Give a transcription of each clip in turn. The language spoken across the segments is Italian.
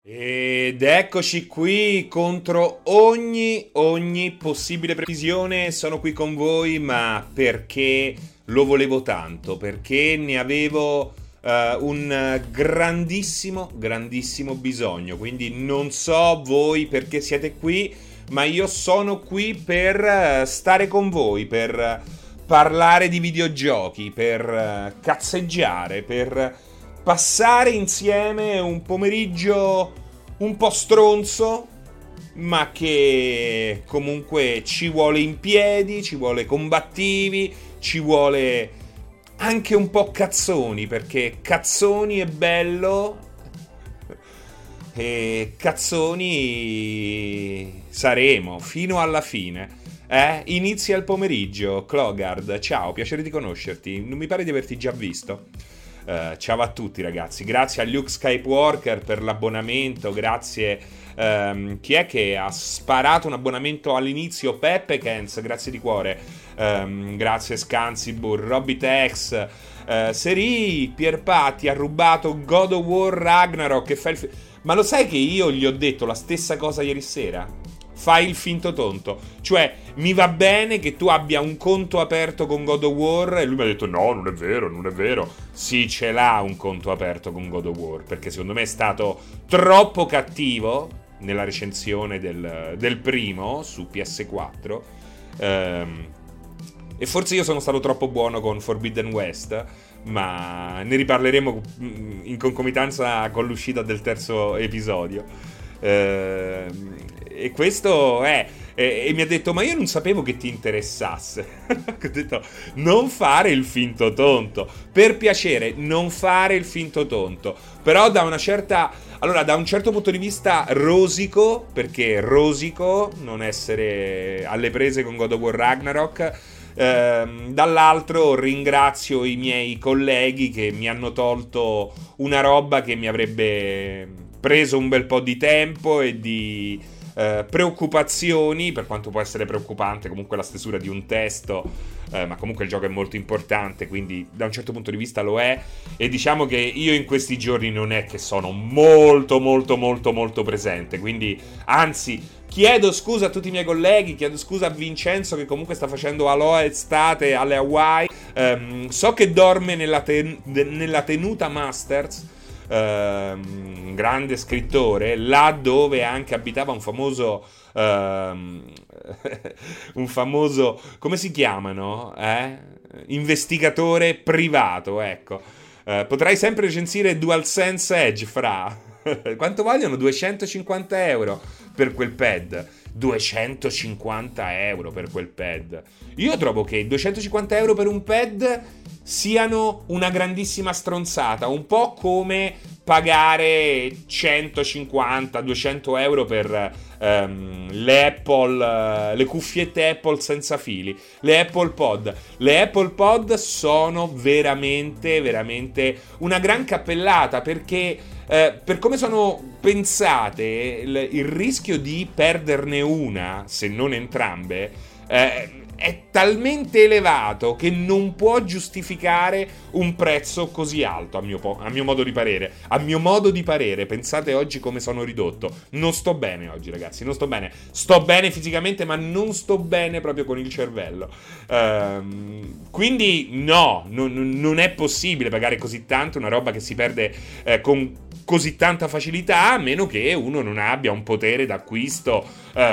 Ed eccoci qui contro ogni possibile previsione. Sono qui con voi, ma perché lo volevo tanto, perché ne avevo un grandissimo bisogno. Quindi non so voi perché siete qui, ma io sono qui per stare con voi, per parlare di videogiochi, per cazzeggiare, per passare insieme un pomeriggio un po' stronzo, ma che comunque ci vuole in piedi, ci vuole combattivi, ci vuole anche un po' cazzoni, perché cazzoni è bello e cazzoni saremo fino alla fine. Inizia il pomeriggio, Clogard, ciao, piacere di conoscerti, non mi pare di averti già visto. Ciao a tutti ragazzi, grazie a Luke Skywalker per l'abbonamento, grazie chi è che ha sparato un abbonamento all'inizio? Peppe Kenz, grazie di cuore, grazie Scansibur, Robitex, Seri, Pierpatti ha rubato God of War Ragnarok e fa ma lo sai che io gli ho detto la stessa cosa ieri sera? Fai il finto tonto, cioè mi va bene che tu abbia un conto aperto con God of War e lui mi ha detto no, non è vero. Sì, ce l'ha un conto aperto con God of War, perché secondo me è stato troppo cattivo nella recensione del primo su PS4 e forse io sono stato troppo buono con Forbidden West, ma ne riparleremo in concomitanza con l'uscita del terzo episodio. E questo è e mi ha detto ma io non sapevo che ti interessasse. Ho detto non fare il finto tonto, per piacere non fare il finto tonto, però da un certo punto di vista rosico, perché rosico non essere alle prese con God of War Ragnarok. Dall'altro ringrazio i miei colleghi che mi hanno tolto una roba che mi avrebbe preso un bel po' di tempo e di preoccupazioni, per quanto può essere preoccupante comunque la stesura di un testo, ma comunque il gioco è molto importante, quindi da un certo punto di vista lo è, e diciamo che io in questi giorni non è che sono molto presente, quindi anzi chiedo scusa a tutti i miei colleghi, chiedo scusa a Vincenzo che comunque sta facendo Aloha estate alle Hawaii, so che dorme nella tenuta Masters, un grande scrittore, là dove anche abitava un famoso come si chiamano? Investigatore privato, ecco. Potrai sempre recensire DualSense Edge, fra. Quanto vogliono? 250 euro per quel pad. 250 euro per quel pad. Io trovo che 250 euro per un pad siano una grandissima stronzata, un po' come pagare 150-200 euro per le Apple, le cuffiette Apple senza fili, le Apple Pod. Le Apple Pod sono veramente una gran cappellata, perché per come sono pensate il rischio di perderne una, se non entrambe, è talmente elevato che non può giustificare un prezzo così alto, a mio modo di parere. A mio modo di parere, pensate oggi come sono ridotto. Non sto bene oggi, ragazzi, non sto bene. Sto bene fisicamente, ma non sto bene proprio con il cervello. Quindi no, non è possibile pagare così tanto una roba che si perde con così tanta facilità, a meno che uno non abbia un potere d'acquisto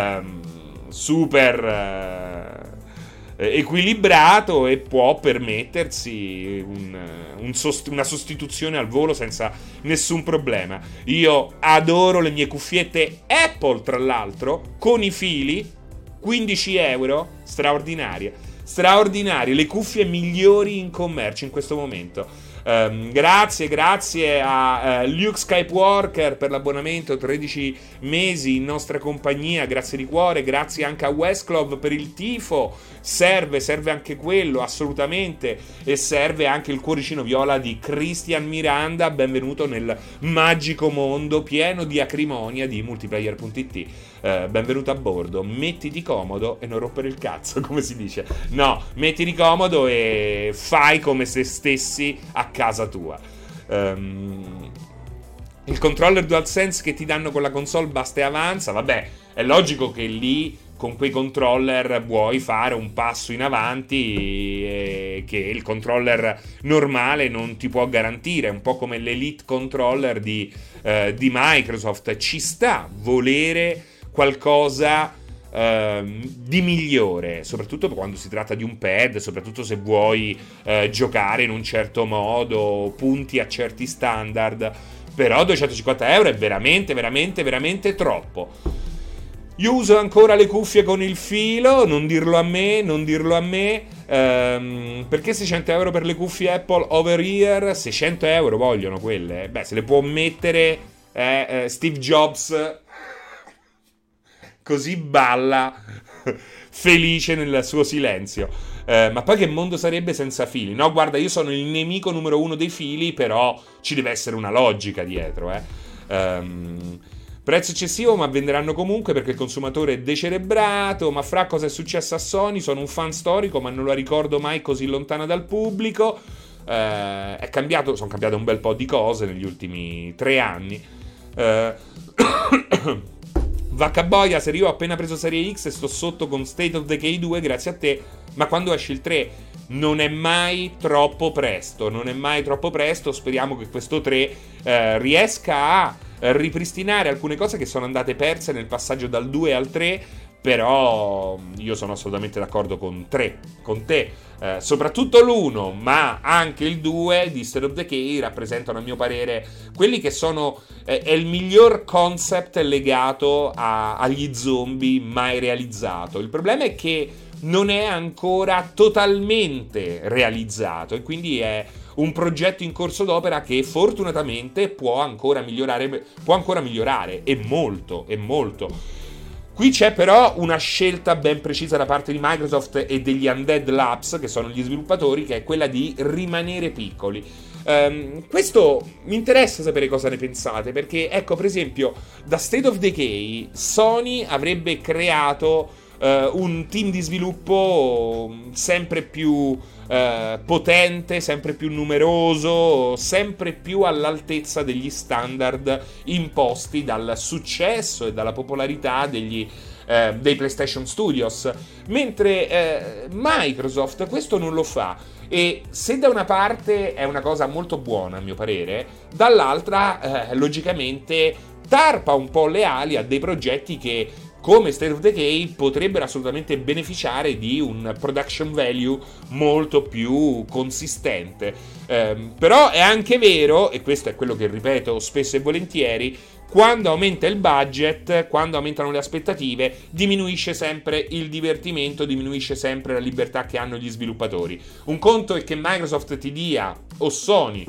super equilibrato e può permettersi una sostituzione al volo senza nessun problema. Io adoro le mie cuffiette Apple, tra l'altro, con i fili, 15 euro, straordinarie, le cuffie migliori in commercio in questo momento. Grazie a Luke Skywalker per l'abbonamento, 13 mesi in nostra compagnia, grazie di cuore. Grazie anche a Westclub per il tifo, serve anche quello assolutamente, e serve anche il cuoricino viola di Christian Miranda. Benvenuto nel magico mondo pieno di acrimonia di multiplayer.it. Benvenuto a bordo, mettiti comodo e non rompere il cazzo, come si dice. No, mettiti comodo e fai come se stessi a casa tua. il controller DualSense che ti danno con la console basta e avanza. Vabbè, è logico che lì con quei controller vuoi fare un passo in avanti che il controller normale non ti può garantire, un po' come l'Elite Controller di Microsoft. Ci sta volere qualcosa di migliore, soprattutto quando si tratta di un pad, soprattutto se vuoi giocare in un certo modo, punti a certi standard. Però 250 euro è veramente, veramente, veramente troppo. Io uso ancora le cuffie con il filo, non dirlo a me, perché 600 euro per le cuffie Apple over ear? 600 euro vogliono quelle? Beh, se le può mettere Steve Jobs, così balla, felice nel suo silenzio. Ma poi che mondo sarebbe senza fili? No, guarda, io sono il nemico numero uno dei fili, però ci deve essere una logica dietro, Prezzo eccessivo, ma venderanno comunque perché il consumatore è decerebrato. Ma fra, cosa è successo a Sony? Sono un fan storico, ma non la ricordo mai così lontana dal pubblico. È cambiato, sono cambiate un bel po' di cose negli ultimi 3 anni. Vaccaboia, se io ho appena preso Serie X e sto sotto con State of Decay 2, grazie a te. Ma quando esce il 3? Non è mai troppo presto. Speriamo che questo 3 riesca a ripristinare alcune cose che sono andate perse nel passaggio dal 2 al 3. Però io sono assolutamente d'accordo con te, soprattutto l'1, ma anche il 2 di State of Decay rappresentano a mio parere quelli che sono è il miglior concept legato agli zombie mai realizzato. Il problema è che non è ancora totalmente realizzato e quindi è un progetto in corso d'opera che fortunatamente può ancora migliorare e molto. Qui c'è però una scelta ben precisa da parte di Microsoft e degli Undead Labs, che sono gli sviluppatori, che è quella di rimanere piccoli. Questo mi interessa sapere cosa ne pensate, perché ecco, per esempio, da State of Decay Sony avrebbe creato un team di sviluppo sempre più potente, sempre più numeroso, sempre più all'altezza degli standard imposti dal successo e dalla popolarità dei PlayStation Studios, mentre Microsoft questo non lo fa. E se da una parte è una cosa molto buona a mio parere, dall'altra logicamente tarpa un po' le ali a dei progetti che, come State of Decay, potrebbero assolutamente beneficiare di un production value molto più consistente. Però è anche vero, e questo è quello che ripeto spesso e volentieri, quando aumenta il budget, quando aumentano le aspettative, diminuisce sempre il divertimento, diminuisce sempre la libertà che hanno gli sviluppatori. Un conto è che Microsoft ti dia, o Sony,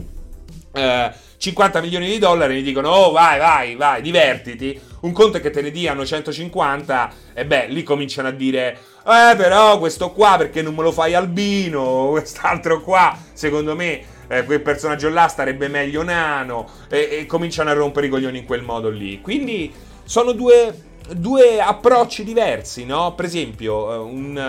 50 milioni di dollari e gli dicono oh vai, divertiti. Un conto è che te ne diano 150 e beh, lì cominciano a dire però questo qua perché non me lo fai albino, quest'altro qua secondo me quel personaggio là starebbe meglio nano, e cominciano a rompere i coglioni in quel modo lì. Quindi sono due approcci diversi, no? Per esempio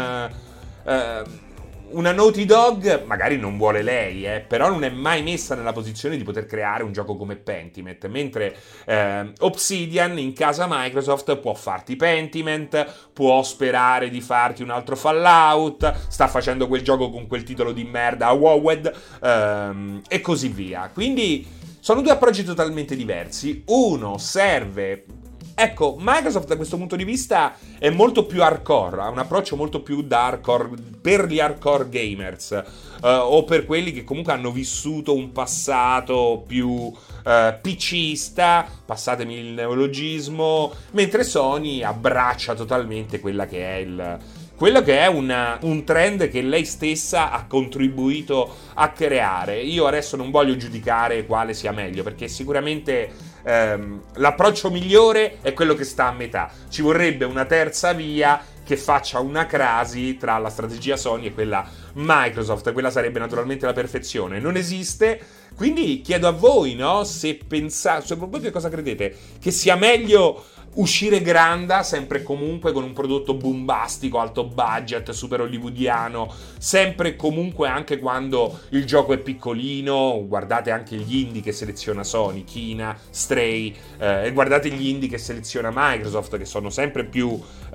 una Naughty Dog magari non vuole lei, però non è mai messa nella posizione di poter creare un gioco come Pentiment, mentre Obsidian in casa Microsoft può farti Pentiment, può sperare di farti un altro Fallout, sta facendo quel gioco con quel titolo di merda a WoW, e così via. Quindi sono due approcci totalmente diversi. Uno serve... Ecco, Microsoft da questo punto di vista è molto più hardcore, ha un approccio molto più da hardcore per gli hardcore gamers, o per quelli che comunque hanno vissuto un passato più PCista, passatemi il neologismo, mentre Sony abbraccia totalmente quella che è quello che è un trend che lei stessa ha contribuito a creare. Io adesso non voglio giudicare quale sia meglio, perché sicuramente l'approccio migliore è quello che sta a metà. Ci vorrebbe una terza via che faccia una crasi tra la strategia Sony e quella Microsoft. Quella sarebbe naturalmente la perfezione. Non esiste. Quindi chiedo a voi, no? Se pensate, voi che cosa credete? Che sia meglio uscire granda sempre e comunque con un prodotto bombastico, alto budget, super hollywoodiano, sempre e comunque anche quando il gioco è piccolino. Guardate anche gli indie che seleziona Sony, Kina, Stray, e guardate gli indie che seleziona Microsoft, che sono sempre più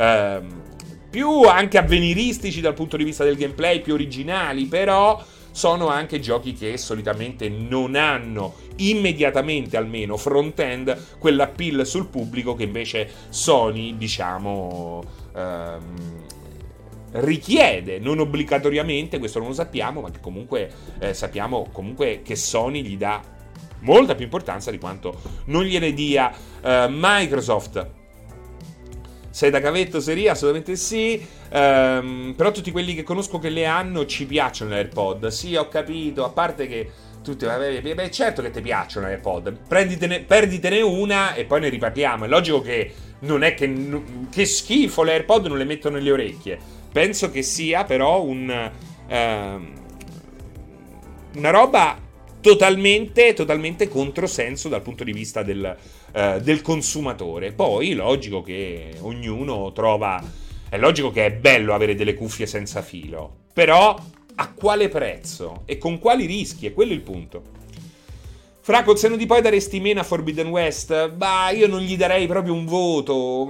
anche avveniristici dal punto di vista del gameplay, più originali, però sono anche giochi che solitamente non hanno immediatamente, almeno front-end, quell'appeal sul pubblico che invece Sony, diciamo, richiede, non obbligatoriamente, questo non lo sappiamo, ma che comunque sappiamo comunque che Sony gli dà molta più importanza di quanto non gliene dia Microsoft. Sei da cavetto, seria? Assolutamente sì. Però tutti quelli che conosco che le hanno ci piacciono le AirPod. Sì, ho capito. A parte che tutti, beh, certo che ti piacciono le AirPod. Perditene una e poi ne riparliamo. È logico che non è che schifo le AirPod non le mettono nelle orecchie. Penso che sia però una roba totalmente controsenso dal punto di vista del consumatore. Poi logico che ognuno trova, è logico che è bello avere delle cuffie senza filo, però a quale prezzo e con quali rischi? È quello il punto. Fra, col senno di poi daresti meno a Forbidden West? Bah, io non gli darei proprio un voto,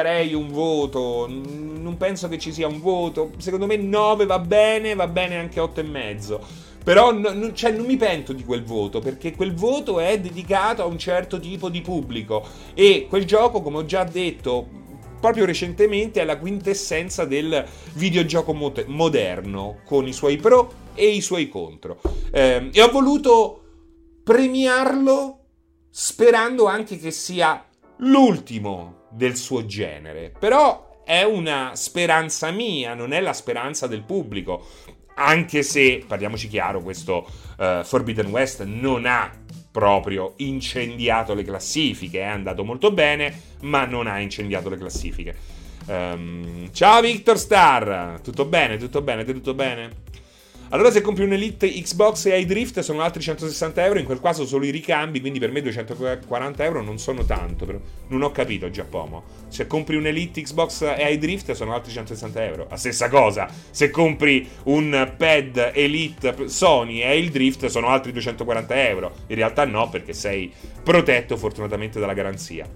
non penso che ci sia un voto. Secondo me 9 va bene anche 8,5. Però non mi pento di quel voto, perché quel voto è dedicato a un certo tipo di pubblico e quel gioco, come ho già detto proprio recentemente, è la quintessenza del videogioco moderno, con i suoi pro e i suoi contro. E ho voluto premiarlo sperando anche che sia l'ultimo del suo genere. Però è una speranza mia, non è la speranza del pubblico. Anche se, parliamoci chiaro, questo Forbidden West non ha proprio incendiato le classifiche, è andato molto bene, ma non ha incendiato le classifiche. Ciao Victor Star, tutto bene? Allora, se compri un Elite Xbox e iDrift sono altri 160 euro, in quel caso solo i ricambi, quindi per me 240 euro non sono tanto, però non ho capito Giacomo. Se compri un Elite Xbox e iDrift sono altri 160 euro, la stessa cosa. Se compri un pad Elite Sony e il Drift sono altri 240 euro, in realtà no, perché sei protetto fortunatamente dalla garanzia.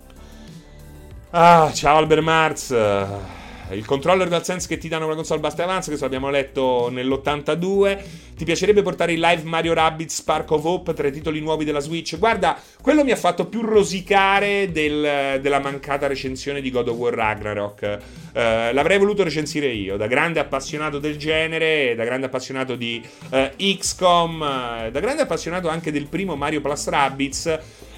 Ciao Albert Marz. Il controller DualSense che ti danno con la console Basta Avanza, che l'abbiamo letto nell'82. Ti piacerebbe portare in live Mario Rabbids Spark of Hope, 3 titoli nuovi della Switch? Guarda, quello mi ha fatto più rosicare della mancata recensione di God of War Ragnarok. L'avrei voluto recensire io, da grande appassionato del genere, da grande appassionato di XCOM, da grande appassionato anche del primo Mario Plus Rabbids.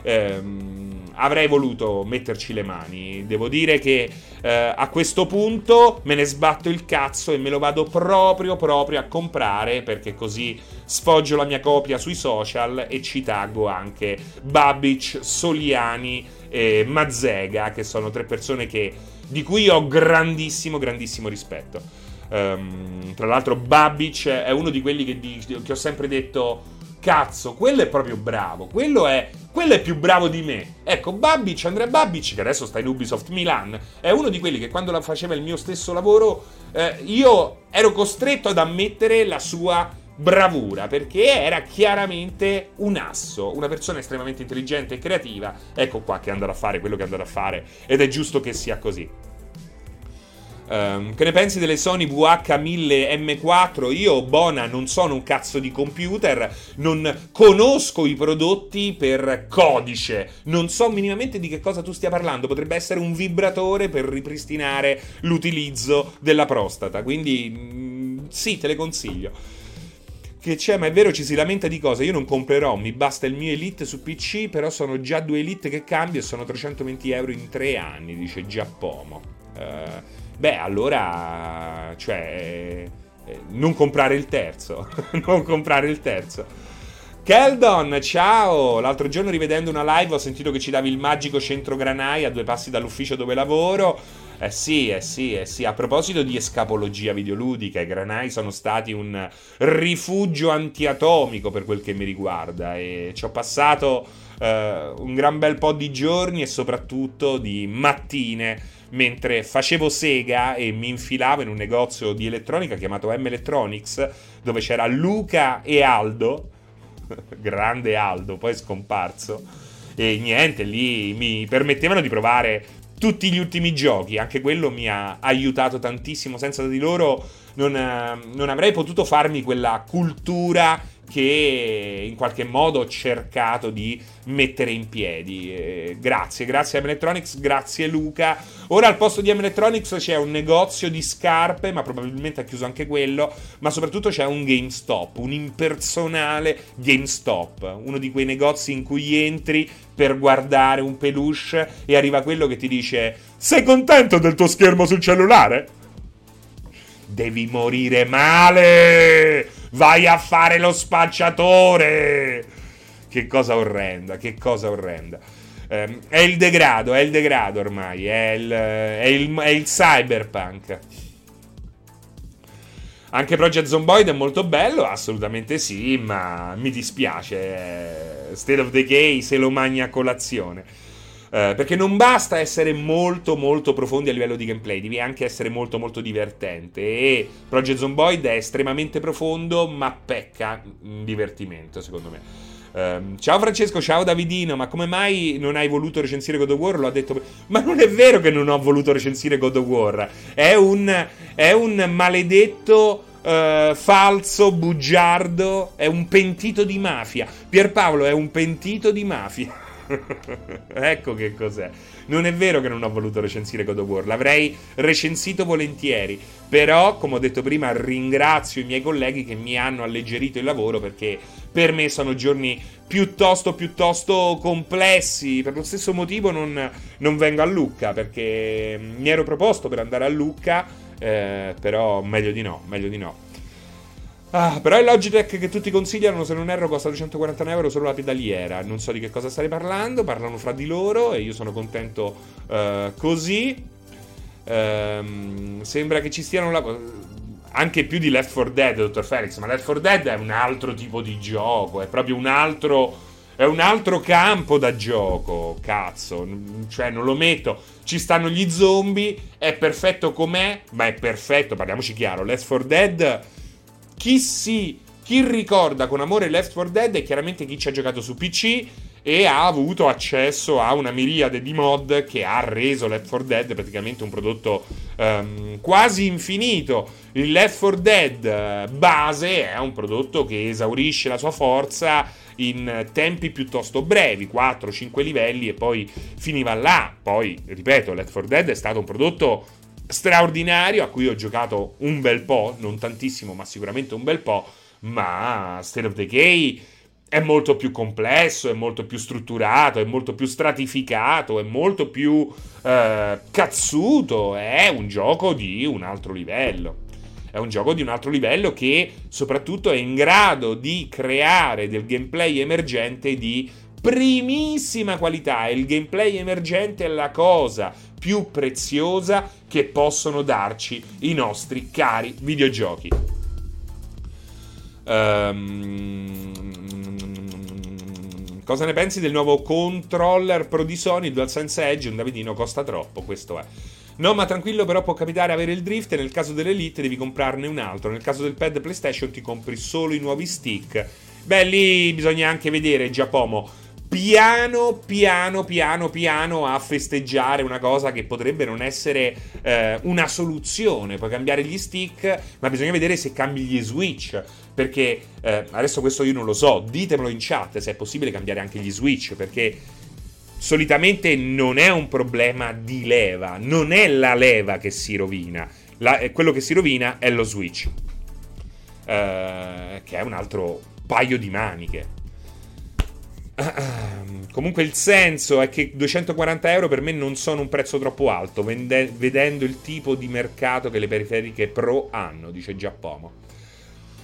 Avrei voluto metterci le mani. Devo dire che a questo punto me ne sbatto il cazzo e me lo vado proprio a comprare, perché così sfoggio la mia copia sui social e ci taggo anche Babic, Soliani e Mazzega, che sono 3 persone di cui ho grandissimo rispetto. Tra l'altro Babic è uno di quelli che ho sempre detto: cazzo, quello è proprio bravo, quello è più bravo di me. Ecco, Andrea Babic, che adesso sta in Ubisoft Milan, è uno di quelli che quando faceva il mio stesso lavoro io ero costretto ad ammettere la sua bravura, perché era chiaramente un asso, una persona estremamente intelligente e creativa. Ecco qua che andrà a fare quello che andrà a fare, ed è giusto che sia così. Che ne pensi delle Sony VH1000M4? Io, Bona, non sono un cazzo di computer, non conosco i prodotti per codice, non so minimamente di che cosa tu stia parlando. Potrebbe essere un vibratore per ripristinare l'utilizzo della prostata, quindi sì, te le consiglio. Che c'è, ma è vero, ci si lamenta di cosa? Io non comprerò, mi basta il mio Elite su PC, però sono già 2 Elite che cambio e sono 320 euro in 3 anni, dice Giappomo. Beh, allora, non comprare il terzo. Non comprare il terzo. Keldon, ciao! L'altro giorno, rivedendo una live, ho sentito che ci davi il magico centro granai a 2 passi dall'ufficio dove lavoro. sì, eh sì, eh sì. A proposito di escapologia videoludica, i granai sono stati un rifugio antiatomico per quel che mi riguarda e ci ho passato un gran bel po' di giorni e soprattutto di mattine mentre facevo sega e mi infilavo in un negozio di elettronica chiamato M Electronics dove c'era Luca e Aldo, grande Aldo, poi è scomparso. E niente, lì mi permettevano di provare tutti gli ultimi giochi. Anche quello mi ha aiutato tantissimo. Senza di loro non avrei potuto farmi quella cultura che in qualche modo ho cercato di mettere in piedi. Grazie a M Electronics, grazie Luca. Ora al posto di M Electronics c'è un negozio di scarpe, ma probabilmente ha chiuso anche quello. Ma soprattutto c'è un GameStop, un impersonale GameStop, uno di quei negozi in cui entri per guardare un peluche e arriva quello che ti dice: sei contento del tuo schermo sul cellulare? Devi morire male! Vai a fare lo spacciatore! Che cosa orrenda, che cosa orrenda. È il degrado ormai, è il cyberpunk. Anche Project Zomboid è molto bello, assolutamente sì, ma mi dispiace. State of Decay se lo magna a colazione. Perché non basta essere molto molto profondi a livello di gameplay, devi anche essere molto molto divertente. E Project Zomboid è estremamente profondo, ma pecca in divertimento, secondo me. Ciao Francesco, ciao Davidino, ma come mai non hai voluto recensire God of War? Lo ha detto. Ma non è vero che non ho voluto recensire God of War. È un maledetto falso, bugiardo, è un pentito di mafia. Pierpaolo è un pentito di mafia. Ecco che cos'è. Non è vero che non ho voluto recensire God of War, l'avrei recensito volentieri. Però, come ho detto prima, ringrazio i miei colleghi che mi hanno alleggerito il lavoro, perché per me sono giorni piuttosto complessi. Per lo stesso motivo non vengo a Lucca, perché mi ero proposto per andare a Lucca, però meglio di no. Però il Logitech che tutti consigliano, se non erro, costa 240 euro solo la pedaliera. Non so di che cosa stai parlando, parlano fra di loro e io sono contento così. Sembra che ci stiano anche più di Left 4 Dead, Dr. Felix, ma Left 4 Dead è un altro tipo di gioco, è proprio un altro campo da gioco, cazzo, cioè non lo metto. Ci stanno gli zombie, è perfetto com'è, ma è perfetto, parliamoci chiaro, Left 4 Dead... Chi ricorda con amore Left 4 Dead è chiaramente chi ci ha giocato su PC e ha avuto accesso a una miriade di mod che ha reso Left 4 Dead praticamente un prodotto quasi infinito. Il Left 4 Dead base è un prodotto che esaurisce la sua forza in tempi piuttosto brevi, 4-5 livelli e poi finiva là. Poi, ripeto, Left 4 Dead è stato un prodotto straordinario a cui ho giocato un bel po', non tantissimo ma sicuramente un bel po', ma State of Decay è molto più complesso, è molto più strutturato, è molto più stratificato, è molto più cazzuto, è un gioco di un altro livello. È un gioco di un altro livello che soprattutto è in grado di creare del gameplay emergente di primissima qualità. E il gameplay emergente è la cosa più preziosa che possono darci i nostri cari videogiochi. Cosa ne pensi del nuovo controller Pro di Sony, DualSense Edge? Un Davidino, costa troppo, questo è. No, ma tranquillo, però può capitare avere il drift e nel caso dell'Elite devi comprarne un altro. Nel caso del pad PlayStation ti compri solo i nuovi stick. Beh, lì bisogna anche vedere, Giacomo, piano a festeggiare una cosa che potrebbe non essere una soluzione. Puoi cambiare gli stick, ma bisogna vedere se cambi gli switch, perché adesso questo io non lo so, ditemelo in chat se è possibile cambiare anche gli switch, perché solitamente non è un problema di leva, non è la leva che si rovina, quello che si rovina è lo switch, che è un altro paio di maniche. Comunque il senso è che 240 euro per me non sono un prezzo troppo alto, vedendo il tipo di mercato che le periferiche Pro hanno, dice Giappomo.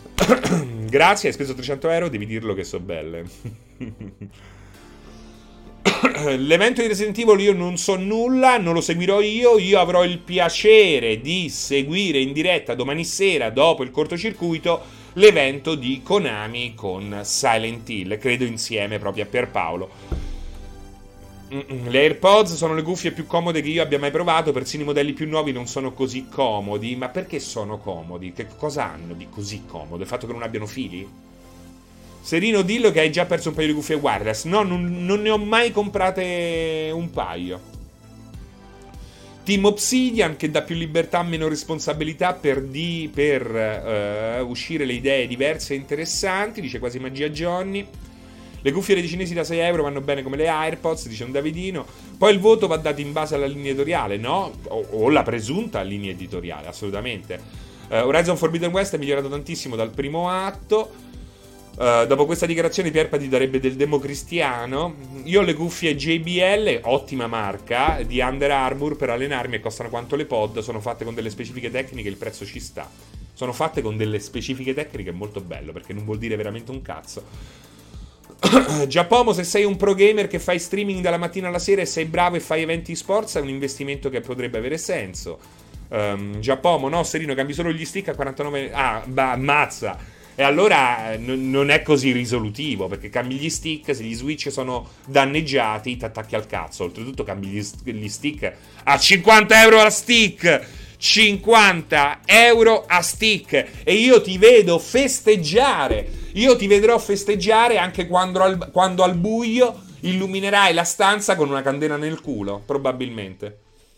Grazie, hai speso 300 euro, devi dirlo che so belle. L'evento di Resident Evil io non so nulla, non lo seguirò io avrò il piacere di seguire in diretta domani sera, dopo il cortocircuito, l'evento di Konami con Silent Hill, credo insieme proprio a Pierpaolo. Le AirPods sono le cuffie più comode che io abbia mai provato, persino i modelli più nuovi non sono così comodi. Ma perché sono comodi? Che cosa hanno di così comodo? Il fatto che non abbiano fili? Serino, dillo che hai già perso un paio di cuffie wireless. No, non ne ho mai comprate un paio. Team Obsidian, che dà più libertà, meno responsabilità per uscire le idee diverse e interessanti, dice quasi magia Johnny. Le cuffie cinesi da 6 euro vanno bene come le AirPods, dice un Davidino. Poi il voto va dato in base alla linea editoriale, no? O la presunta linea editoriale, assolutamente. Horizon Forbidden West è migliorato tantissimo dal primo atto. Dopo questa dichiarazione Pierpa ti darebbe del democristiano. Io ho le cuffie JBL, ottima marca, di Under Armour per allenarmi e costano quanto le pod. Sono fatte con delle specifiche tecniche, il prezzo ci sta. Sono fatte con delle specifiche tecniche, molto bello, perché non vuol dire veramente un cazzo. Giacomo, se sei un pro gamer che fai streaming dalla mattina alla sera e sei bravo e fai eventi sports, è un investimento che potrebbe avere senso. Giacomo, no, Serino, cambi solo gli stick a 49. Ammazza. E allora non è così risolutivo, perché cambi gli stick, se gli switch sono danneggiati ti attacchi al cazzo. Oltretutto cambi gli stick a 50 euro a stick. 50 euro a stick. E io ti vedo festeggiare. Io ti vedrò festeggiare anche quando al buio illuminerai la stanza con una candela nel culo, probabilmente.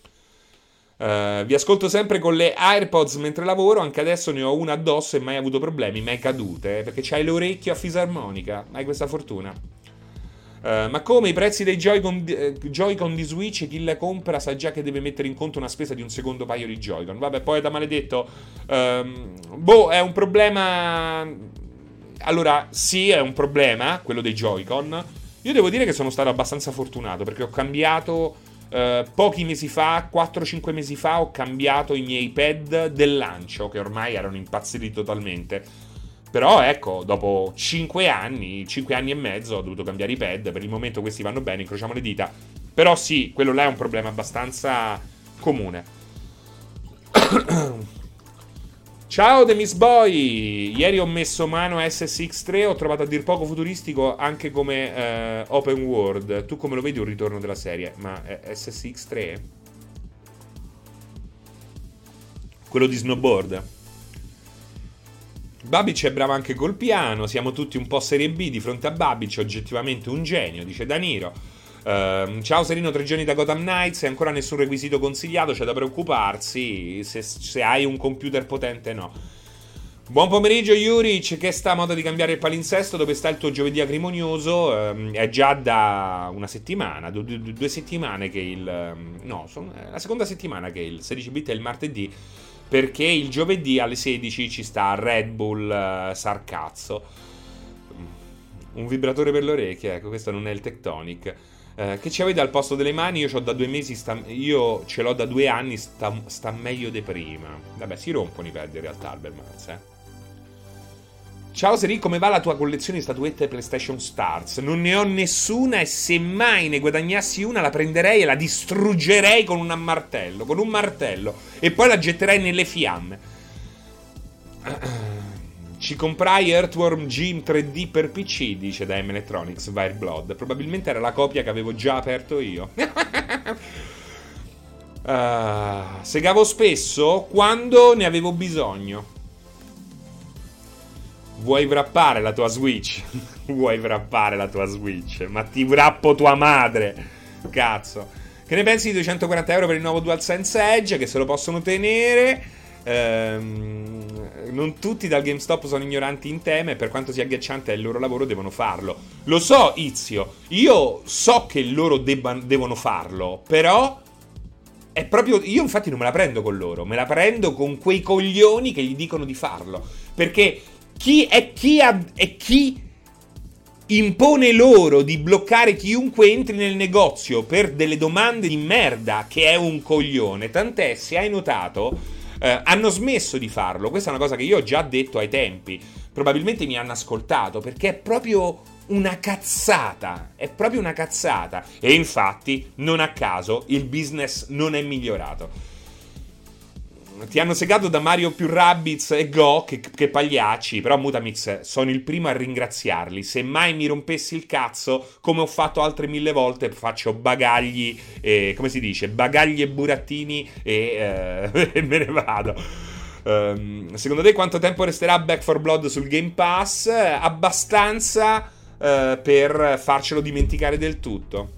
Vi ascolto sempre con le AirPods mentre lavoro, anche adesso ne ho una addosso e mai avuto problemi, mai cadute, perché c'hai l'orecchio a fisarmonica, hai questa fortuna. Ma come i prezzi dei Joy-Con di Switch, chi le compra sa già che deve mettere in conto una spesa di un secondo paio di Joy-Con. Vabbè, poi da maledetto, è un problema. Allora, sì, è un problema quello dei Joy-Con. Io devo dire che sono stato abbastanza fortunato, perché ho cambiato pochi mesi fa, 4-5 mesi fa, ho cambiato i miei pad del lancio, che ormai erano impazziti totalmente. Però ecco, dopo 5 anni e mezzo, ho dovuto cambiare i pad. Per il momento questi vanno bene, incrociamo le dita. Però sì, quello là è un problema abbastanza comune. Ciao The Miss Boy. Ieri ho messo mano a SSX3, ho trovato a dir poco futuristico anche come open world. Tu come lo vedi un ritorno della serie? Ma SSX3? Quello di snowboard. Babic è bravo anche col piano, siamo tutti un po' serie B di fronte a Babic, oggettivamente un genio, dice Daniro. Ciao Serino, 3 giorni da Gotham Knights e ancora nessun requisito consigliato, c'è da preoccuparsi, se hai un computer potente no. Buon pomeriggio Juric, che sta a modo di cambiare il palinsesto, dove sta il tuo giovedì acrimonioso? È già da una settimana, 2 settimane che il... no, la seconda settimana che il 16 bit è il martedì, perché il giovedì alle 16 ci sta Red Bull Sarcazzo. Un vibratore per le orecchie, ecco, questo non è il Tectonic. Che ci avete al posto delle mani? Io ce l'ho da 2 mesi, io ce l'ho da 2 anni, sta meglio di prima. Vabbè, si rompono i pad in realtà, Albermaz, Ciao Seri, come va la tua collezione di statuette PlayStation Stars? Non ne ho nessuna e se mai ne guadagnassi una la prenderei e la distruggerei con un martello, e poi la getterei nelle fiamme. Ci comprai Earthworm Jim 3D per PC, dice da M Electronics Fireblood. Probabilmente era la copia che avevo già aperto io. Segavo spesso quando ne avevo bisogno. Vuoi wrappare la tua Switch? Vuoi wrappare la tua Switch? Ma ti wrappo tua madre! Cazzo. Che ne pensi di 240 euro per il nuovo DualSense Edge? Che se lo possono tenere. Non tutti dal GameStop sono ignoranti in tema e per quanto sia agghiacciante è il loro lavoro devono farlo. Lo so, Izio. Io so che loro devono farlo, però è proprio... Io infatti non me la prendo con loro, me la prendo con quei coglioni che gli dicono di farlo. Perché chi impone loro di bloccare chiunque entri nel negozio per delle domande di merda, che è un coglione. Tant'è, se hai notato, hanno smesso di farlo. Questa è una cosa che io ho già detto ai tempi. Probabilmente mi hanno ascoltato, perché è proprio una cazzata, è proprio una cazzata. E infatti, non a caso, il business non è migliorato. Ti hanno segato da Mario più Rabbids e Go che pagliacci. Però Mutamix, sono il primo a ringraziarli. Se mai mi rompessi il cazzo, come ho fatto altre 1000 volte, faccio bagagli, come si dice, bagagli e burattini e me ne vado. Secondo te quanto tempo resterà Back 4 Blood sul Game Pass? Abbastanza per farcelo dimenticare del tutto.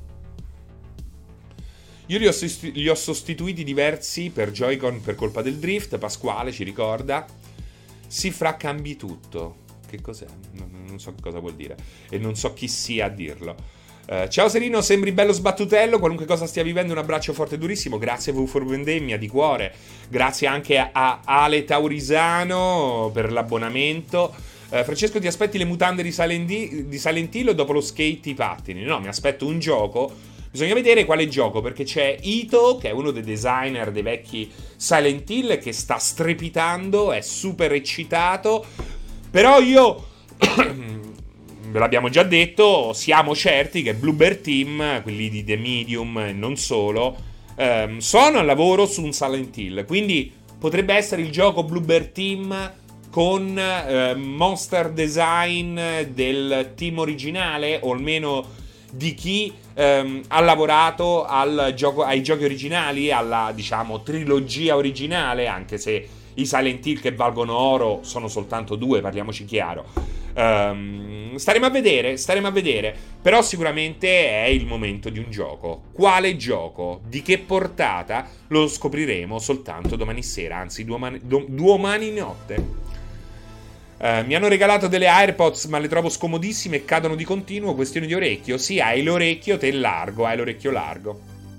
Io li ho sostituiti diversi per Joy-Con per colpa del drift. Pasquale ci ricorda. Si fra cambi tutto. Che cos'è? Non so che cosa vuol dire. E non so chi sia a dirlo. Ciao Serino, sembri bello sbattutello. Qualunque cosa stia vivendo, un abbraccio forte e durissimo. Grazie a V for Vendemmia di cuore. Grazie anche a Ale Taurisano per l'abbonamento. Francesco, ti aspetti le mutande di Silent Hill o dopo lo skate i pattini? No, mi aspetto un gioco. Bisogna vedere quale gioco, perché c'è Ito, che è uno dei designer dei vecchi Silent Hill, che sta strepitando, è super eccitato. Però io, ve l'abbiamo già detto, siamo certi che Bloober Team, quelli di The Medium e non solo, sono al lavoro su un Silent Hill. Quindi potrebbe essere il gioco Bloober Team con monster design del team originale, o almeno di chi ha lavorato ai giochi originali, alla, diciamo, trilogia originale, anche se i Silent Hill che valgono oro sono soltanto 2, parliamoci chiaro. Staremo a vedere, però sicuramente è il momento di un gioco. Quale gioco? Di che portata? Lo scopriremo soltanto domani sera, anzi domani notte. Mi hanno regalato delle AirPods, ma le trovo scomodissime e cadono di continuo. Questione di orecchio. Sì, hai l'orecchio largo.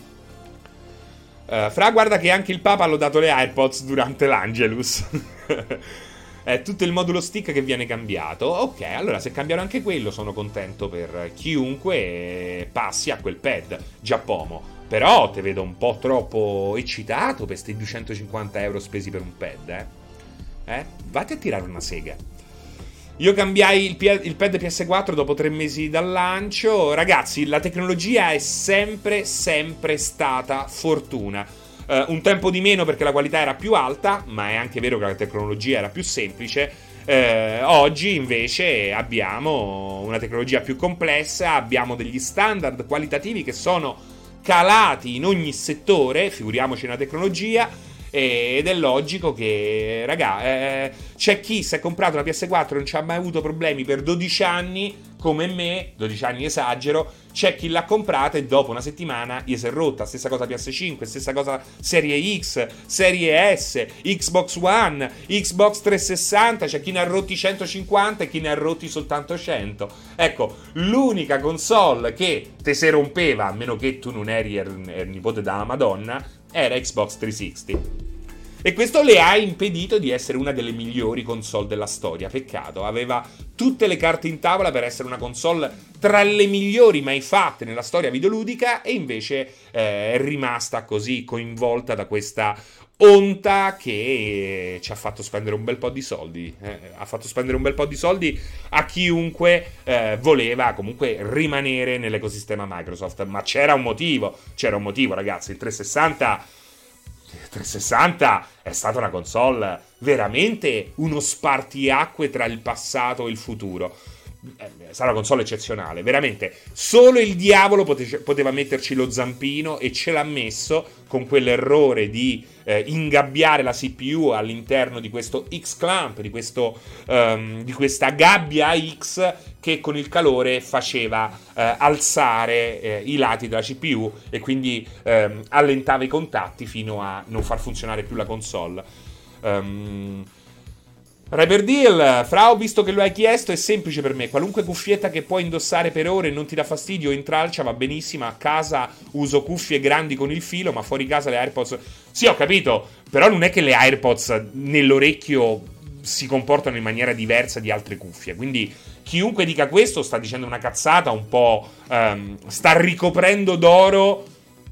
Fra, guarda che anche il Papa ha lodato le AirPods durante l'Angelus. È tutto il modulo stick che viene cambiato. Ok, allora se cambiano anche quello sono contento per chiunque passi a quel pad. Giappomo. Però te vedo un po' troppo eccitato per questi 250 euro spesi per un pad, Vatti a tirare una sega. Io cambiai il pad PS4 dopo 3 mesi dal lancio. Ragazzi, la tecnologia è sempre stata fortuna. Un tempo di meno perché la qualità era più alta, ma è anche vero che la tecnologia era più semplice. Oggi invece abbiamo una tecnologia più complessa, abbiamo degli standard qualitativi che sono calati in ogni settore, figuriamoci una tecnologia. Ed è logico che, c'è chi si è comprato una PS4 e non ci ha mai avuto problemi per 12 anni, come me, 12 anni esagero. C'è chi l'ha comprata e dopo una settimana gli si è rotta. Stessa cosa PS5, stessa cosa Serie X, Serie S, Xbox One, Xbox 360. C'è chi ne ha rotti 150 e chi ne ha rotti soltanto 100. Ecco, l'unica console che te se rompeva, a meno che tu non eri il nipote della Madonna, era Xbox 360. E questo le ha impedito di essere una delle migliori console della storia. Peccato, aveva tutte le carte in tavola per essere una console tra le migliori mai fatte nella storia videoludica, e invece è rimasta così coinvolta da questa onta che ci ha fatto spendere un bel po' di soldi. Ha fatto spendere un bel po' di soldi a chiunque voleva comunque rimanere nell'ecosistema Microsoft. Ma c'era un motivo, ragazzi. Il 360 è stata una console veramente uno spartiacque tra il passato e il futuro. Sarà una console eccezionale, veramente. Solo il diavolo poteva metterci lo zampino, e ce l'ha messo con quell'errore di ingabbiare la CPU all'interno di questo X-clamp, di questa gabbia X che con il calore faceva alzare i lati della CPU e quindi allentava i contatti fino a non far funzionare più la console. Reverdeal, Fra, ho visto che lo hai chiesto, è semplice per me. Qualunque cuffietta che puoi indossare per ore e non ti dà fastidio in tralcia va benissimo. A casa uso cuffie grandi con il filo, ma fuori casa le AirPods... Sì, ho capito, però non è che le AirPods nell'orecchio si comportano in maniera diversa di altre cuffie. Quindi chiunque dica questo sta dicendo una cazzata, un po' sta ricoprendo d'oro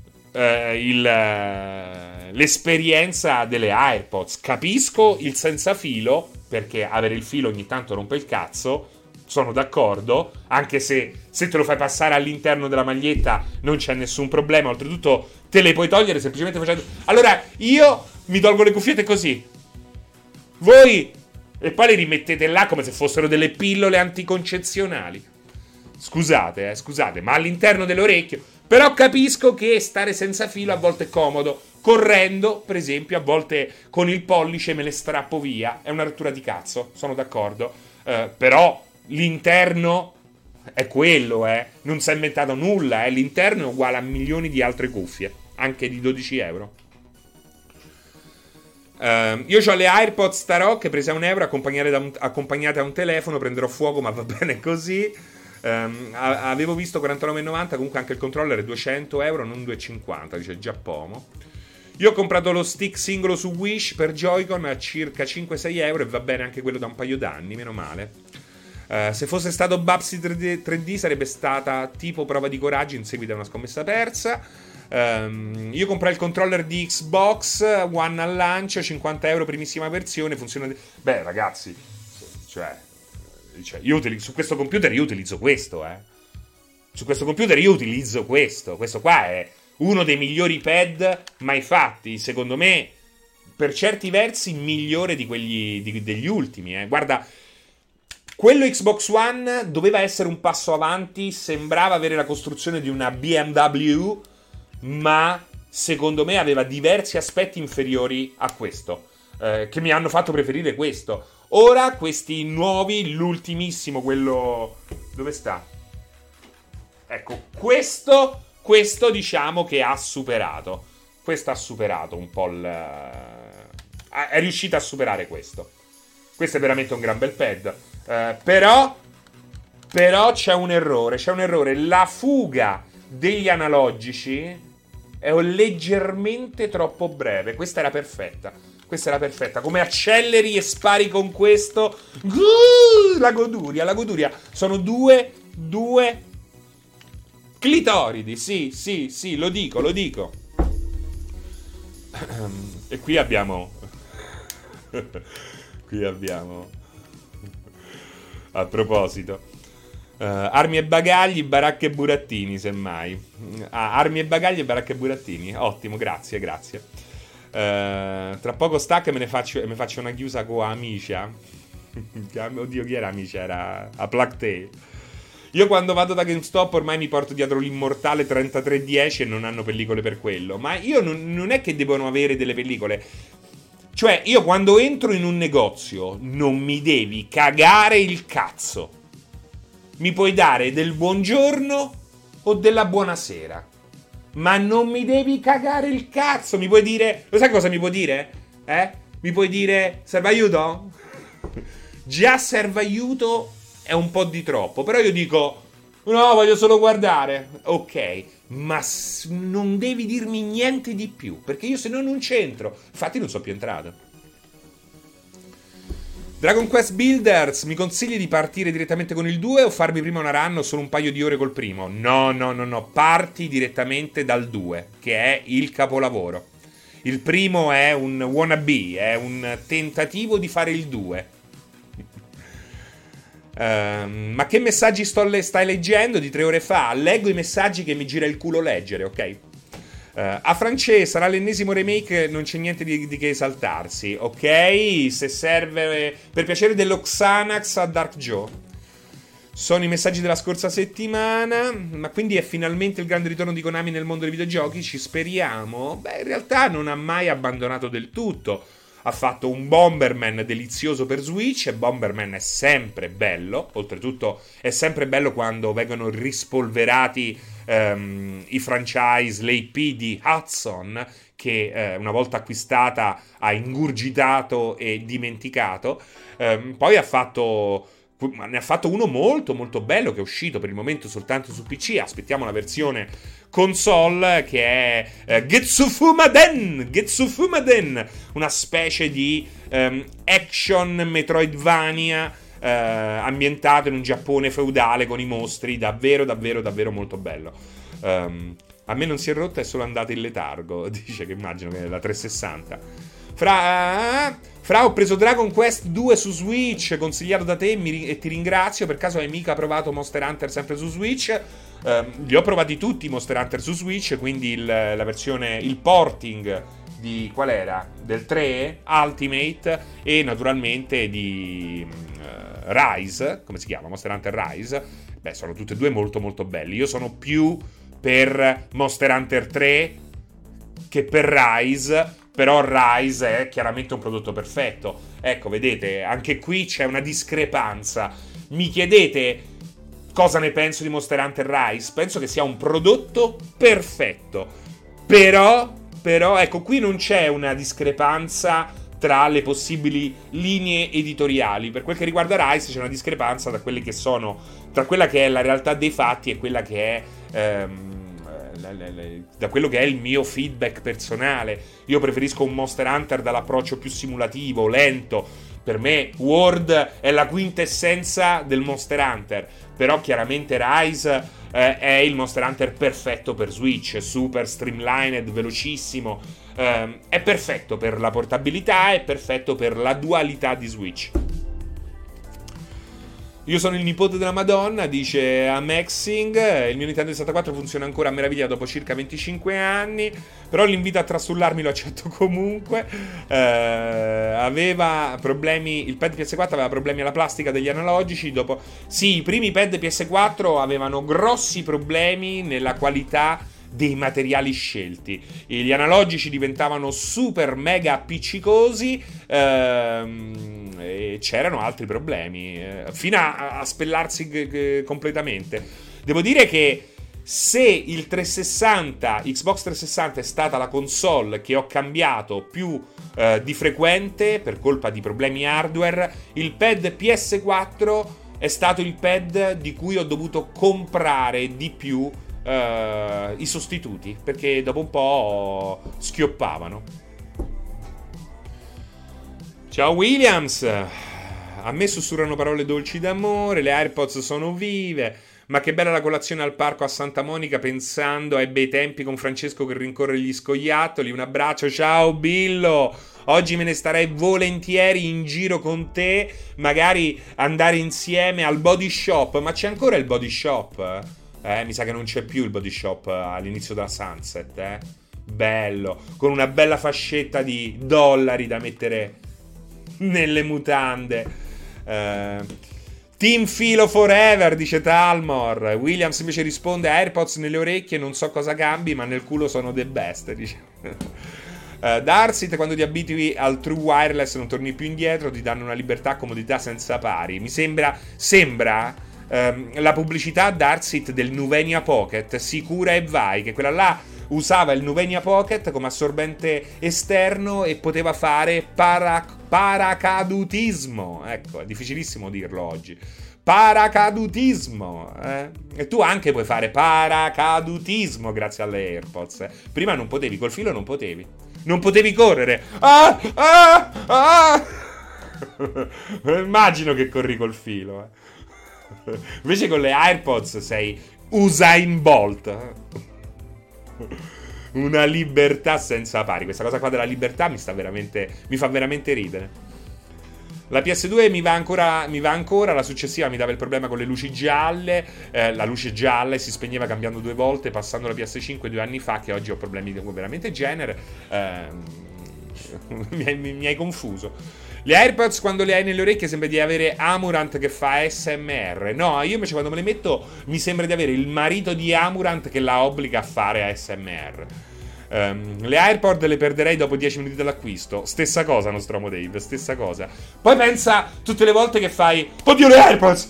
l'esperienza delle AirPods. Capisco il senza filo, perché avere il filo ogni tanto rompe il cazzo, sono d'accordo, anche se te lo fai passare all'interno della maglietta non c'è nessun problema, oltretutto te le puoi togliere semplicemente facendo... Allora, io mi tolgo le cuffiette così, voi... E poi le rimettete là come se fossero delle pillole anticoncezionali. Scusate, ma all'interno dell'orecchio... Però capisco che stare senza filo a volte è comodo. Correndo, per esempio, a volte con il pollice me le strappo via. È una rottura di cazzo, sono d'accordo. Però l'interno è quello, non si è inventato nulla, l'interno è uguale a milioni di altre cuffie, anche di 12 euro. Io ho le AirPods Tarok prese a €1 accompagnate a un telefono, prenderò fuoco ma va bene così. Avevo visto 49,90, comunque anche il controller è 200 euro, non 250, dice Giappomo. Io ho comprato lo stick singolo su Wish per Joy-Con a circa 5-6 euro e va bene anche quello da un paio d'anni, meno male. Se fosse stato Babsy 3D sarebbe stata tipo prova di coraggio in seguito a una scommessa persa. Io comprai il controller di Xbox One al lancio, 50 euro primissima versione, funziona... Beh ragazzi, cioè io su questo computer io utilizzo questo, su questo computer io utilizzo questo qua è uno dei migliori pad mai fatti, secondo me per certi versi migliore di quelli degli ultimi, guarda, quello Xbox One doveva essere un passo avanti, sembrava avere la costruzione di una BMW, ma secondo me aveva diversi aspetti inferiori a questo, che mi hanno fatto preferire questo. Ora questi nuovi, l'ultimissimo, quello... Dove sta? Ecco, questo diciamo che ha superato. Questo ha superato un po' è riuscito a superare questo. Questo è veramente un gran bel pad. Però c'è un errore. La fuga degli analogici è leggermente troppo breve. Questa era perfetta. Come acceleri e spari con questo. La goduria. Sono due clitoridi. Sì, lo dico. E qui abbiamo a proposito, armi e bagagli, baracche e burattini, semmai. Armi e bagagli e baracche e burattini. Ottimo, grazie. Tra poco stacca e me faccio una chiusa con Amicia. Oddio, chi era Amicia? Era a Plugtail. Io quando vado da GameStop ormai mi porto dietro l'immortale 3310 e non hanno pellicole per quello. Ma io non è che devono avere delle pellicole. Cioè, io quando entro in un negozio non mi devi cagare il cazzo. Mi puoi dare del buongiorno o della buonasera, ma non mi devi cagare il cazzo. Mi puoi dire... Lo sai cosa mi puoi dire? Mi puoi dire serve aiuto? Già serve aiuto è un po' di troppo. Però io dico no, voglio solo guardare. Ok, ma non devi dirmi niente di più, perché io se no non c'entro. Infatti non sono più entrato. Dragon Quest Builders, mi consigli di partire direttamente con il 2 o farmi prima una run o solo un paio di ore col primo? No, parti direttamente dal 2, che è il capolavoro. Il primo è un wannabe, è un tentativo di fare il 2. Ma che messaggi stai leggendo di 3 ore fa? Leggo i messaggi che mi gira il culo leggere, ok? A Francesco sarà l'ennesimo remake, non c'è niente di che esaltarsi, ok? Se serve per piacere dello Xanax a Dark Joe. Sono i messaggi della scorsa settimana. Ma quindi è finalmente il grande ritorno di Konami nel mondo dei videogiochi? Ci speriamo. Beh, in realtà non ha mai abbandonato del tutto. Ha fatto un Bomberman delizioso per Switch e Bomberman è sempre bello. Oltretutto è sempre bello quando vengono rispolverati i franchise, le IP di Hudson, che una volta acquistata ha ingurgitato e dimenticato. Poi ne ha fatto uno molto molto bello che è uscito per il momento soltanto su PC. Aspettiamo la versione console, che è Getsufumaden, una specie di action Metroidvania ambientato in un Giappone feudale con i mostri, davvero molto bello. A me non si è rotta, è solo andata in letargo, dice, che immagino che è la 360. Fra, ho preso Dragon Quest 2 su Switch, consigliato da te e ti ringrazio. Per caso hai mica provato Monster Hunter sempre su Switch? Li ho provati tutti i Monster Hunter su Switch, quindi la versione, il porting di qual era? Del 3 Ultimate e naturalmente di Rise, come si chiama? Monster Hunter Rise. Beh, sono tutte e due molto molto belli. Io sono più per Monster Hunter 3 che per Rise, però Rise è chiaramente un prodotto perfetto. Ecco, vedete, anche qui c'è una discrepanza. Mi chiedete cosa ne penso di Monster Hunter Rise? Penso che sia un prodotto perfetto. Però, ecco, qui non c'è una discrepanza tra le possibili linee editoriali. Per quel che riguarda Rise c'è una discrepanza tra quelle che sono, tra quella che è la realtà dei fatti e quella che è da quello che è il mio feedback personale. Io preferisco un Monster Hunter dall'approccio più simulativo, lento. Per me World è la quintessenza del Monster Hunter, però chiaramente Rise è il Monster Hunter perfetto per Switch, super streamlined, velocissimo, è perfetto per la portabilità, è perfetto per la dualità di Switch. Io sono il nipote della Madonna, dice Amexing. Il mio Nintendo 64 funziona ancora a meraviglia dopo circa 25 anni. Però l'invito a trastullarmi lo accetto comunque. Aveva problemi. Il pad PS4 aveva problemi alla plastica degli analogici. Sì, i primi pad PS4 avevano grossi problemi nella qualità dei materiali scelti. Gli analogici diventavano super mega appiccicosi, e c'erano altri problemi, fino a spellarsi completamente. Devo dire che se il 360, Xbox 360 è stata la console che ho cambiato più di frequente per colpa di problemi hardware, il pad PS4 è stato il pad di cui ho dovuto comprare di più i sostituti, perché dopo un po' schioppavano. Ciao Williams, a me sussurrano parole dolci d'amore, le AirPods sono vive, ma che bella la colazione al parco a Santa Monica pensando ai bei tempi con Francesco che rincorre gli scoiattoli. Un abbraccio, ciao Billo, oggi me ne starei volentieri in giro con te, magari andare insieme al Body Shop. Ma c'è ancora il Body Shop? Mi sa che non c'è più il Body Shop all'inizio della Sunset, bello, con una bella fascetta di dollari da mettere nelle mutande. Team Filo Forever, dice Talmor. Williams invece risponde: AirPods nelle orecchie, non so cosa cambi, ma nel culo sono the best, dice. Darsit, quando ti abitui al True Wireless non torni più indietro, ti danno una libertà, comodità senza pari. Mi sembra la pubblicità Darsit del Nuvenia Pocket, sicura e vai, che quella là usava il Nuvenia Pocket come assorbente esterno e poteva fare paracadutismo. Ecco, è difficilissimo dirlo oggi. Paracadutismo, E tu anche puoi fare paracadutismo grazie alle AirPods. Prima non potevi, col filo non potevi correre. Immagino che corri col filo, Invece con le AirPods sei Usain Bolt. Una libertà senza pari. Questa cosa qua della libertà mi fa veramente ridere. La PS2 mi va ancora, la successiva mi dava il problema con le luci gialle, la luce gialla e si spegneva cambiando 2 volte, passando la PS5 2 anni fa, che oggi ho problemi veramente genere. Mi hai confuso. Le AirPods quando le hai nelle orecchie sembra di avere Amurant che fa ASMR. No, io invece quando me le metto mi sembra di avere il marito di Amurant che la obbliga a fare ASMR. Le AirPods le perderei dopo 10 minuti dall'acquisto. Stessa cosa, Nostromo Dave, stessa cosa. Poi pensa tutte le volte che fai: oddio, le AirPods!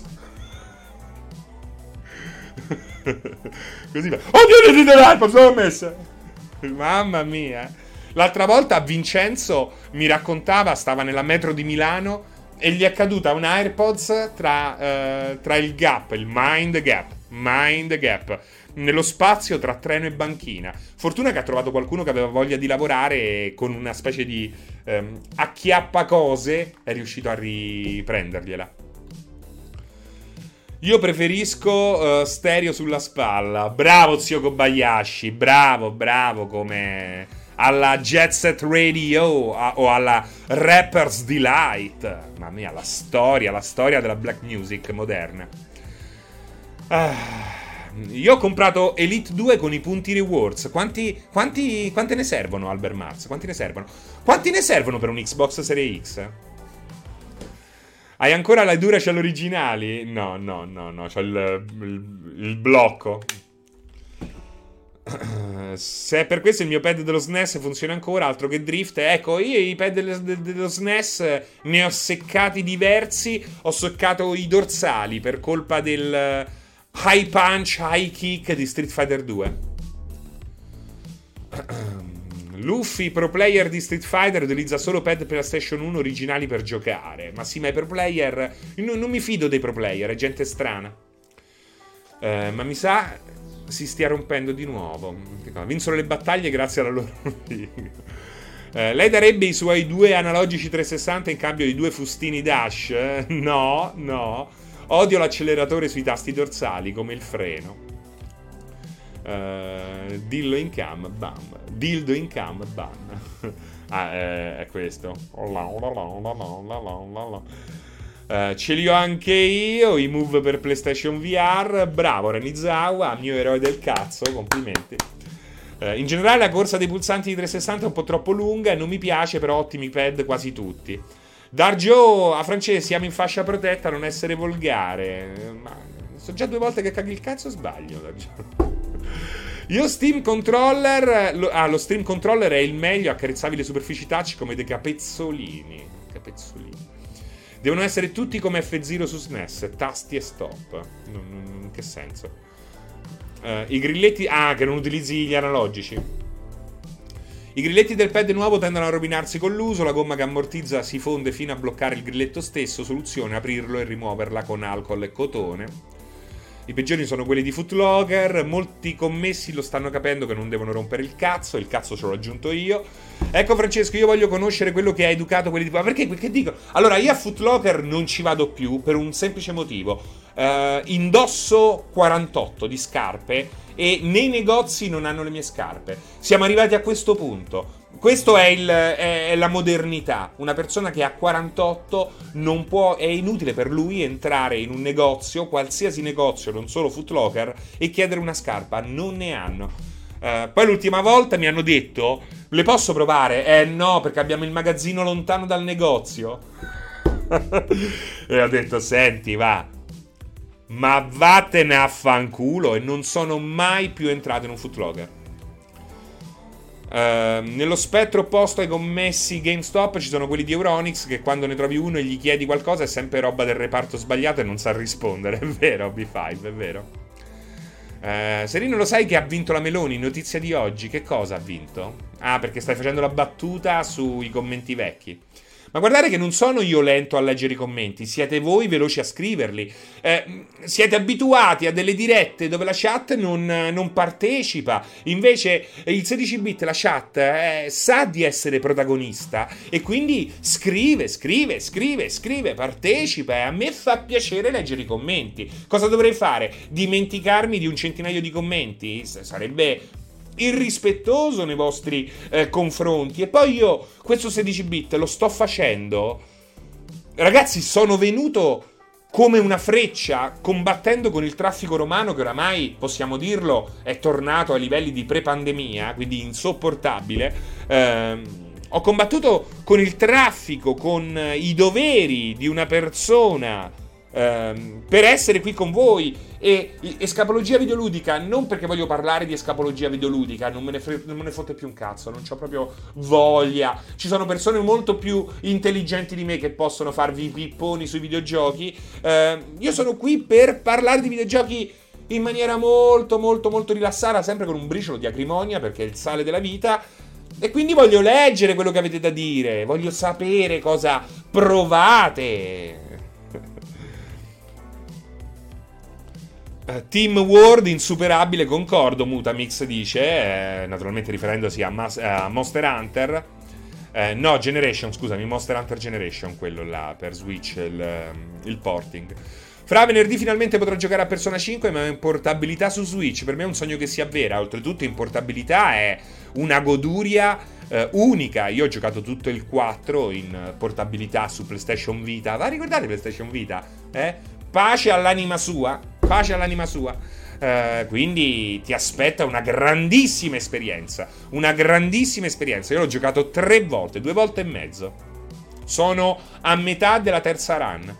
Così va: oddio, le AirPods, l'ho messa! Mamma mia. L'altra volta Vincenzo mi raccontava, stava nella metro di Milano e gli è caduta un AirPods tra il gap, il Mind Gap, nello spazio tra treno e banchina. Fortuna che ha trovato qualcuno che aveva voglia di lavorare e con una specie di acchiappacose è riuscito a riprendergliela. Io preferisco stereo sulla spalla. Bravo zio Kobayashi, bravo come alla Jet Set Radio o alla Rapper's Delight. Mamma mia, la storia della black music moderna. Io ho comprato Elite 2 con i punti rewards. Quante ne servono, Albert Mars? Quanti ne servono? Quanti ne servono per un Xbox Series X? Hai ancora la Duracell originali? No, c'ho il blocco. Se per questo il mio pad dello SNES funziona ancora, altro che drift. Ecco, io i pad dello SNES ne ho seccati diversi. Ho seccato i dorsali per colpa del high punch, high kick di Street Fighter 2. Luffy, pro player di Street Fighter, utilizza solo pad PlayStation 1 originali per giocare. Ma sì, ma i pro player... Non mi fido dei pro player, è gente strana. Ma mi sa si stia rompendo di nuovo. Vinsero le battaglie grazie alla loro... lei darebbe i suoi 2 analogici 360 in cambio di 2 fustini dash? No. Odio l'acceleratore sui tasti dorsali, come il freno. Dillo in cam, bam. Dildo in cam, bam. È questo. Ce li ho anche io, i move per PlayStation VR. Bravo Renizawa, mio eroe del cazzo, complimenti. In generale la corsa dei pulsanti di 360 è un po' troppo lunga e non mi piace, però ottimi pad quasi tutti. Darjo, a Francesco, siamo in fascia protetta, non essere volgare. Ma sono già 2 volte che caghi il cazzo, sbaglio, Darjo. Io Steam Controller... lo Steam Controller è il meglio, accarezzavi le superfici touch come dei capezzolini. Devono essere tutti come F-Zero su SNES, tasti e stop. In che senso? I grilletti... che non utilizzi gli analogici. I grilletti del pad nuovo tendono a rovinarsi con l'uso, la gomma che ammortizza si fonde fino a bloccare il grilletto stesso. Soluzione: aprirlo e rimuoverla con alcol e cotone. I peggiori sono quelli di Footlocker. Molti commessi lo stanno capendo che non devono rompere il cazzo ce l'ho aggiunto io. Ecco Francesco, io voglio conoscere quello che ha educato quelli di... Ma perché? Che dico? Allora, io a Footlocker non ci vado più per un semplice motivo. Indosso 48 di scarpe e nei negozi non hanno le mie scarpe. Siamo arrivati a questo punto. Questo è la modernità. Una persona che ha 48 non può, è inutile per lui entrare in un negozio, qualsiasi negozio, non solo Footlocker, e chiedere una scarpa. Non ne hanno. Poi l'ultima volta mi hanno detto: le posso provare? No, perché abbiamo il magazzino lontano dal negozio. E ho detto: senti, va, ma vattene a fanculo. E non sono mai più entrato in un Footlocker. Nello spettro opposto ai commessi GameStop ci sono quelli di Euronics, che quando ne trovi uno e gli chiedi qualcosa è sempre roba del reparto sbagliato e non sa rispondere. È vero, B5, è vero. Serino, lo sai che ha vinto la Meloni? Notizia di oggi. Che cosa ha vinto? Perché stai facendo la battuta sui commenti vecchi. Ma guardate che non sono io lento a leggere i commenti, siete voi veloci a scriverli. Siete abituati a delle dirette dove la chat non partecipa. Invece il 16-bit, la chat, sa di essere protagonista e quindi scrive, partecipa, e a me fa piacere leggere i commenti. Cosa dovrei fare? Dimenticarmi di un centinaio di commenti? Sarebbe irrispettoso nei vostri confronti. E poi io questo 16-bit lo sto facendo, ragazzi, sono venuto come una freccia combattendo con il traffico romano, che oramai, possiamo dirlo, è tornato ai livelli di pre-pandemia, quindi insopportabile. Ho combattuto con il traffico, con i doveri di una persona, per essere qui con voi. E escapologia videoludica, non perché voglio parlare di escapologia videoludica, non me ne fotte più un cazzo, non c'ho proprio voglia. Ci sono persone molto più intelligenti di me che possono farvi i pipponi sui videogiochi. Io sono qui per parlare di videogiochi in maniera molto molto molto rilassata, sempre con un briciolo di acrimonia, perché è il sale della vita. E quindi voglio leggere quello che avete da dire, voglio sapere cosa provate. Team World insuperabile, concordo, Mutamix dice, naturalmente riferendosi a Monster Hunter. No, Generation, scusami, Monster Hunter Generation, quello là per Switch, il porting. Fra, venerdì finalmente potrò giocare a Persona 5, ma in portabilità su Switch. Per me è un sogno che si avvera. Oltretutto in portabilità è una goduria unica. Io ho giocato tutto il 4 in portabilità su PlayStation Vita. Va, ricordate PlayStation Vita? Pace all'anima sua. Pace all'anima sua. Quindi ti aspetta una grandissima esperienza. Una grandissima esperienza. Io l'ho giocato 3 volte, 2 volte e mezzo. Sono a metà della terza run.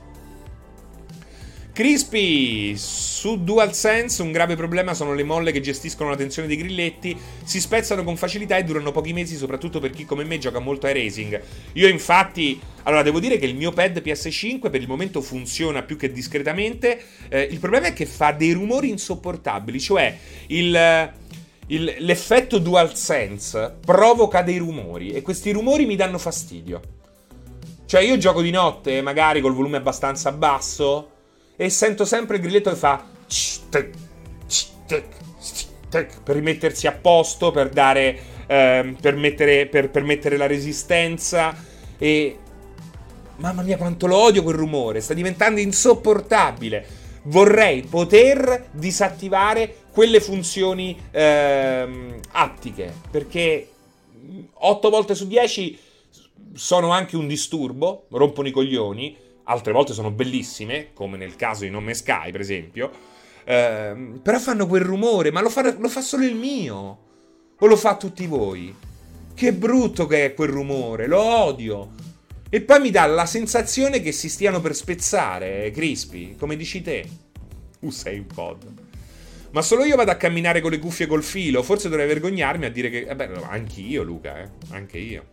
Crispy, su DualSense un grave problema sono le molle che gestiscono la tensione dei grilletti, si spezzano con facilità e durano pochi mesi, soprattutto per chi come me gioca molto ai racing. Io infatti, allora devo dire che il mio pad PS5 per il momento funziona più che discretamente, il problema è che fa dei rumori insopportabili, cioè l'effetto DualSense provoca dei rumori e questi rumori mi danno fastidio. Cioè io gioco di notte, magari col volume abbastanza basso, e sento sempre il grilletto che fa per rimettersi a posto, per dare per mettere la resistenza. E mamma mia quanto lo odio quel rumore, sta diventando insopportabile. Vorrei poter disattivare quelle funzioni attiche, perché 8 volte su 10 sono anche un disturbo, rompono i coglioni. Altre volte sono bellissime, come nel caso di No Man's Sky, per esempio. Però fanno quel rumore, ma lo fa solo il mio. O lo fa tutti voi? Che brutto che è quel rumore, lo odio. E poi mi dà la sensazione che si stiano per spezzare, Crispy, come dici te. Sei un pod. Ma solo io vado a camminare con le cuffie col filo. Forse dovrei vergognarmi a dire che... anch'io, Luca, anche io.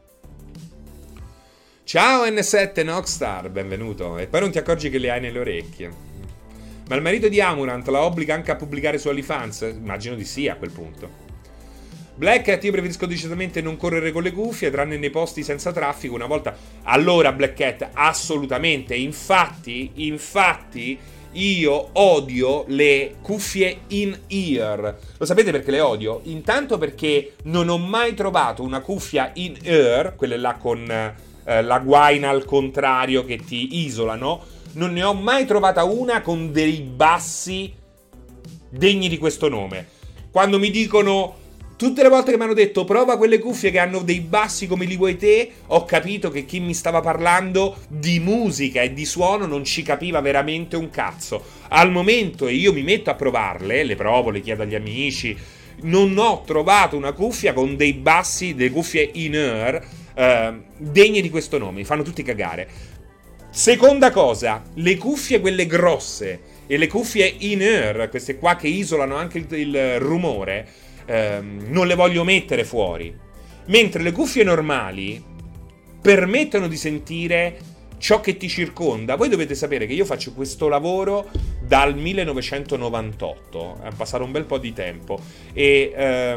Ciao N7 Nockstar, benvenuto. E poi non ti accorgi che le hai nelle orecchie. Ma il marito di Amurant la obbliga anche a pubblicare su OnlyFans? Immagino di sì a quel punto. Black Cat, io preferisco decisamente non correre con le cuffie, tranne nei posti senza traffico una volta. Allora Black Cat, assolutamente. Infatti, io odio le cuffie in-ear. Lo sapete perché le odio? Intanto perché non ho mai trovato una cuffia in-ear, quelle là con... la guaina al contrario che ti isolano. Non ne ho mai trovata una con dei bassi degni di questo nome. Quando mi dicono, tutte le volte che mi hanno detto prova quelle cuffie che hanno dei bassi come li vuoi te, ho capito che chi mi stava parlando di musica e di suono non ci capiva veramente un cazzo. Al momento, e io mi metto a provarle, le provo, le chiedo agli amici, non ho trovato una cuffia con dei bassi, delle cuffie in-ear degne di questo nome, mi fanno tutti cagare. Seconda cosa, le cuffie quelle grosse e le cuffie in-ear, queste qua che isolano anche il rumore, non le voglio mettere fuori, mentre le cuffie normali permettono di sentire ciò che ti circonda. Voi dovete sapere che io faccio questo lavoro dal 1998, è passato un bel po' di tempo e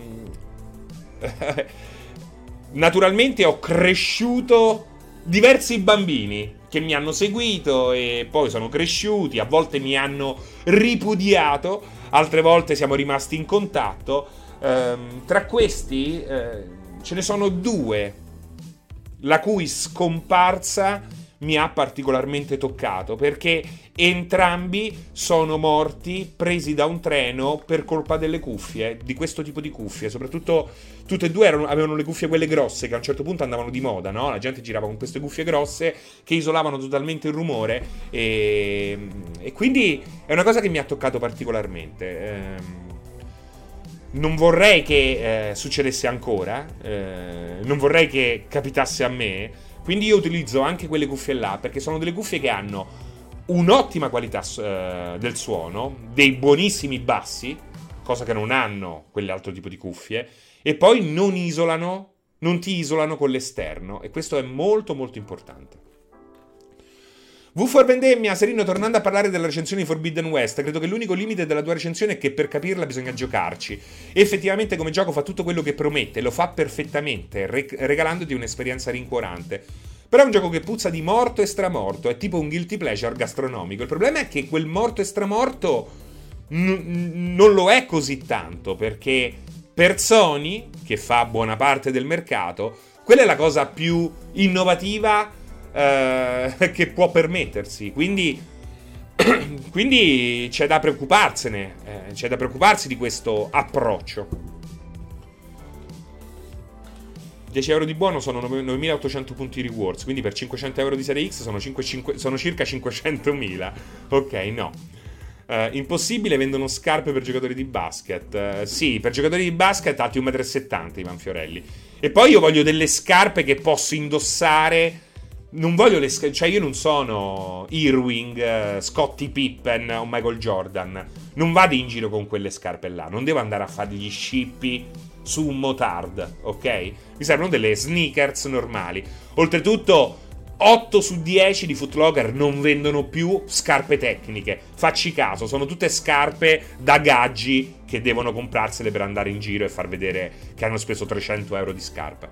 naturalmente ho cresciuto diversi bambini che mi hanno seguito e poi sono cresciuti, a volte mi hanno ripudiato, altre volte siamo rimasti in contatto. Tra questi ce ne sono 2 la cui scomparsa mi ha particolarmente toccato, perché entrambi sono morti presi da un treno per colpa delle cuffie, di questo tipo di cuffie. Soprattutto tutte e 2 avevano le cuffie quelle grosse che a un certo punto andavano di moda, no? La gente girava con queste cuffie grosse che isolavano totalmente il rumore e quindi è una cosa che mi ha toccato particolarmente. Non vorrei che succedesse ancora, non vorrei che capitasse a me. Quindi io utilizzo anche quelle cuffie là, perché sono delle cuffie che hanno un'ottima qualità del suono, dei buonissimi bassi, cosa che non hanno quell'altro tipo di cuffie, e poi non ti isolano con l'esterno, e questo è molto molto importante. V for Vendemmia, Serino, tornando a parlare della recensione di Forbidden West, credo che l'unico limite della tua recensione è che per capirla bisogna giocarci. Effettivamente come gioco fa tutto quello che promette, lo fa perfettamente, regalandoti un'esperienza rincuorante. Però è un gioco che puzza di morto e stramorto, è tipo un guilty pleasure gastronomico. Il problema è che quel morto e stramorto non lo è così tanto, perché per Sony, che fa buona parte del mercato, quella è la cosa più innovativa che può permettersi. Quindi Quindi c'è da preoccuparsene, c'è da preoccuparsi di questo approccio. 10 euro di buono sono 9.800 punti rewards, quindi per 500 euro di serie X sono circa 500.000. Ok, no. Impossibile, vendono scarpe per giocatori di basket. Sì, per giocatori di basket alti 1,70 m, Ivan Fiorelli. E poi io voglio delle scarpe che posso indossare. Non voglio le scarpe, cioè io non sono Irving, Scottie Pippen o Michael Jordan. Non vado in giro con quelle scarpe là. Non devo andare a fare gli scippi su un motard, ok? Mi servono delle sneakers normali. Oltretutto 8 su 10 di Foot Locker non vendono più scarpe tecniche. Facci caso, sono tutte scarpe da gaggi che devono comprarsele per andare in giro e far vedere che hanno speso 300 euro di scarpe.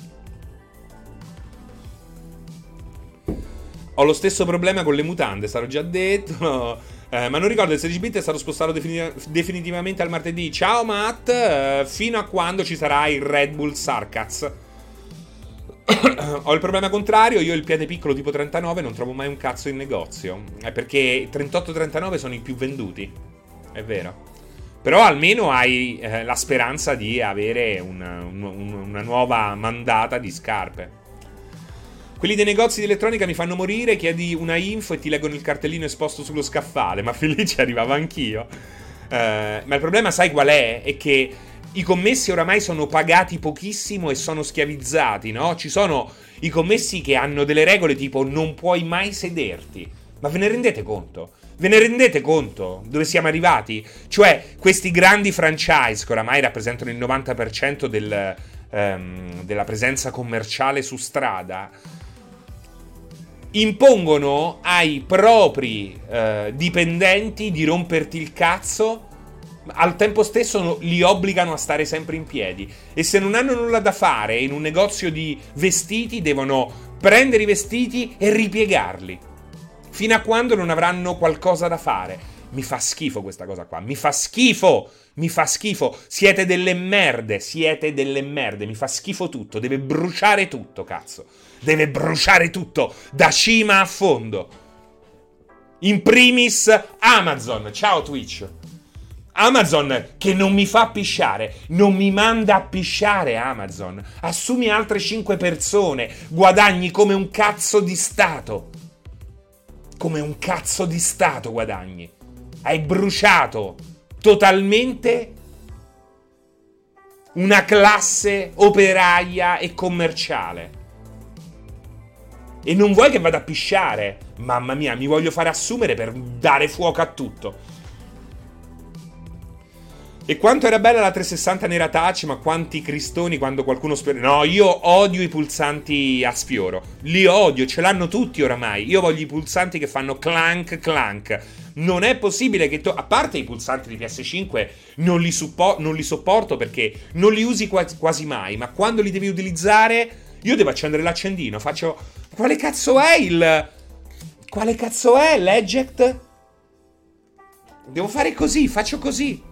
Ho lo stesso problema con le mutande, sarò già detto. Ma non ricordo, il 16-bit è stato spostato definitivamente al martedì. Ciao Matt, fino a quando ci sarà il Red Bull Sarkaz. Ho il problema contrario, io il piede piccolo tipo 39 non trovo mai un cazzo in negozio. Perché 38-39 sono i più venduti. È vero. Però almeno hai la speranza di avere una nuova mandata di scarpe. Quelli dei negozi di elettronica mi fanno morire, chiedi una info e ti leggono il cartellino esposto sullo scaffale, ma fin lì ci arrivavo anch'io. Ma il problema sai qual è? È che i commessi oramai sono pagati pochissimo e sono schiavizzati, no? Ci sono i commessi che hanno delle regole tipo non puoi mai sederti. Ma ve ne rendete conto? Ve ne rendete conto dove siamo arrivati? Cioè, questi grandi franchise che oramai rappresentano il 90% della presenza commerciale su strada impongono ai propri dipendenti di romperti il cazzo, al tempo stesso li obbligano a stare sempre in piedi. E se non hanno nulla da fare in un negozio di vestiti, devono prendere i vestiti e ripiegarli fino a quando non avranno qualcosa da fare. Mi fa schifo questa cosa qua, mi fa schifo. Siete delle merde, mi fa schifo tutto, deve bruciare tutto, cazzo. Deve bruciare tutto, da cima a fondo. In primis Amazon, ciao Twitch. Amazon che non mi fa pisciare, non mi manda a pisciare Amazon. Assumi altre 5 persone, guadagni come un cazzo di Stato. Come un cazzo di Stato guadagni. Hai bruciato totalmente una classe operaia e commerciale. E non vuoi che vada a pisciare? Mamma mia, mi voglio fare assumere per dare fuoco a tutto. E quanto era bella la 360 nera touch, ma quanti cristoni quando qualcuno spera. No, io odio i pulsanti a sfioro. Li odio, ce l'hanno tutti oramai. Io voglio i pulsanti che fanno clank clank. Non è possibile che a parte i pulsanti di PS5 non li sopporto perché non li usi quasi mai, ma quando li devi utilizzare io devo accendere l'accendino, faccio quale cazzo è l'eject? Devo fare così, faccio così.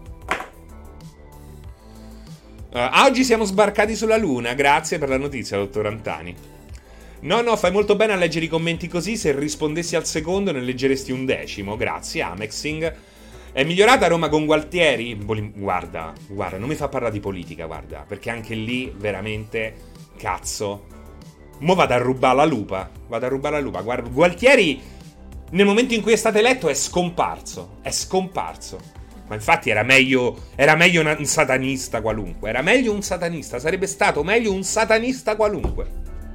Oggi siamo sbarcati sulla Luna, grazie per la notizia, dottor Antani. No, fai molto bene a leggere i commenti così, se rispondessi al secondo ne leggeresti un decimo, grazie Amexing. È migliorata Roma con Gualtieri? Guarda, non mi fa parlare di politica, guarda, perché anche lì veramente, cazzo. Mo vado a rubare la lupa, guarda, Gualtieri nel momento in cui è stato eletto è scomparso. Ma infatti era meglio un satanista qualunque. Sarebbe stato meglio un satanista qualunque.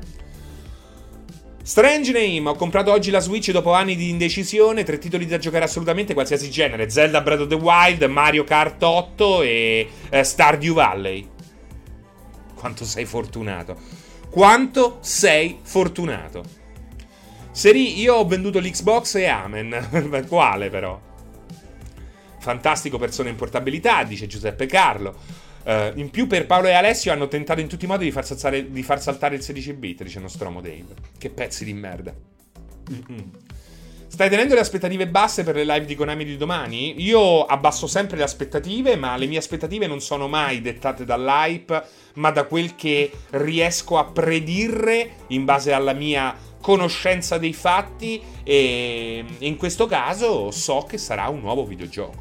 Strange Name, ho comprato oggi la Switch dopo anni di indecisione, 3 titoli da giocare assolutamente, qualsiasi genere: Zelda Breath of the Wild, Mario Kart 8 e Stardew Valley. Quanto sei fortunato. Seri, io ho venduto l'Xbox e amen. Quale però? Fantastico persona in portabilità, dice Giuseppe Carlo. In più per Paolo e Alessio hanno tentato in tutti i modi di far saltare il 16-bit, dice Nostromo Dave. Che pezzi di merda. Stai tenendo le aspettative basse per le live di Konami di domani? Io abbasso sempre le aspettative, ma le mie aspettative non sono mai dettate dall'hype, ma da quel che riesco a predire in base alla mia conoscenza dei fatti, e in questo caso so che sarà un nuovo videogioco.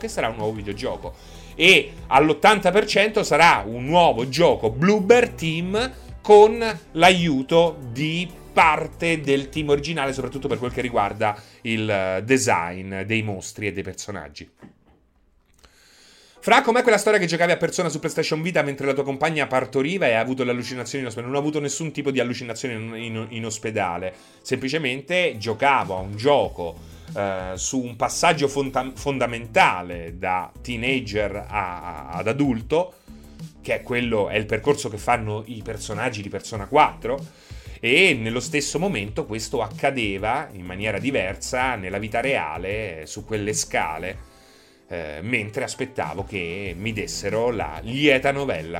E all'80% sarà un nuovo gioco Bloober Team con l'aiuto di parte del team originale, soprattutto per quel che riguarda il design dei mostri e dei personaggi. Fra, com'è quella storia che giocavi a Persona su PlayStation Vita mentre la tua compagna partoriva e hai avuto le allucinazioni in ospedale? Non ho avuto nessun tipo di allucinazione in ospedale, semplicemente giocavo a un gioco su un passaggio fondamentale da teenager ad adulto, che è il percorso che fanno i personaggi di Persona 4, e nello stesso momento questo accadeva in maniera diversa nella vita reale su quelle scale, mentre aspettavo che mi dessero la lieta novella.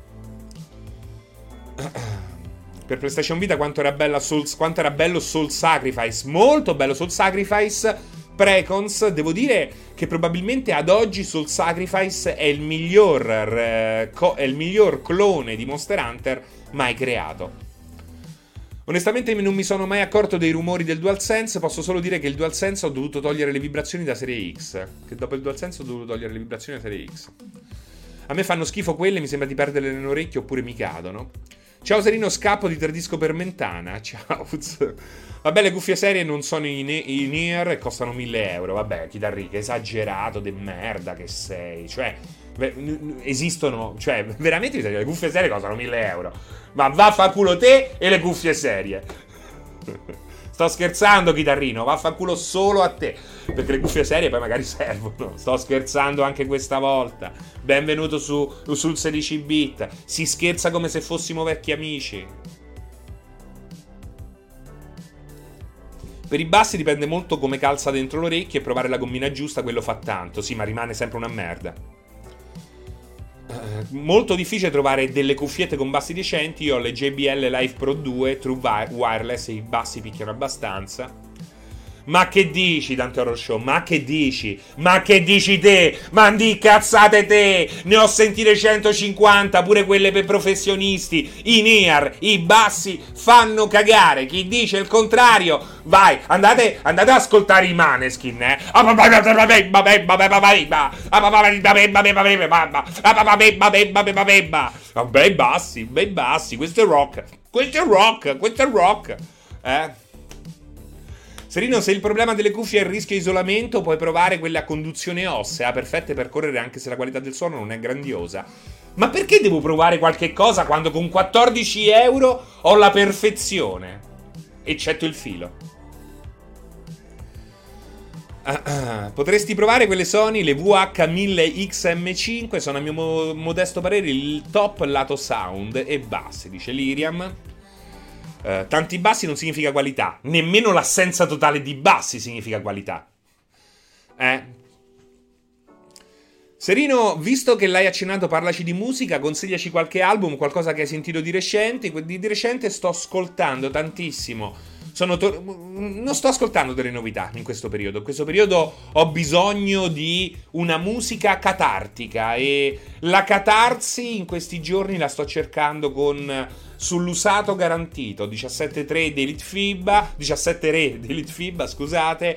Per PlayStation Vita quanto era bello Soul Sacrifice, molto bello Soul Sacrifice. Precons, devo dire che probabilmente ad oggi Soul Sacrifice è il miglior clone di Monster Hunter mai creato. Onestamente non mi sono mai accorto dei rumori del DualSense, posso solo dire che il DualSense ho dovuto togliere le vibrazioni da Serie X. Che dopo il DualSense ho dovuto togliere le vibrazioni da Serie X. A me fanno schifo quelle, mi sembra di perderle nelle orecchie oppure mi cadono. Ciao Serino, scappo di Tardisco per Mentana. Ciao. Vabbè, le cuffie serie non sono in ear e costano 1.000 euro. Vabbè, chitarri, che esagerato de merda che sei. Cioè, esistono, cioè, veramente le cuffie serie costano 1.000 euro. Ma vaffanculo te e le cuffie serie. Sto scherzando, chitarrino, vaffanculo solo a te, perché le cuffie serie poi magari servono. Sto scherzando anche questa volta. Benvenuto sul 16 bit. Si scherza come se fossimo vecchi amici. Per i bassi dipende molto come calza dentro l'orecchio, e provare la gommina giusta, quello fa tanto. Sì, ma rimane sempre una merda. Molto difficile trovare delle cuffiette con bassi decenti. Io ho le JBL Live Pro 2 True Wireless e i bassi picchiano abbastanza. Ma che dici, Dante Horror Show? Ma che dici? Ma che dici te? Ma di cazzate te! Ne ho sentite 150, pure quelle per professionisti. In ear, i bassi fanno cagare. Chi dice il contrario, vai, andate ad ascoltare i Maneskin, eh? Bei bassi, questo è rock, eh? Serino, se il problema delle cuffie è il rischio isolamento, puoi provare quelle a conduzione ossea, perfette per correre anche se la qualità del suono non è grandiosa. Ma perché devo provare qualche cosa quando con 14 euro ho la perfezione? Eccetto il filo. Potresti provare quelle Sony, le VH1000XM5, sono a mio modesto parere il top lato sound e bassi, dice Liriam. Tanti bassi non significa qualità, nemmeno l'assenza totale di bassi significa qualità. Serino, visto che l'hai accennato, parlaci di musica, consigliaci qualche album, qualcosa che hai sentito di recente. Di recente sto ascoltando tantissimo. Non sto ascoltando delle novità in questo periodo. In questo periodo ho bisogno di una musica catartica, e la catarsi in questi giorni la sto cercando sull'usato garantito 17.3 di Elite FIBA, scusate,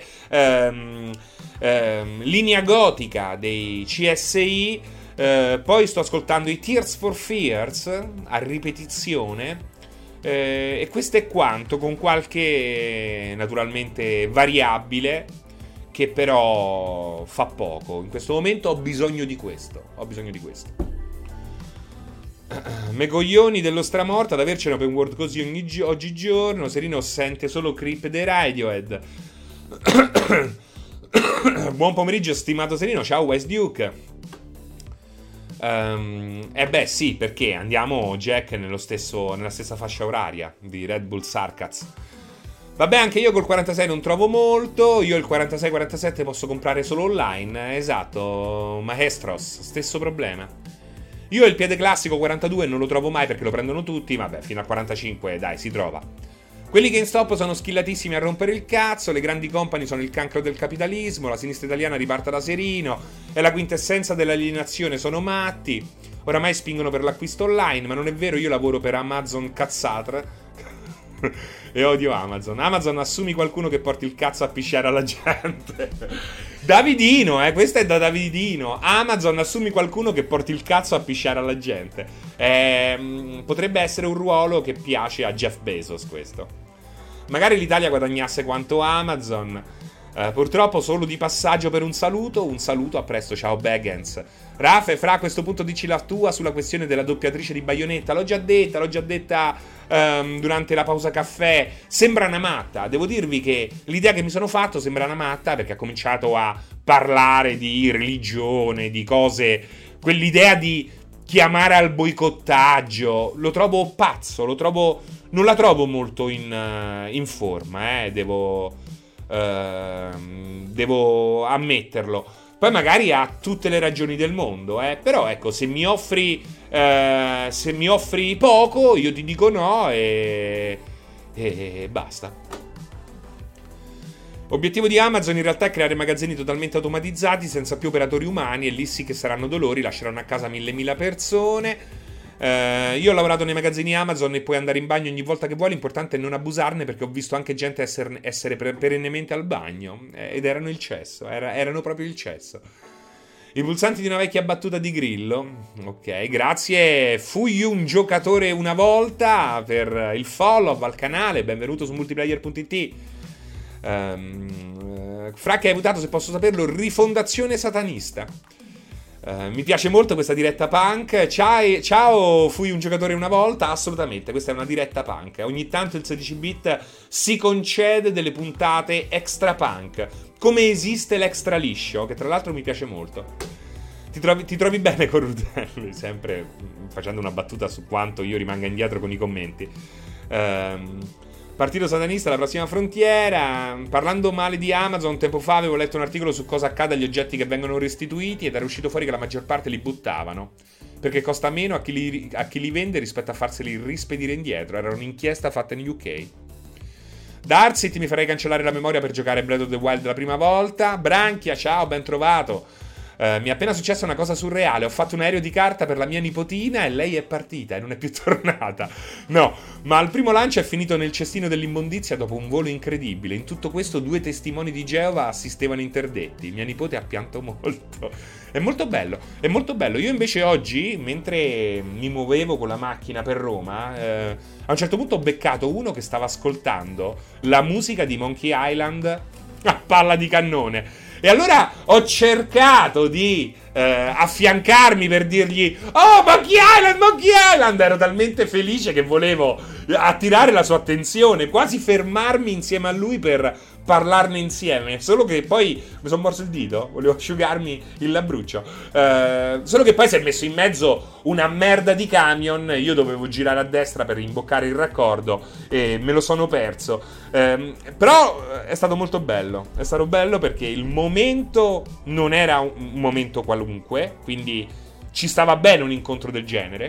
linea gotica dei CSI, poi sto ascoltando i Tears for Fears a ripetizione, e questo è quanto, con qualche naturalmente variabile che però fa poco. In questo momento ho bisogno di questo. Me coglioni dello stramorto ad avercene open world così oggigiorno. Serino sente solo creep dei Radiohead. Buon pomeriggio stimato Serino, ciao West Duke. Beh sì, perché andiamo, Jack, nella stessa fascia oraria di Red Bull Sarkaz. Vabbè, anche io col 46 non trovo molto. Io il 46-47 posso comprare solo online. Esatto, Maestros, stesso problema. Io il piede classico 42 non lo trovo mai perché lo prendono tutti. Vabbè, fino a 45 dai, si trova. Quelli che in stop sono skillatissimi a rompere il cazzo. Le grandi company sono il cancro del capitalismo. La sinistra italiana riparta da Serino. È la quintessenza dell'alienazione, sono matti. Oramai spingono per l'acquisto online, ma non è vero, io lavoro per Amazon Cazzatra. E odio Amazon. Amazon, assumi qualcuno che porti il cazzo a pisciare alla gente. Davidino, questa è da Davidino. Amazon, assumi qualcuno che porti il cazzo a pisciare alla gente. Potrebbe essere un ruolo che piace a Jeff Bezos, questo. Magari l'Italia guadagnasse quanto Amazon. Purtroppo solo di passaggio per un saluto. Un saluto, a presto, ciao Baggins. Rafe, fra, a questo punto dici la tua sulla questione della doppiatrice di Bayonetta. L'ho già detta durante la pausa caffè. Sembra una matta. Devo dirvi che l'idea che mi sono fatto sembra una matta, perché ha cominciato a parlare di religione, di cose, quell'idea di chiamare al boicottaggio. Lo trovo pazzo, non la trovo molto in forma, devo ammetterlo. Poi magari ha tutte le ragioni del mondo, però ecco, se mi offri poco, io ti dico no e basta. Obiettivo di Amazon in realtà è creare magazzini totalmente automatizzati, senza più operatori umani, e lì sì che saranno dolori, lasceranno a casa mille persone. Io ho lavorato nei magazzini Amazon e puoi andare in bagno ogni volta che vuoi, l'importante è non abusarne, perché ho visto anche gente essere perennemente al bagno, ed erano il cesso, erano proprio il cesso. I pulsanti di una vecchia battuta di Grillo. Ok, grazie. Fui un giocatore una volta per il follow al canale, benvenuto su multiplayer.it. Fra, che hai votato, se posso saperlo, Rifondazione Satanista. Mi piace molto questa diretta punk. Ciao, fui un giocatore una volta. Assolutamente, questa è una diretta punk. Ogni tanto il 16-bit si concede delle puntate extra punk, come esiste l'extra liscio, che tra l'altro mi piace molto. Ti trovi bene con Rutelli? Sempre facendo una battuta su quanto io rimanga indietro con i commenti. Partito satanista, la prossima frontiera. Parlando male di Amazon, tempo fa avevo letto un articolo su cosa accade agli oggetti che vengono restituiti, ed era uscito fuori che la maggior parte li buttavano, perché costa meno a chi li vende rispetto a farseli rispedire indietro. Era un'inchiesta fatta in UK. Darcy, mi farei cancellare la memoria per giocare Breath of the Wild la prima volta. Branchia, ciao, ben trovato. Mi è appena successa una cosa surreale. Ho fatto un aereo di carta per la mia nipotina e lei è partita e non è più tornata. No, ma al primo lancio è finito nel cestino dell'immondizia dopo un volo incredibile. In tutto questo 2 testimoni di Geova assistevano interdetti. Mia nipote ha pianto molto. È molto bello, è molto bello. Io invece oggi, mentre mi muovevo con la macchina per Roma, a un certo punto ho beccato uno che stava ascoltando la musica di Monkey Island a palla di cannone. E allora ho cercato di affiancarmi per dirgli: oh, Monkey Island! Ero talmente felice che volevo attirare la sua attenzione, quasi fermarmi insieme a lui per parlarne insieme. Solo che poi mi sono morso il dito, volevo asciugarmi il labbruccio. Solo che poi si è messo in mezzo una merda di camion. Io dovevo girare a destra per imboccare il raccordo e me lo sono perso. Però è stato molto bello. È stato bello perché il momento non era un momento qualunque, quindi ci stava bene un incontro del genere.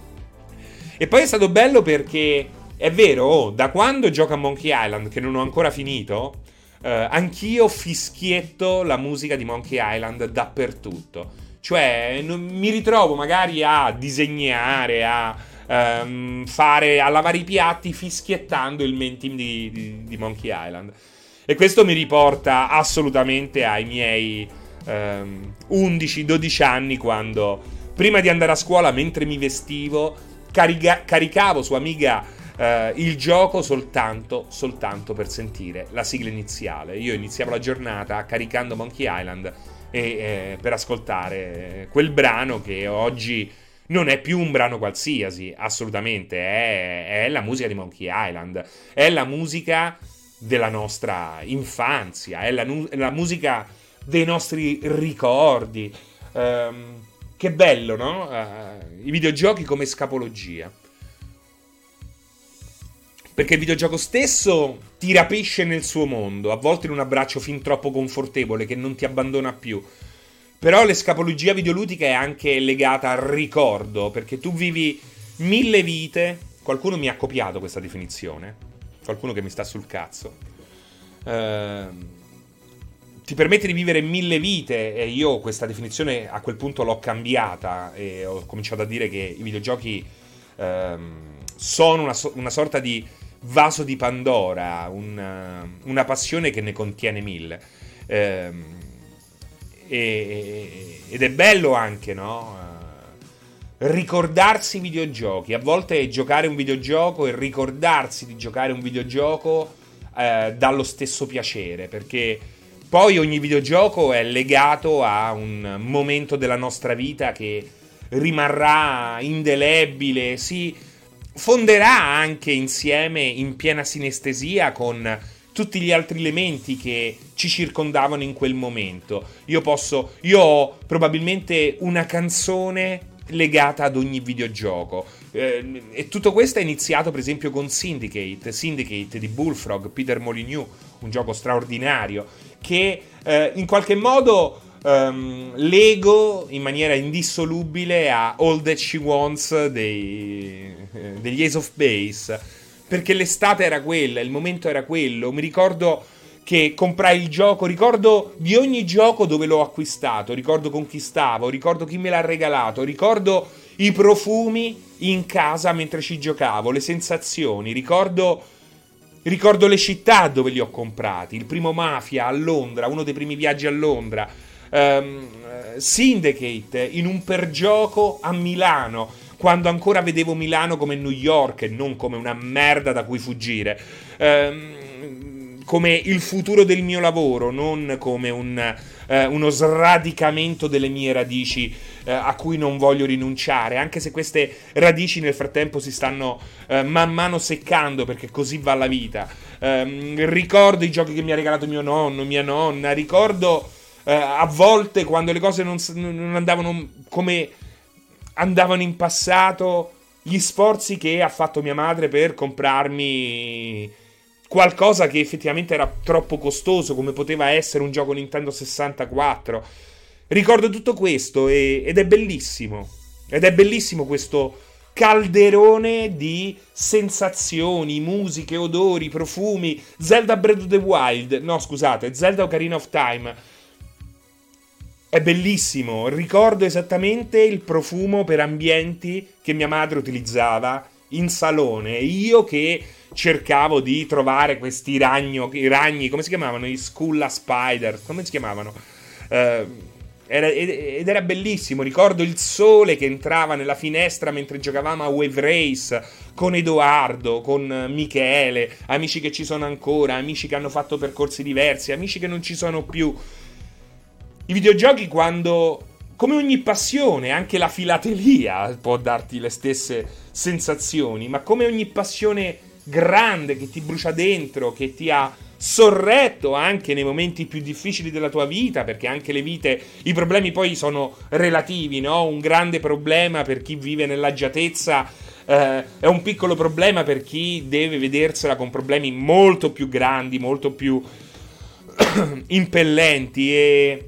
E poi è stato bello perché è vero, da quando gioco a Monkey Island, che non ho ancora finito, anch'io fischietto la musica di Monkey Island dappertutto. Cioè, mi ritrovo magari a disegnare, a lavare i piatti fischiettando il main team di Monkey Island. E questo mi riporta assolutamente ai miei 11-12 anni, quando, prima di andare a scuola, mentre mi vestivo, caricavo su Amiga il gioco soltanto per sentire la sigla iniziale. Io iniziavo la giornata caricando Monkey Island e per ascoltare quel brano, che oggi non è più un brano qualsiasi, assolutamente, è la musica di Monkey Island, è la musica della nostra infanzia, è la musica dei nostri ricordi. Che bello, no? I videogiochi come scapologia. Perché il videogioco stesso ti rapisce nel suo mondo, a volte in un abbraccio fin troppo confortevole che non ti abbandona più. Però l'escapologia videoludica è anche legata al ricordo, perché tu vivi 1000 vite. Qualcuno mi ha copiato questa definizione, qualcuno che mi sta sul cazzo. Ti permette di vivere 1000 vite, e io questa definizione a quel punto l'ho cambiata e ho cominciato a dire che i videogiochi sono una sorta di vaso di Pandora, una passione che ne contiene mille. Ed è bello anche, no? Ricordarsi i videogiochi. A volte giocare un videogioco e ricordarsi di giocare un videogioco dà lo stesso piacere, perché poi ogni videogioco è legato a un momento della nostra vita che rimarrà indelebile, si fonderà anche insieme in piena sinestesia con tutti gli altri elementi che ci circondavano in quel momento. Io ho probabilmente una canzone legata ad ogni videogioco, e tutto questo è iniziato per esempio con Syndicate di Bullfrog, Peter Molyneux, un gioco straordinario che in qualche modo lego in maniera indissolubile a All That She Wants degli Ace of Base, perché l'estate era quella, il momento era quello. Mi ricordo che comprai il gioco, ricordo di ogni gioco dove l'ho acquistato, ricordo con chi stavo, ricordo chi me l'ha regalato, ricordo i profumi in casa mentre ci giocavo, le sensazioni, ricordo le città dove li ho comprati, il primo Mafia a Londra, uno dei primi viaggi a Londra, Syndicate in un pergioco a Milano, quando ancora vedevo Milano come New York e non come una merda da cui fuggire, come il futuro del mio lavoro, non come uno sradicamento delle mie radici a cui non voglio rinunciare, anche se queste radici nel frattempo si stanno man mano seccando, perché così va la vita. Ricordo i giochi che mi ha regalato mio nonno, mia nonna, ricordo a volte quando le cose non andavano come andavano in passato, gli sforzi che ha fatto mia madre per comprarmi qualcosa che effettivamente era troppo costoso, come poteva essere un gioco Nintendo 64. Ricordo tutto questo ed è bellissimo. Ed è bellissimo questo calderone di sensazioni, musiche, odori, profumi. Zelda Breath of the Wild, no scusate, Zelda Ocarina of Time. È bellissimo, ricordo esattamente il profumo per ambienti che mia madre utilizzava in salone, e io che cercavo di trovare questi i ragni, come si chiamavano? I Skulla Spider, come si chiamavano? Ed era bellissimo. Ricordo il sole che entrava nella finestra mentre giocavamo a Wave Race con Edoardo, con Michele, amici che ci sono ancora, amici che hanno fatto percorsi diversi, amici che non ci sono più. I videogiochi, quando, come ogni passione, anche la filatelia può darti le stesse sensazioni, ma come ogni passione grande che ti brucia dentro, che ti ha sorretto anche nei momenti più difficili della tua vita, perché anche i problemi poi sono relativi, no? Un grande problema per chi vive nell'agiatezza è un piccolo problema per chi deve vedersela con problemi molto più grandi, molto più impellenti,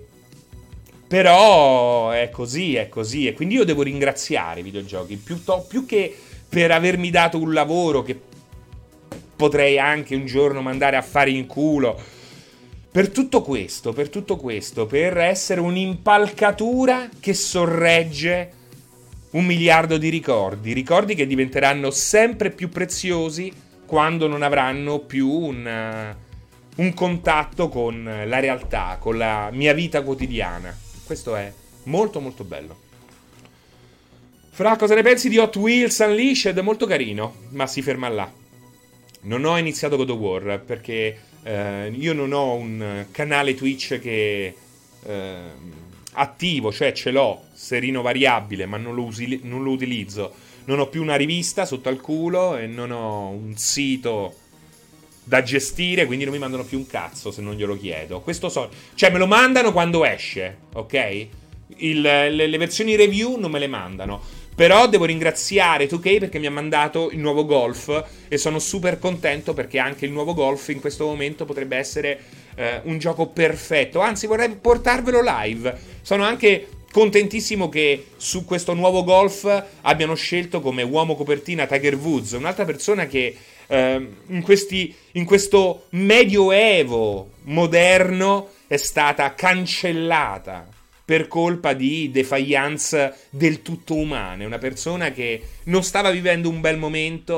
però è così, e quindi io devo ringraziare i videogiochi più che per avermi dato un lavoro che potrei anche un giorno mandare a fare in culo, per tutto questo, per essere un'impalcatura che sorregge 1 miliardo di ricordi che diventeranno sempre più preziosi quando non avranno più un contatto con la realtà, con la mia vita quotidiana. Questo è molto molto bello. Fra, cosa ne pensi di Hot Wheels Unleashed? Molto carino, ma si ferma là. Non ho iniziato God of War perché io non ho un canale Twitch che attivo, cioè ce l'ho, serino variabile, ma non lo utilizzo. Non ho più una rivista sotto al culo e non ho un sito da gestire, quindi non mi mandano più un cazzo se non glielo chiedo. Questo cioè me lo mandano quando esce, ok? Le versioni review non me le mandano. Però devo ringraziare 2K perché mi ha mandato il nuovo Golf e sono super contento, perché anche il nuovo Golf in questo momento potrebbe essere un gioco perfetto. Anzi, vorrei portarvelo live. Sono anche contentissimo che su questo nuovo Golf abbiano scelto come uomo copertina Tiger Woods, un'altra persona che in questo medioevo moderno è stata cancellata per colpa di defiance del tutto umane. Una persona che non stava vivendo un bel momento,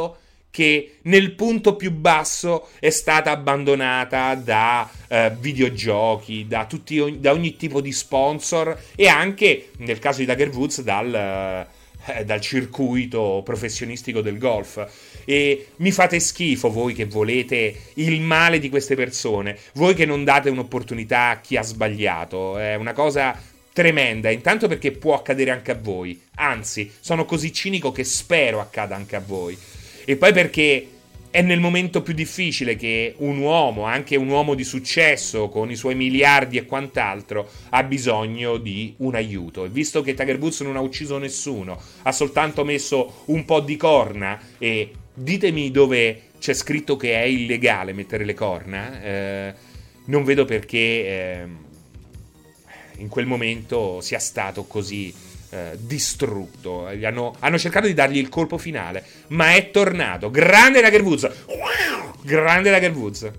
che nel punto più basso è stata abbandonata da videogiochi, da ogni tipo di sponsor e anche, nel caso di Tiger Woods, dal circuito professionistico del golf. E mi fate schifo voi che volete il male di queste persone, voi che non date un'opportunità a chi ha sbagliato. È una cosa tremenda, intanto perché può accadere anche a voi, anzi sono così cinico che spero accada anche a voi, e poi perché è nel momento più difficile che un uomo, anche un uomo di successo con i suoi miliardi e quant'altro, ha bisogno di un aiuto. E visto che Tiger Woods non ha ucciso nessuno, ha soltanto messo un po' di corna, e ditemi dove c'è scritto che è illegale mettere le corna, non vedo perché in quel momento sia stato così distrutto. Hanno cercato di dargli il colpo finale, ma è tornato. Grande Tiger Woods, grande Tiger Woods.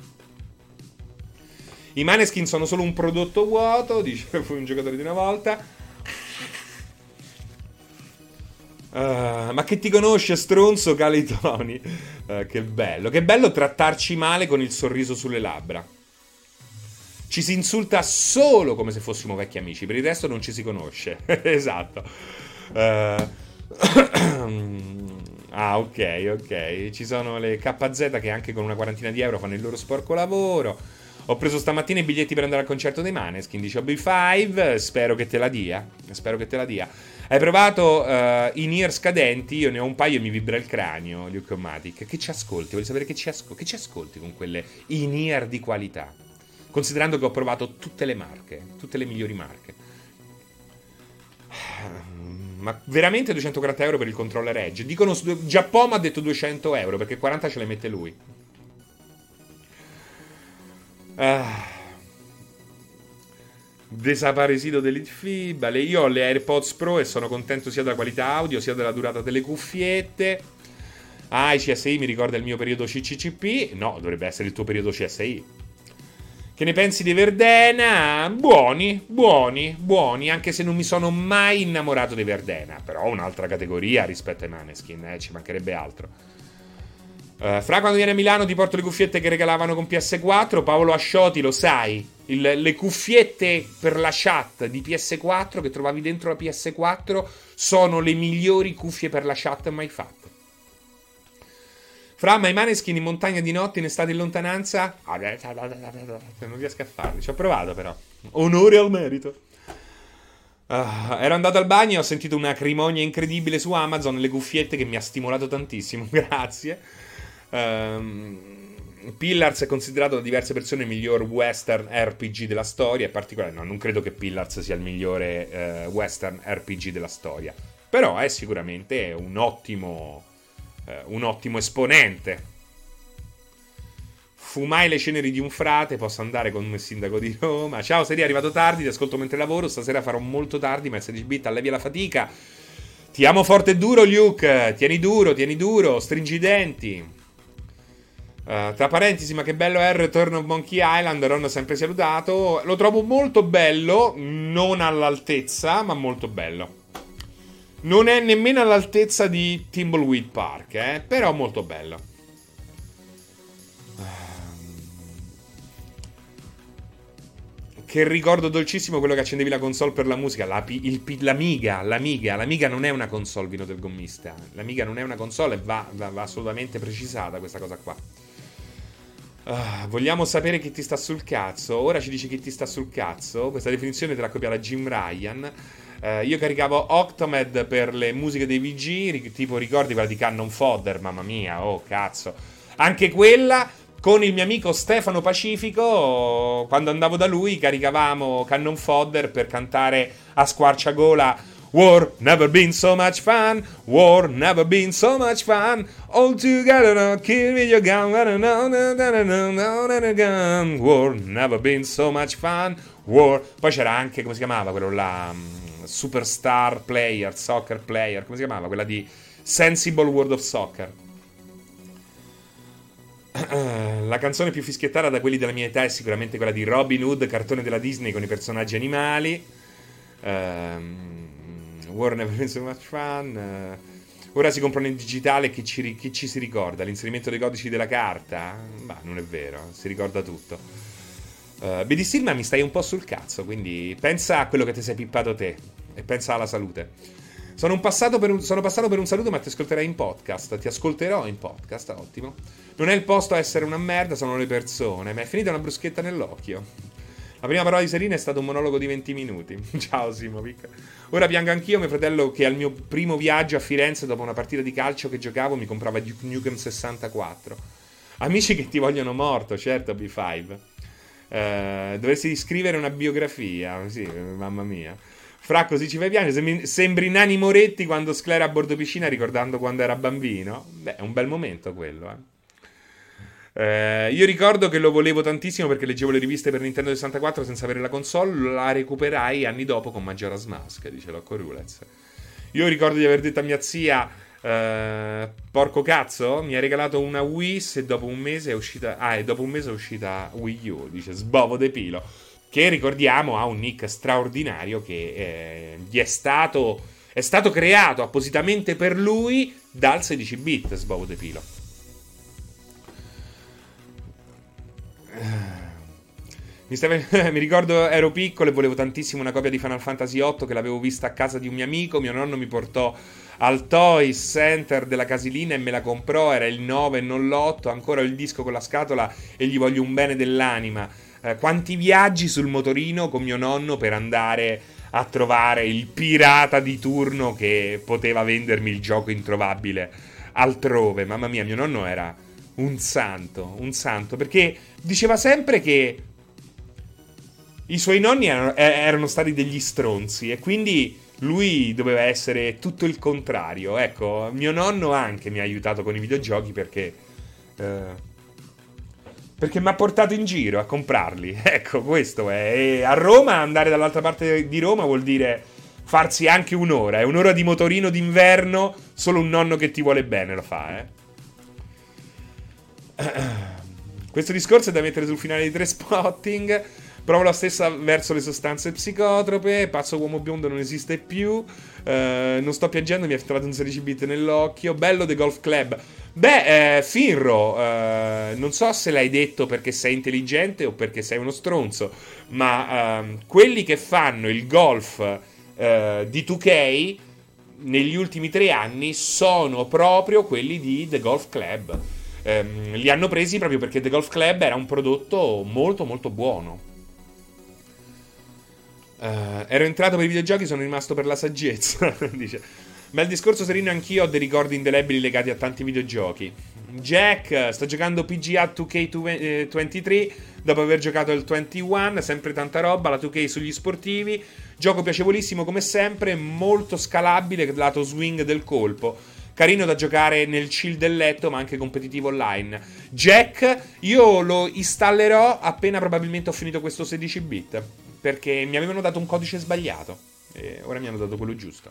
I Maneskin sono solo un prodotto vuoto, dice fu un giocatore di una volta. Ma che ti conosce, stronzo Calitoni? Che bello trattarci male con il sorriso sulle labbra. Ci si insulta solo come se fossimo vecchi amici, per il resto non ci si conosce. Esatto. Ok. Ci sono le KZ che anche con una quarantina di euro fanno il loro sporco lavoro. Ho preso stamattina i biglietti per andare al concerto dei Maneskin, dice OB5, spero che te la dia. Hai provato in ear scadenti? Io ne ho un paio e mi vibra il cranio, Luke-O-Matic. Che ci ascolti? Voglio sapere che ci ascolti con quelle in ear di qualità. Considerando che ho provato tutte le marche, tutte le migliori marche. Ma veramente 240 euro per il controller Edge? Dicono Giappone ha detto 200 euro, perché 40 ce le mette lui. Desaparecido dell'Itfibale. Io ho le AirPods Pro e sono contento sia della qualità audio sia della durata delle cuffiette. I CSI mi ricorda il mio periodo CCCP. No, dovrebbe essere il tuo periodo CSI. Che ne pensi di Verdena? Buoni, anche se non mi sono mai innamorato di Verdena. Però un'altra categoria rispetto ai Maneskin, ci mancherebbe altro. Fra quando vieni a Milano ti porto le cuffiette che regalavano con PS4. Paolo Ascioti, lo sai, le cuffiette per la chat di PS4 che trovavi dentro la PS4 sono le migliori cuffie per la chat mai fatte. Fra, ma i Maneskin in montagna di notte, in estate in lontananza? Non riesco a farli. Ci ho provato però. Onore al merito. Ero andato al bagno e ho sentito una acrimonia incredibile su Amazon. Le cuffiette che mi ha stimolato tantissimo. Grazie. Pillars è considerato da diverse persone il miglior western RPG della storia. In particolare, no, non credo che Pillars sia il migliore western RPG della storia. Però è sicuramente un ottimo esponente. Fumai le ceneri di un frate, posso andare con il sindaco di Roma. Ciao, sei arrivato tardi, ti ascolto mentre lavoro, stasera farò molto tardi, ma SDB allevi la fatica. Ti amo forte e duro, Luke, tieni duro, stringi i denti. Tra parentesi, ma che bello è il Return of Monkey Island, Ron sempre salutato. Lo trovo molto bello, non all'altezza, ma molto bello. Non è nemmeno all'altezza di Thimbleweed Park, però molto bello. Che ricordo dolcissimo quello che accendevi la console per la musica. L'Amiga non è una console, Vino del Gommista. L'Amiga non è una console e va assolutamente precisata questa cosa qua. Vogliamo sapere chi ti sta sul cazzo. Ora ci dici chi ti sta sul cazzo. Questa definizione te l'ha copiata Jim Ryan. Io caricavo Octomed per le musiche dei VG, tipo ricordi quella di Cannon Fodder, mamma mia, oh cazzo. Anche quella con il mio amico Stefano Pacifico, quando andavo da lui caricavamo Cannon Fodder per cantare a squarciagola War, never been so much fun. War, never been so much fun. All together, kill me your gun. War, never been so much fun. War. Poi c'era anche, come si chiamava quello là? Superstar Player, Soccer Player. Come si chiamava? Quella di Sensible World of Soccer. La canzone più fischiettata da quelli della mia età è sicuramente quella di Robin Hood, cartone della Disney con i personaggi animali. War Never Been So Much Fun. Ora si comprano in digitale, chi ci si ricorda? L'inserimento dei codici della carta? Ma non è vero, si ricorda tutto. BD Silma, mi stai un po' sul cazzo, quindi pensa a quello che ti sei pippato te e pensa alla salute. Sono passato per un saluto, ma ti ascolterai in podcast. Ti ascolterò in podcast, ottimo. Non è il posto a essere una merda, sono le persone. Ma è finita una bruschetta nell'occhio. La prima parola di Serena è stato un monologo di 20 minuti. Ciao Simovic. Ora piango anch'io, mio fratello, che al mio primo viaggio a Firenze, dopo una partita di calcio che giocavo, mi comprava Duke Nukem 64. Amici che ti vogliono morto, certo, B5. Dovresti scrivere una biografia. Sì, mamma mia. Fra, così ci fai piangere. Sembri Nani Moretti quando sclera a bordo piscina ricordando quando era bambino. Beh, è un bel momento quello, io ricordo che lo volevo tantissimo perché leggevo le riviste per Nintendo 64 senza avere la console. La recuperai anni dopo con Majora's Mask, dice Locco Rulez. Io ricordo di aver detto a mia zia: porco cazzo, mi ha regalato una Wii se dopo un mese è uscita. E dopo un mese è uscita Wii U, dice Sbovo de Pilo. Che ricordiamo ha un nick straordinario che gli è stato creato appositamente per lui dal 16-bit, Sbovo de Pilo. Mi ricordo ero piccolo e volevo tantissimo una copia di Final Fantasy VIII che l'avevo vista a casa di un mio amico. Mio nonno mi portò al Toys Center della Casilina e me la comprò. Era il 9 e non l'8. Ancora ho il disco con la scatola e gli voglio un bene dell'anima. Quanti viaggi sul motorino con mio nonno per andare a trovare il pirata di turno che poteva vendermi il gioco introvabile altrove. Mamma mia, mio nonno era un santo, perché diceva sempre che i suoi nonni erano stati degli stronzi e quindi lui doveva essere tutto il contrario. Ecco, mio nonno anche mi ha aiutato con i videogiochi perché mi ha portato in giro a comprarli. Ecco, questo è. E a Roma, andare dall'altra parte di Roma vuol dire farsi anche un'ora. È un'ora di motorino d'inverno, solo un nonno che ti vuole bene lo fa, Questo discorso è da mettere sul finale di Trainspotting. Provo la stessa verso le sostanze psicotrope. Pazzo uomo biondo non esiste più. Non sto piangendo, mi è entrato un 16-bit nell'occhio. Bello The Golf Club. Beh, Finro, non so se l'hai detto perché sei intelligente o perché sei uno stronzo, ma quelli che fanno il golf di 2K negli ultimi 3 anni sono proprio quelli di The Golf Club. Li hanno presi proprio perché The Golf Club era un prodotto molto molto buono. Ero entrato per i videogiochi, sono rimasto per la saggezza. Dice: bel discorso sereno, anch'io ho dei ricordi indelebili legati a tanti videogiochi. Jack, sto giocando PGA 2K23 dopo aver giocato il 21, sempre tanta roba, la 2K sugli sportivi. Gioco piacevolissimo come sempre, molto scalabile lato swing del colpo. Carino da giocare nel chill del letto, ma anche competitivo online. Jack, io lo installerò appena probabilmente ho finito questo 16-bit, perché mi avevano dato un codice sbagliato e ora mi hanno dato quello giusto.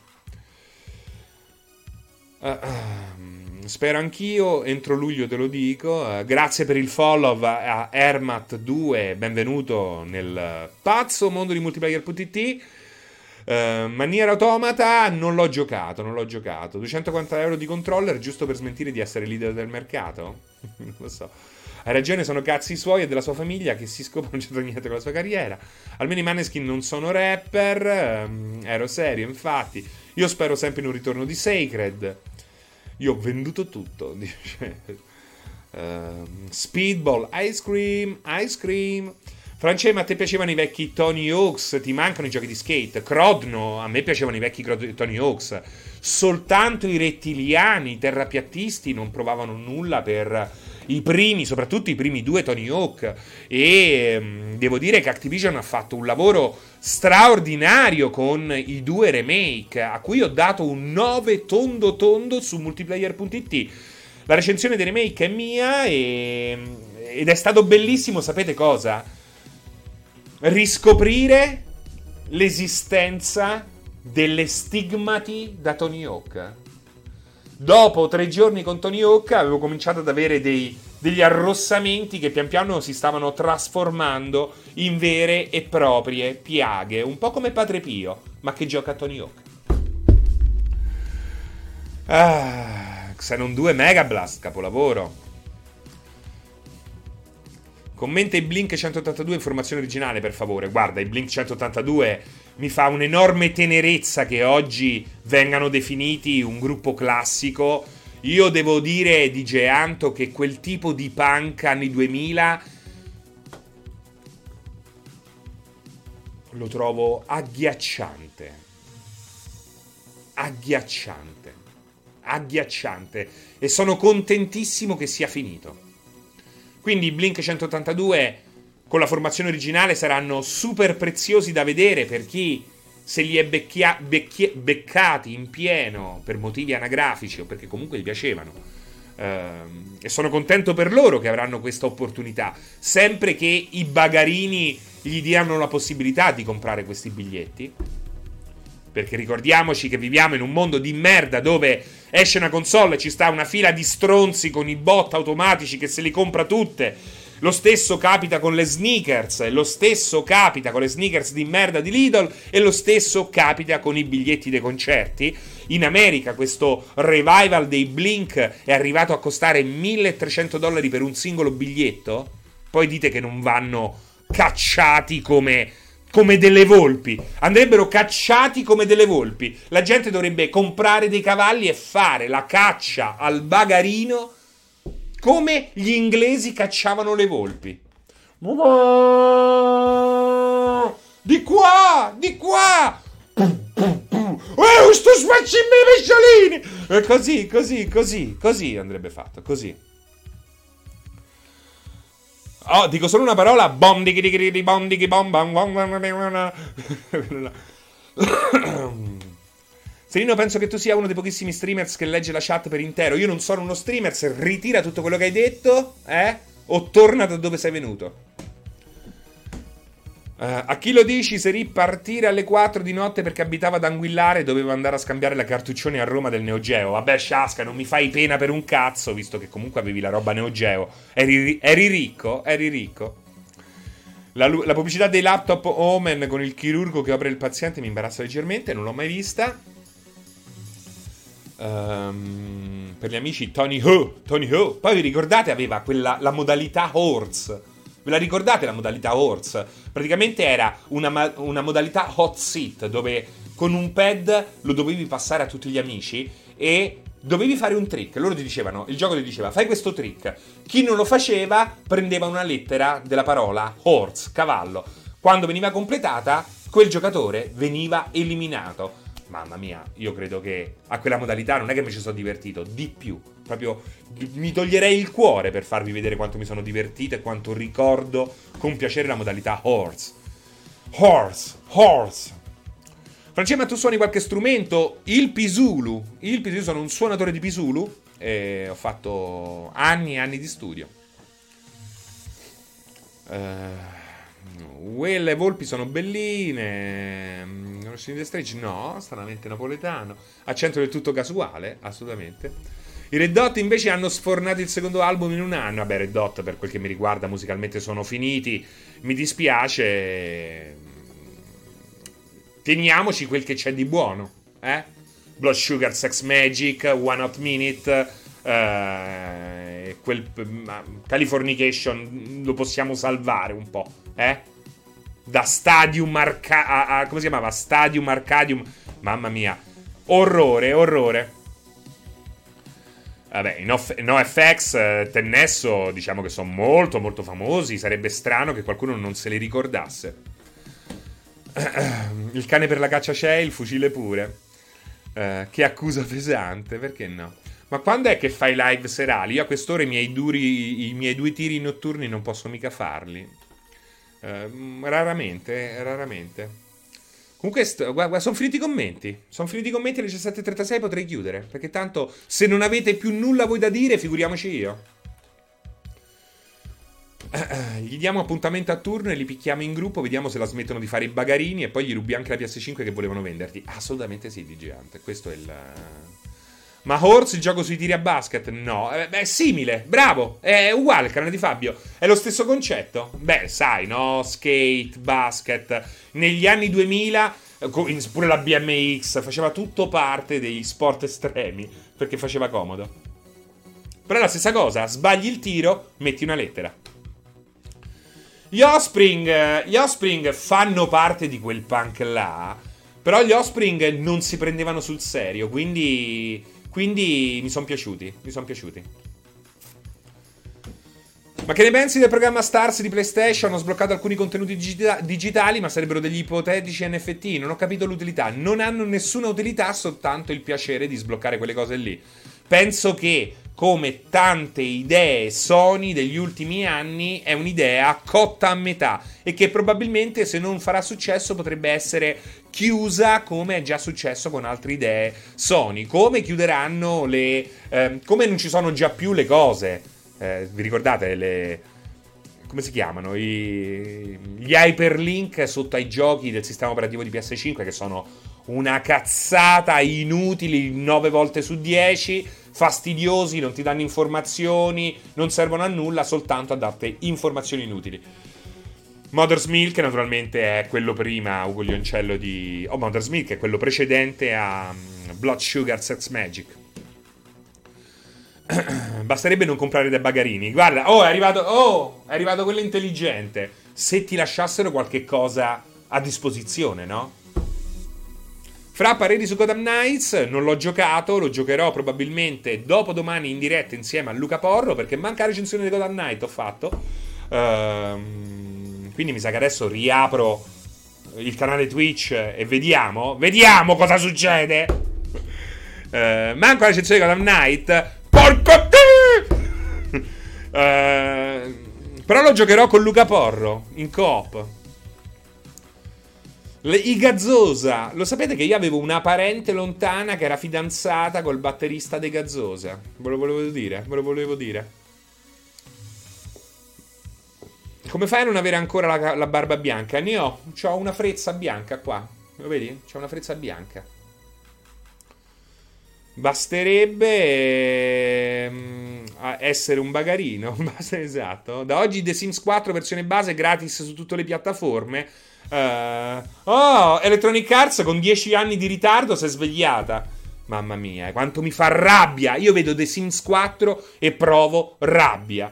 Spero anch'io, entro luglio te lo dico. Grazie per il follow a Ermat2, benvenuto nel pazzo mondo di multiplayer.it. Maniera Automata non l'ho giocato. 240 euro di controller giusto per smentire di essere leader del mercato? Non lo so. Hai ragione, sono cazzi suoi e della sua famiglia che si scopa, non c'entra niente con la sua carriera. Almeno i Maneskin non sono rapper. Ero serio, infatti. Io spero sempre in un ritorno di Sacred. Io ho venduto tutto, dice. Speedball, ice cream. Francesco, a te piacevano i vecchi Tony Hawk's? Ti mancano i giochi di skate? Crodno, a me piacevano i vecchi Tony Hawk's. Soltanto i rettiliani, i terrapiattisti non provavano nulla per i primi, soprattutto i primi 2 Tony Hawk. E devo dire che Activision ha fatto un lavoro straordinario con i 2 remake, a cui ho dato un 9 tondo su multiplayer.it. La recensione dei remake è mia ed è stato bellissimo, sapete cosa? Riscoprire l'esistenza delle stigmati da Tony Hawk. Dopo 3 giorni con Tony Hawk avevo cominciato ad avere degli arrossamenti che pian piano si stavano trasformando in vere e proprie piaghe, un po' come Padre Pio, ma che gioca a Tony Hawk. Xenon 2 Mega Blast, capolavoro. Commenta i Blink 182 informazione originale, per favore. Guarda, i Blink 182 mi fa un'enorme tenerezza che oggi vengano definiti un gruppo classico. Io devo dire, DJ Anto, che quel tipo di punk anni 2000 lo trovo agghiacciante. Agghiacciante. E sono contentissimo che sia finito. Quindi i Blink 182 con la formazione originale saranno super preziosi da vedere per chi se li è beccati in pieno per motivi anagrafici o perché comunque gli piacevano. E sono contento per loro che avranno questa opportunità, sempre che i bagarini gli diano la possibilità di comprare questi biglietti. Perché ricordiamoci che viviamo in un mondo di merda dove esce una console e ci sta una fila di stronzi con i bot automatici che se li compra tutte. Lo stesso capita con le sneakers, lo stesso capita con le sneakers di merda di Lidl e lo stesso capita con i biglietti dei concerti. In America questo revival dei Blink è arrivato a costare $1.300 per un singolo biglietto. Poi dite che non vanno cacciati come delle volpi. Andrebbero cacciati come delle volpi. La gente dovrebbe comprare dei cavalli e fare la caccia al bagarino come gli inglesi cacciavano le volpi. Di qua! Sto sfaccimi i pesciolini! Così andrebbe fatto, così. Oh, dico solo una parola. Bom dighi bom dighi bom bom. Serino, penso che tu sia uno dei pochissimi streamers che legge la chat per intero. Io non sono uno streamer. Ritira tutto quello che hai detto, o torna da dove sei venuto. A chi lo dici, se ripartire alle 4 di notte perché abitava ad Anguillare e doveva andare a scambiare la cartuccione a Roma del Neo Geo. Vabbè, Sciasca, non mi fai pena per un cazzo, visto che comunque avevi la roba Neo Geo. Eri ricco. La pubblicità dei laptop Omen con il chirurgo che opera il paziente mi imbarazza leggermente, non l'ho mai vista. Per gli amici Tony Ho. Poi vi ricordate aveva la modalità Horse. Ve la ricordate la modalità Horse? Praticamente era una modalità hot seat dove con un pad lo dovevi passare a tutti gli amici e dovevi fare un trick. Loro ti dicevano, il gioco ti diceva fai questo trick. Chi non lo faceva prendeva una lettera della parola horse, cavallo. Quando veniva completata, quel giocatore veniva eliminato. Mamma mia, io credo che a quella modalità non è che mi ci sono divertito, di più. Proprio mi toglierei il cuore per farvi vedere quanto mi sono divertito e quanto ricordo con piacere la modalità Horse. Francesca, tu suoni qualche strumento? Il pisulu. Io sono un suonatore di pisulu e ho fatto anni e anni di studio. Le volpi sono belline. Stage no, stranamente napoletano. Accento del tutto casuale, assolutamente. I Red Hot invece hanno sfornato il secondo album in un anno. Vabbè, Red Hot per quel che mi riguarda musicalmente sono finiti. Mi dispiace. Teniamoci quel che c'è di buono, Blood Sugar Sex Magic, One Hot Minute, Californication lo possiamo salvare un po', da Stadium come si chiamava? Stadium Arcadium. Mamma mia, orrore. Vabbè, i NoFX, Tennesso, diciamo che sono molto molto famosi. Sarebbe strano che qualcuno non se li ricordasse. Il cane per la caccia c'è, il fucile pure. Che accusa pesante, perché no? Ma quando è che fai live serali? Io a quest'ora i miei 2 tiri notturni non posso mica farli. Raramente. Comunque, guarda, sono finiti i commenti. Alle 17.36 potrei chiudere. Perché tanto, se non avete più nulla voi da dire, figuriamoci io. Gli diamo appuntamento a turno e li picchiamo in gruppo. Vediamo se la smettono di fare i bagarini. E poi gli rubi anche la PS5 che volevano venderti. Assolutamente sì, DJ Hunt. Questo è il... Ma Horse, il gioco sui tiri a basket? No, è simile, bravo, è uguale il canale di Fabio, è lo stesso concetto. Beh, sai, no? Skate, basket. Negli anni 2000 Pure la BMX faceva tutto parte dei sport estremi perché faceva comodo. Però è la stessa cosa, sbagli il tiro, metti una lettera. Gli Offspring fanno parte di quel punk là, però gli Offspring non si prendevano sul serio, quindi mi sono piaciuti. Ma che ne pensi del programma Stars di PlayStation? Ho sbloccato alcuni contenuti digitali, ma sarebbero degli ipotetici NFT. Non ho capito l'utilità. Non hanno nessuna utilità, soltanto il piacere di sbloccare quelle cose lì. Penso che, come tante idee Sony degli ultimi anni, è un'idea cotta a metà e che probabilmente, se non farà successo, potrebbe essere chiusa, come è già successo con altre idee Sony. Come chiuderanno come non ci sono già più le cose. Vi ricordate come si chiamano? Gli hyperlink sotto ai giochi del sistema operativo di PS5, che sono una cazzata, inutili 9 volte su 10, fastidiosi, non ti danno informazioni, non servono a nulla, soltanto a darti informazioni inutili. Mother's Milk naturalmente è quello prima, Ugoglioncello di... Mother's Milk è quello precedente a Blood Sugar Sex Magic. Basterebbe non comprare dei bagarini. Guarda, è arrivato quello intelligente. Se ti lasciassero qualche cosa a disposizione, no? Fra, pareri su Gotham Knights, non l'ho giocato, lo giocherò probabilmente dopodomani in diretta insieme a Luca Porro, perché manca la recensione di Gotham Knight, ho fatto. Quindi mi sa che adesso riapro il canale Twitch e vediamo cosa succede. Manca la recensione di Gotham Knight. Porco te! Però lo giocherò con Luca Porro in co-op. I Gazzosa. Lo sapete che io avevo una parente lontana che era fidanzata col batterista dei Gazzosa? Ve lo volevo dire. Come fai a non avere ancora la barba bianca? C'ho una frezza bianca qua. Lo vedi? C'ho una frezza bianca. Basterebbe essere un bagarino. Esatto. Da oggi The Sims 4 versione base gratis su tutte le piattaforme. Electronic Arts con 10 anni di ritardo si è svegliata. Mamma mia, quanto mi fa rabbia. Io vedo The Sims 4 e provo rabbia.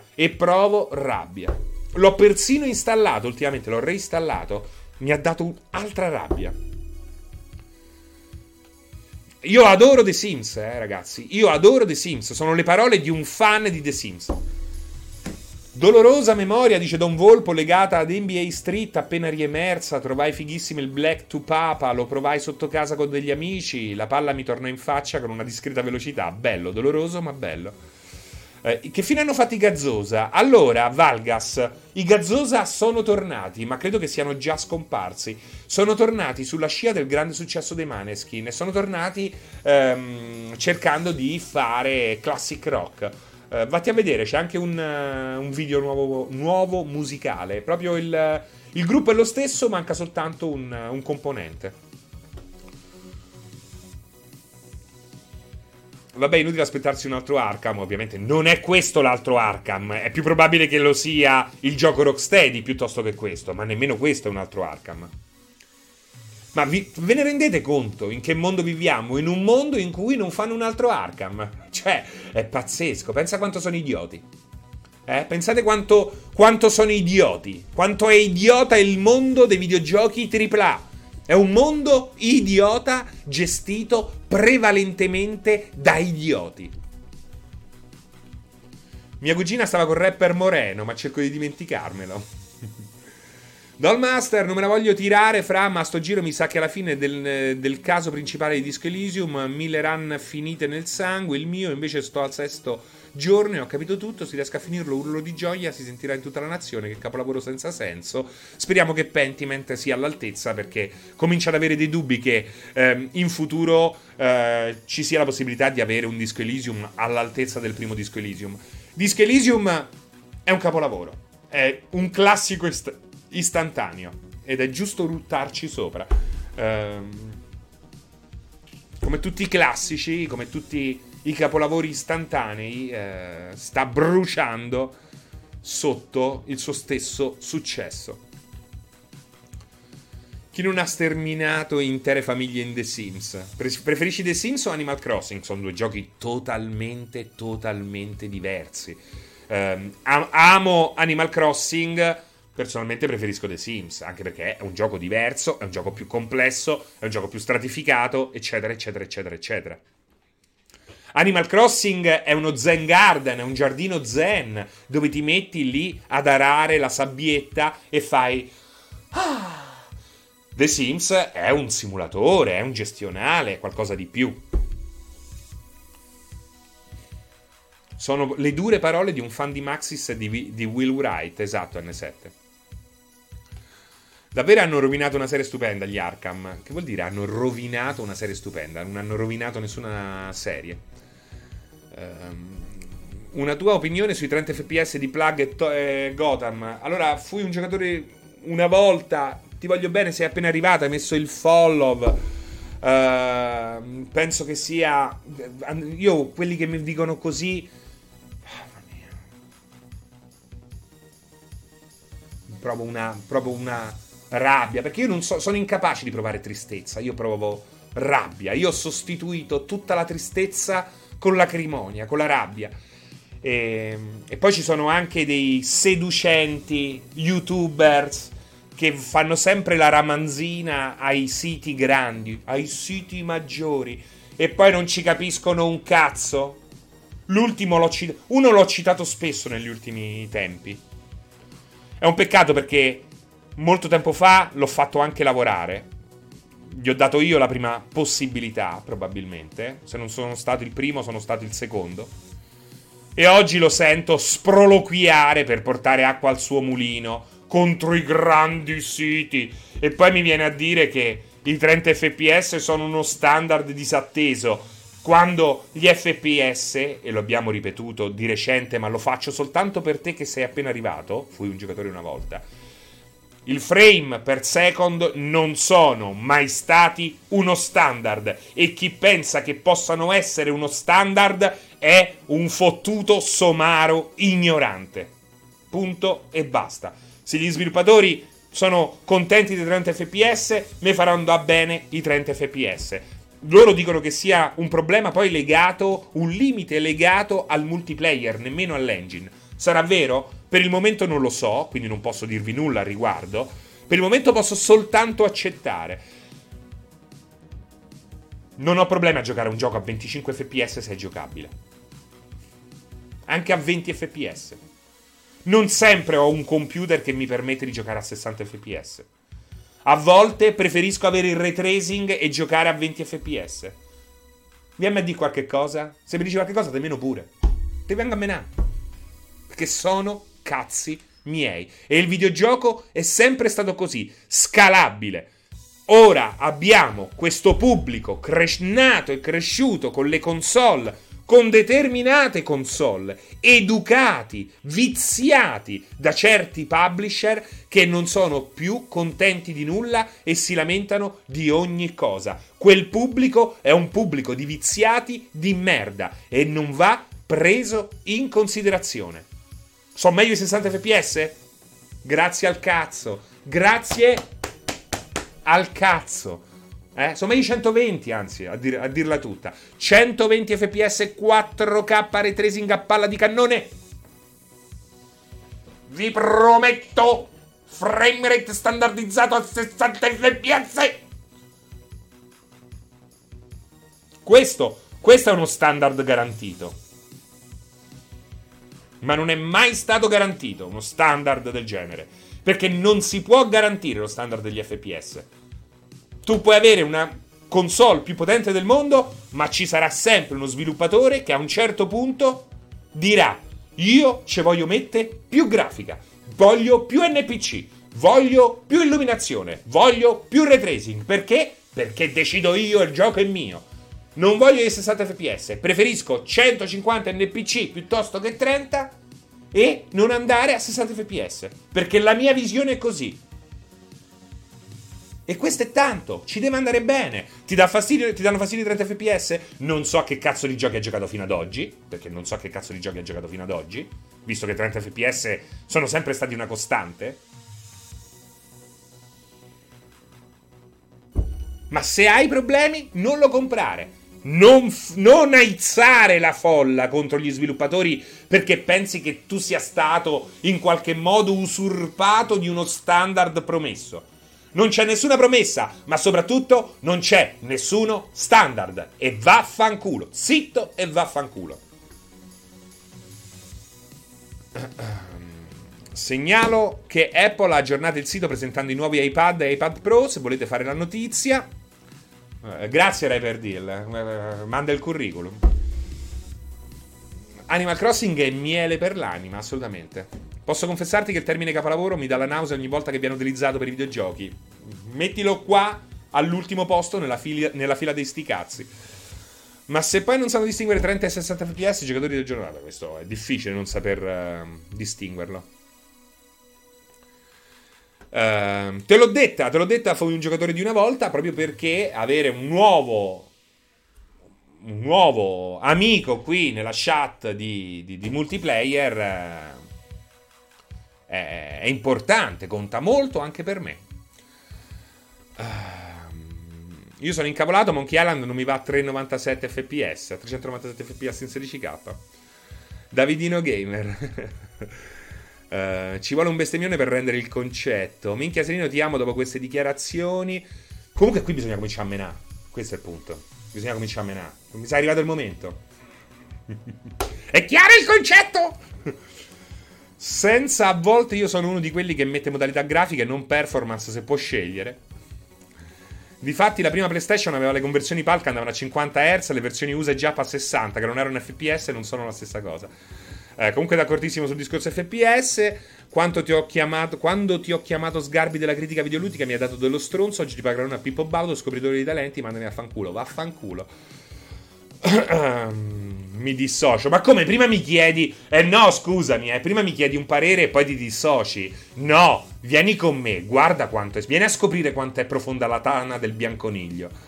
L'ho persino installato ultimamente, l'ho reinstallato. Mi ha dato altra rabbia. Io adoro The Sims, ragazzi. Io adoro The Sims. Sono le parole di un fan di The Sims. Dolorosa memoria, dice Don Volpo, legata ad NBA Street appena riemersa. Trovai fighissimo il Black to Papa. Lo provai sotto casa con degli amici. La palla mi tornò in faccia con una discreta velocità. Bello, doloroso ma bello. Che fine hanno fatto i Gazzosa? Allora, Valgas, i Gazzosa sono tornati, ma credo che siano già scomparsi. Sono tornati sulla scia del grande successo dei Maneskin e sono tornati cercando di fare classic rock. Vatti a vedere, c'è anche un video nuovo musicale. Proprio il gruppo è lo stesso, manca soltanto un componente. Vabbè, inutile aspettarsi un altro Arkham, ovviamente non è questo l'altro Arkham, è più probabile che lo sia il gioco Rocksteady piuttosto che questo, ma nemmeno questo è un altro Arkham. Ma ve ne rendete conto in che mondo viviamo? In un mondo in cui non fanno un altro Arkham. Cioè, è pazzesco, pensa quanto sono idioti. Pensate quanto sono idioti, quanto è idiota il mondo dei videogiochi AAA. È un mondo idiota gestito prevalentemente da idioti. Mia cugina stava con rapper Moreno, ma cerco di dimenticarmelo. Dollmaster, non me la voglio tirare, fra, ma sto giro mi sa che alla fine del caso principale di Disco Elysium 1000 run finite nel sangue, il mio invece sto al 6° giorno e ho capito tutto, si riesca a finirlo, urlo di gioia, si sentirà in tutta la nazione, che capolavoro senza senso. Speriamo che Pentiment sia all'altezza, perché comincio ad avere dei dubbi che in futuro ci sia la possibilità di avere un Disco Elysium all'altezza del primo Disco Elysium. Disco Elysium è un capolavoro, è un classico istantaneo ed è giusto ruttarci sopra. Come tutti i classici, come tutti i capolavori istantanei, sta bruciando sotto il suo stesso successo. Chi non ha sterminato intere famiglie in The Sims? Preferisci The Sims o Animal Crossing? Sono due giochi totalmente diversi. Amo Animal Crossing, personalmente preferisco The Sims, anche perché è un gioco diverso, è un gioco più complesso, è un gioco più stratificato, eccetera, eccetera, eccetera, eccetera. Animal Crossing è uno zen garden, è un giardino zen, dove ti metti lì ad arare la sabbietta e fai... The Sims è un simulatore, è un gestionale, è qualcosa di più. Sono le dure parole di un fan di Maxis e di Will Wright, esatto, N7. Davvero hanno rovinato una serie stupenda gli Arkham. Che vuol dire hanno rovinato una serie stupenda? Non hanno rovinato nessuna serie. Una tua opinione sui 30 fps di Plug e Gotham? Allora, fui un giocatore una volta... Ti voglio bene, sei appena arrivato, hai messo il follow. Penso che sia... Io, quelli che mi dicono così... Provo una rabbia, perché io non sono incapace di provare tristezza, io provo rabbia. Io ho sostituito tutta la tristezza con l'acrimonia, con la rabbia. E poi ci sono anche dei seducenti youtubers che fanno sempre la ramanzina ai siti grandi, ai siti maggiori, e poi non ci capiscono un cazzo. L'ultimo uno l'ho citato spesso negli ultimi tempi. È un peccato perché molto tempo fa l'ho fatto anche lavorare. Gli ho dato io la prima possibilità, probabilmente. Se non sono stato il primo, sono stato il secondo. E oggi lo sento sproloquiare per portare acqua al suo mulino contro i grandi siti, e poi mi viene a dire che i 30 fps sono uno standard disatteso, quando gli fps, e lo abbiamo ripetuto di recente, ma lo faccio soltanto per te che sei appena arrivato, fui un giocatore una volta, il frame per second non sono mai stati uno standard, e chi pensa che possano essere uno standard è un fottuto somaro ignorante. Punto e basta. Se gli sviluppatori sono contenti dei 30 fps, me faranno andare bene i 30 fps. Loro dicono che sia un problema poi legato, un limite legato al multiplayer, nemmeno all'engine. Sarà vero? Per il momento non lo so, quindi non posso dirvi nulla al riguardo. Per il momento posso soltanto accettare. Non ho problemi a giocare un gioco a 25 fps se è giocabile. Anche a 20 fps. Non sempre ho un computer che mi permette di giocare a 60 fps. A volte preferisco avere il ray tracing e giocare a 20 fps. Vieni a dire qualche cosa? Se mi dici qualche cosa, nemmeno pure. Ti vengo a menare. Perché sono cazzi miei. E il videogioco è sempre stato così, scalabile. Ora abbiamo questo pubblico nato e cresciuto con le console, con determinate console, educati, viziati da certi publisher che non sono più contenti di nulla e si lamentano di ogni cosa. Quel pubblico è un pubblico di viziati di merda e non va preso in considerazione. Sono meglio i 60 fps? Grazie al cazzo. Grazie al cazzo. Sono meglio i 120, anzi, a dirla tutta. 120 fps 4K ray tracing a palla di cannone. Vi prometto frame rate standardizzato a 60 fps. Questo è uno standard garantito. Ma non è mai stato garantito uno standard del genere, perché non si può garantire lo standard degli FPS. Tu puoi avere una console più potente del mondo, ma ci sarà sempre uno sviluppatore che a un certo punto dirà: io ci voglio mettere più grafica, voglio più NPC, voglio più illuminazione, voglio più ray tracing. Perché? Perché decido io, il gioco è mio. Non voglio i 60 fps, preferisco 150 NPC piuttosto che 30 e non andare a 60 fps, perché la mia visione è così. E questo è tanto, ci deve andare bene. Ti danno fastidio i 30 fps? Non so che cazzo di giochi ha giocato fino ad oggi, perché non so che cazzo di giochi ha giocato fino ad oggi, visto che 30 fps sono sempre stati una costante. Ma se hai problemi, non lo comprare. Non aizzare la folla contro gli sviluppatori perché pensi che tu sia stato in qualche modo usurpato di uno standard promesso. Non c'è nessuna promessa, ma soprattutto non c'è nessuno standard. E vaffanculo. Zitto e vaffanculo. Segnalo che Apple ha aggiornato il sito presentando i nuovi iPad e iPad Pro, se volete fare la notizia. Grazie Rai per Deal, manda il curriculum. Animal Crossing è miele per l'anima, assolutamente. Posso confessarti che il termine capolavoro mi dà la nausea ogni volta che viene utilizzato per i videogiochi. Mettilo qua all'ultimo posto nella fila dei sti cazzi. Ma se poi non sanno distinguere 30 e 60 fps, i giocatori del giornata, questo è difficile non saper distinguerlo. Te l'ho detta, fui un giocatore di una volta, proprio perché avere un nuovo amico qui nella chat di multiplayer è importante, conta molto anche per me. Io sono incavolato, Monkey Island non mi va a 397 fps, a 397 fps in 16k. Davidino Gamer. Ci vuole un bestemmione per rendere il concetto. Minchia Serino, ti amo dopo queste dichiarazioni. Comunque qui bisogna cominciare a menare. Questo è il punto. Bisogna cominciare a menare. Mi sa arrivato il momento. È chiaro il concetto? Senza, a volte io sono uno di quelli che mette modalità grafiche, non performance, se può scegliere. Difatti la prima PlayStation aveva le conversioni PAL che andavano a 50 Hz, le versioni USA e Jap a 60, che non erano FPS e non sono la stessa cosa. Comunque d'accordissimo sul discorso FPS. Quando ti ho chiamato sgarbi della critica videoludica mi ha dato dello stronzo. Oggi ti pagherò una Pippo Baudo, scopritore di talenti, mandami a fanculo. Vaffanculo. Mi dissocio. Ma come? Prima mi chiedi no scusami, prima mi chiedi un parere e poi ti dissoci. No, vieni con me, guarda quanto vieni a scoprire quanto è profonda la tana del bianconiglio.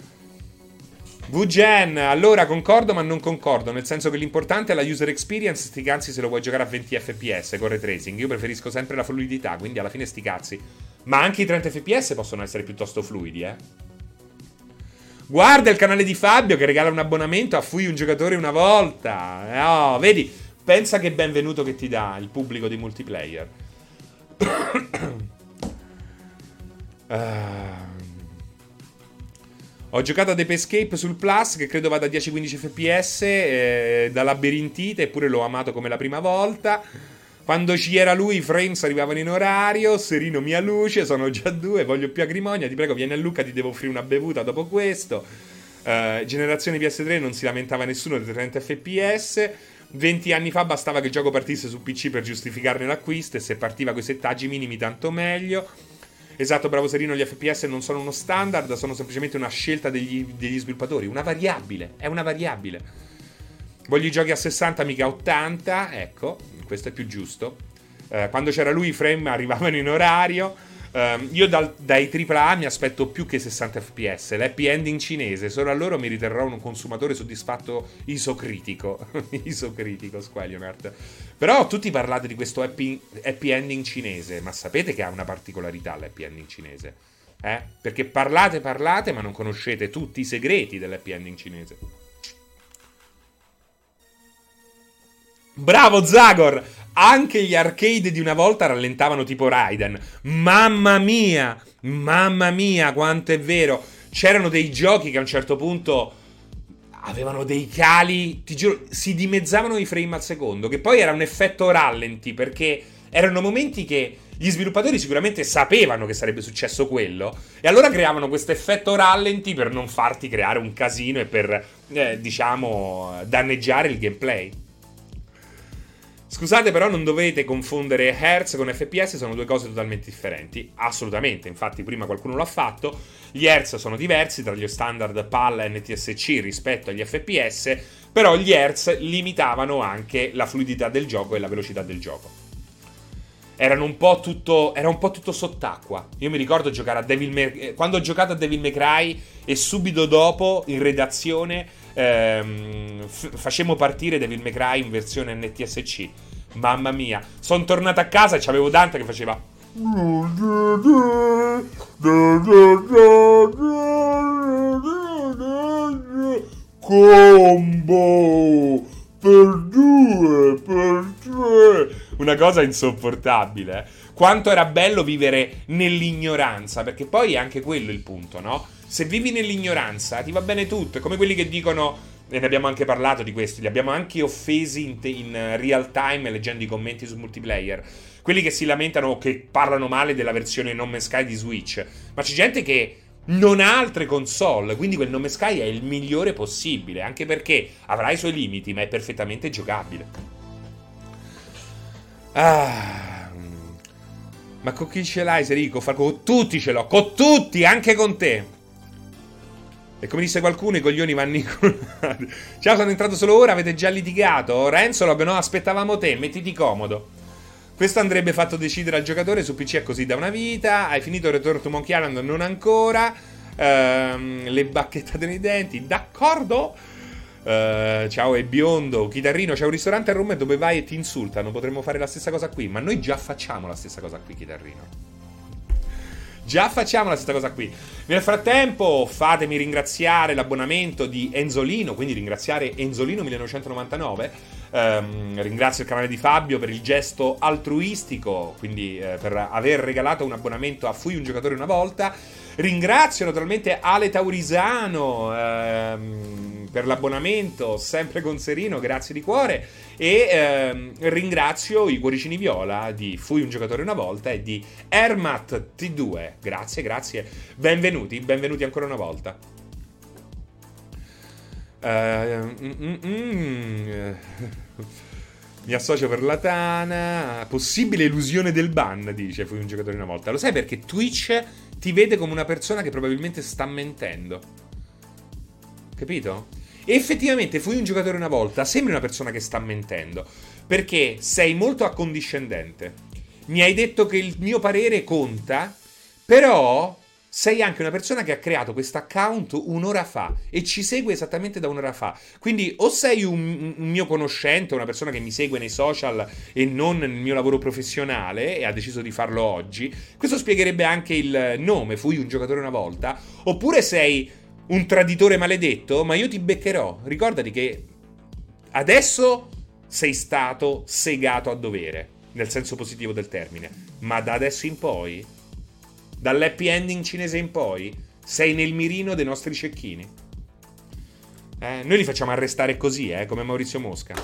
VGen, allora concordo ma non concordo, nel senso che l'importante è la user experience, sti cazzi se lo vuoi giocare a 20 fps con ray tracing. Io preferisco sempre la fluidità, quindi alla fine sti cazzi. Ma anche i 30 fps possono essere piuttosto fluidi, Guarda il canale di Fabio che regala un abbonamento a Fui un giocatore una volta. Vedi, pensa che benvenuto che ti dà il pubblico di multiplayer. Ho giocato a Deep Escape sul Plus, che credo vada a 10-15 fps, da labirintite, eppure l'ho amato come la prima volta. Quando ci era lui i frames arrivavano in orario. Serino mia luce, sono già 2, voglio più acrimonia, ti prego vieni a Lucca, ti devo offrire una bevuta dopo questo. Generazione PS3 non si lamentava nessuno dei 30 fps. 20 anni fa bastava che il gioco partisse su PC per giustificarne l'acquisto, e se partiva coi settaggi minimi tanto meglio. Esatto, bravo Serino, gli FPS non sono uno standard, sono semplicemente una scelta degli sviluppatori. Una variabile, è una variabile. Voglio i giochi a 60 mica a 80, ecco, questo è più giusto. Quando c'era lui i frame arrivavano in orario. Io dai AAA mi aspetto più che 60 fps. L'happy ending cinese, solo a loro mi riterrò un consumatore soddisfatto isocritico. Isocritico, Squalionart. Però tutti parlate di questo happy ending cinese, ma sapete che ha una particolarità l'happy ending cinese? Perché parlate, ma non conoscete tutti i segreti dell'happy ending cinese. Bravo Zagor! Anche gli arcade di una volta rallentavano tipo Raiden. Mamma mia, quanto è vero. C'erano dei giochi che a un certo punto avevano dei cali, ti giuro, si dimezzavano i frame al secondo, che poi era un effetto rallenti, perché erano momenti che gli sviluppatori sicuramente sapevano che sarebbe successo quello, e allora creavano questo effetto rallenti per non farti creare un casino e per, danneggiare il gameplay. Scusate, però non dovete confondere Hertz con FPS, sono due cose totalmente differenti. Assolutamente, infatti prima qualcuno l'ha fatto. Gli Hertz sono diversi tra gli standard PAL e NTSC rispetto agli FPS, però gli Hertz limitavano anche la fluidità del gioco e la velocità del gioco. Era un po' tutto sott'acqua. Io mi ricordo giocare a quando ho giocato a Devil May Cry e subito dopo in redazione facemmo partire Devil May Cry in versione NTSC. Mamma mia, sono tornato a casa e c'avevo Dante che faceva combo per 2, per 3. Una cosa insopportabile. Quanto era bello vivere nell'ignoranza, perché poi è anche quello il punto, no? Se vivi nell'ignoranza ti va bene tutto. È come quelli che dicono, e ne abbiamo anche parlato di questi, li abbiamo anche offesi in real time leggendo i commenti su multiplayer. Quelli che si lamentano o che parlano male della versione No Man's Sky di Switch. Ma c'è gente che non ha altre console, quindi quel No Man's Sky è il migliore possibile, anche perché avrà i suoi limiti, ma è perfettamente giocabile. Ma con chi ce l'hai, Serico? Con tutti ce l'ho, con tutti, anche con te. E come disse qualcuno, i coglioni vanno incoronati. Ciao, sono entrato solo ora, avete già litigato? Renzolog, no, aspettavamo te, mettiti comodo. Questo andrebbe fatto decidere al giocatore, su PC è così da una vita. Hai finito Return to Monkey Island? Non ancora. Le bacchettate nei denti, d'accordo? Ciao, è biondo. Chitarrino, c'è un ristorante a Roma dove vai e ti insultano. Potremmo fare la stessa cosa qui. Ma noi già facciamo la stessa cosa qui, Chitarrino. Già facciamo la stessa cosa qui. Nel frattempo fatemi ringraziare l'abbonamento di Enzolino, quindi ringraziare Enzolino 1999. Ringrazio il canale di Fabio per il gesto altruistico, quindi per aver regalato un abbonamento a Fui un giocatore una volta. Ringrazio naturalmente Ale Taurisano per l'abbonamento, sempre con Serino, grazie di cuore. E ringrazio i cuoricini viola di Fui un giocatore una volta e di Ermat T2. Grazie. Benvenuti ancora una volta. Mi associo per la Tana. Possibile elusione del ban, dice Fui un giocatore una volta. Lo sai perché Twitch ti vede come una persona che probabilmente sta mentendo. Capito? E effettivamente Fui un giocatore una volta sembri una persona che sta mentendo, perché sei molto accondiscendente. Mi hai detto che il mio parere conta, però sei anche una persona che ha creato questo account un'ora fa e ci segue esattamente da un'ora fa. Quindi o sei un mio conoscente, una persona che mi segue nei social e non nel mio lavoro professionale e ha deciso di farlo oggi. Questo spiegherebbe anche il nome, Fui un giocatore una volta. Oppure sei un traditore maledetto, ma io ti beccherò. Ricordati che adesso sei stato segato a dovere, nel senso positivo del termine. Ma da adesso in poi, dall'happy ending cinese in poi, sei nel mirino dei nostri cecchini. Noi li facciamo arrestare così, come Maurizio Mosca.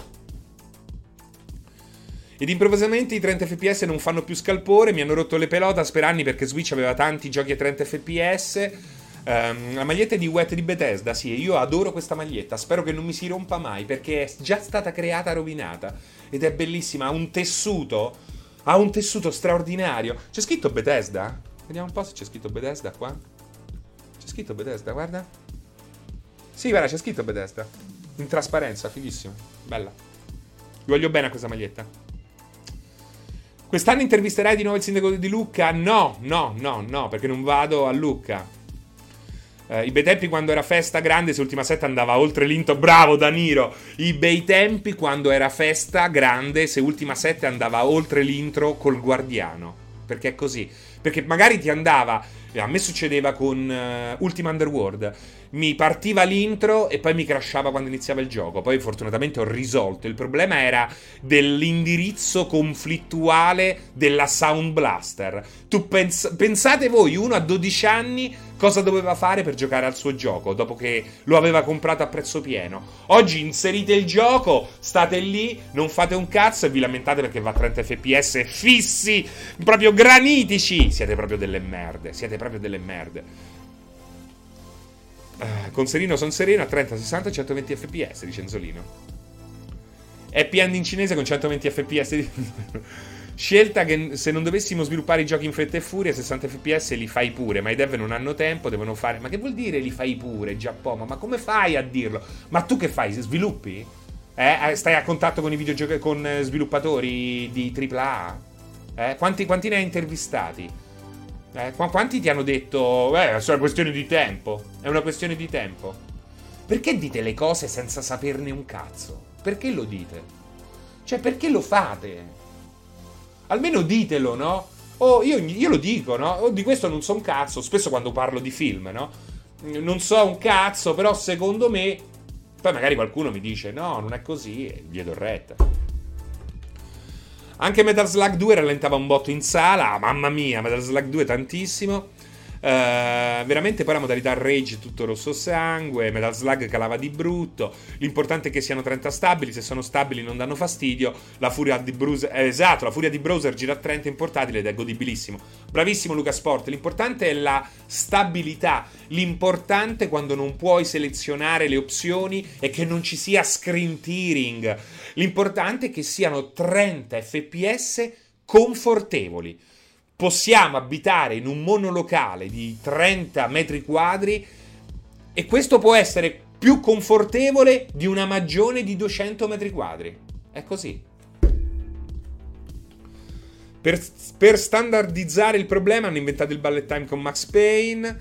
Ed improvvisamente i 30 fps non fanno più scalpore, mi hanno rotto le pelotas per anni perché Switch aveva tanti giochi a 30 fps. La maglietta è di Wet di Bethesda, sì, io adoro questa maglietta, spero che non mi si rompa mai perché è già stata creata rovinata ed è bellissima, ha un tessuto straordinario. C'è scritto Bethesda? Vediamo un po' se c'è scritto Bethesda qua. C'è scritto Bethesda, guarda. Sì, guarda, c'è scritto Bethesda. In trasparenza, fighissimo. Bella. Vi voglio bene a questa maglietta. Quest'anno intervisterai di nuovo il sindaco di Lucca? No, perché non vado a Lucca. I bei tempi quando era festa grande, se Ultima 7 andava oltre l'intro. Bravo Daniro. I bei tempi quando era festa grande, se Ultima 7 andava oltre l'intro col guardiano. Perché è così. Perché magari ti andava, a me succedeva con Ultima Underworld, mi partiva l'intro e poi mi crashava quando iniziava il gioco. Poi fortunatamente ho risolto. Il problema era dell'indirizzo conflittuale della Sound Blaster. Pensate voi, uno a 12 anni cosa doveva fare per giocare al suo gioco dopo che lo aveva comprato a prezzo pieno. Oggi inserite il gioco, state lì, non fate un cazzo e vi lamentate perché va a 30 fps fissi, proprio granitici. Siete proprio delle merde. Con Serino son sereno a 30, 60 e 120 fps, dice Enzolino. Happy end in cinese con 120 fps. Scelta che se non dovessimo sviluppare i giochi in fretta e furia, 60 fps li fai pure, ma i dev non hanno tempo, devono fare... Ma che vuol dire li fai pure, Giappone? Ma come fai a dirlo? Ma tu che fai? Sviluppi? Stai a contatto con i con sviluppatori di AAA? Quanti ne hai intervistati? Quanti ti hanno detto è una questione di tempo? È una questione di tempo. Perché dite le cose senza saperne un cazzo? Perché lo dite? Cioè, perché lo fate? Almeno ditelo, no? Io lo dico, no? Di questo non so un cazzo. Spesso quando parlo di film, no? Non so un cazzo, però secondo me Poi magari qualcuno mi dice no, non è così, e gli do retta. Anche Metal Slug 2 rallentava un botto in sala, mamma mia, Metal Slug 2 tantissimo. Veramente poi la modalità Rage tutto rosso sangue, Metal Slug calava di brutto. L'importante è che siano 30 stabili, se sono stabili non danno fastidio. La furia di Browser, esatto, la furia di Browser gira a 30 in portatile ed è godibilissimo. Bravissimo Luca Sport. L'importante è la stabilità. L'importante quando non puoi selezionare le opzioni è che non ci sia screen tearing. L'importante è che siano 30 fps confortevoli. Possiamo abitare in un monolocale di 30 metri quadri e questo può essere più confortevole di una magione di 200 metri quadri. È così. Per standardizzare il problema hanno inventato il bullet time con Max Payne.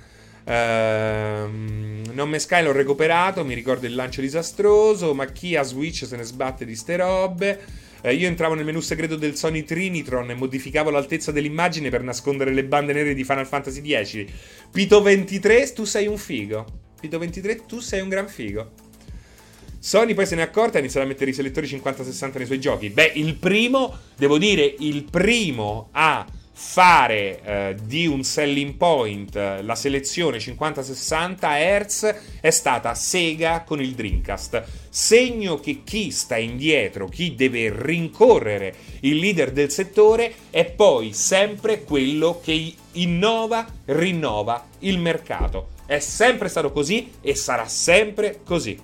Non me Sky l'ho recuperato, mi ricordo il lancio disastroso, ma chi ha Switch se ne sbatte di ste robe. Io entravo nel menu segreto del Sony Trinitron e modificavo l'altezza dell'immagine per nascondere le bande nere di Final Fantasy X. Pito 23, tu sei un figo. Pito 23, tu sei un gran figo. Sony poi se ne è accorta e ha iniziato a mettere i selettori 50-60 nei suoi giochi. Beh, il primo, devo dire, il primo a fare di un selling point la selezione 50-60 Hz è stata Sega con il Dreamcast, segno che chi sta indietro, chi deve rincorrere il leader del settore è poi sempre quello che innova, rinnova il mercato. È sempre stato così e sarà sempre così.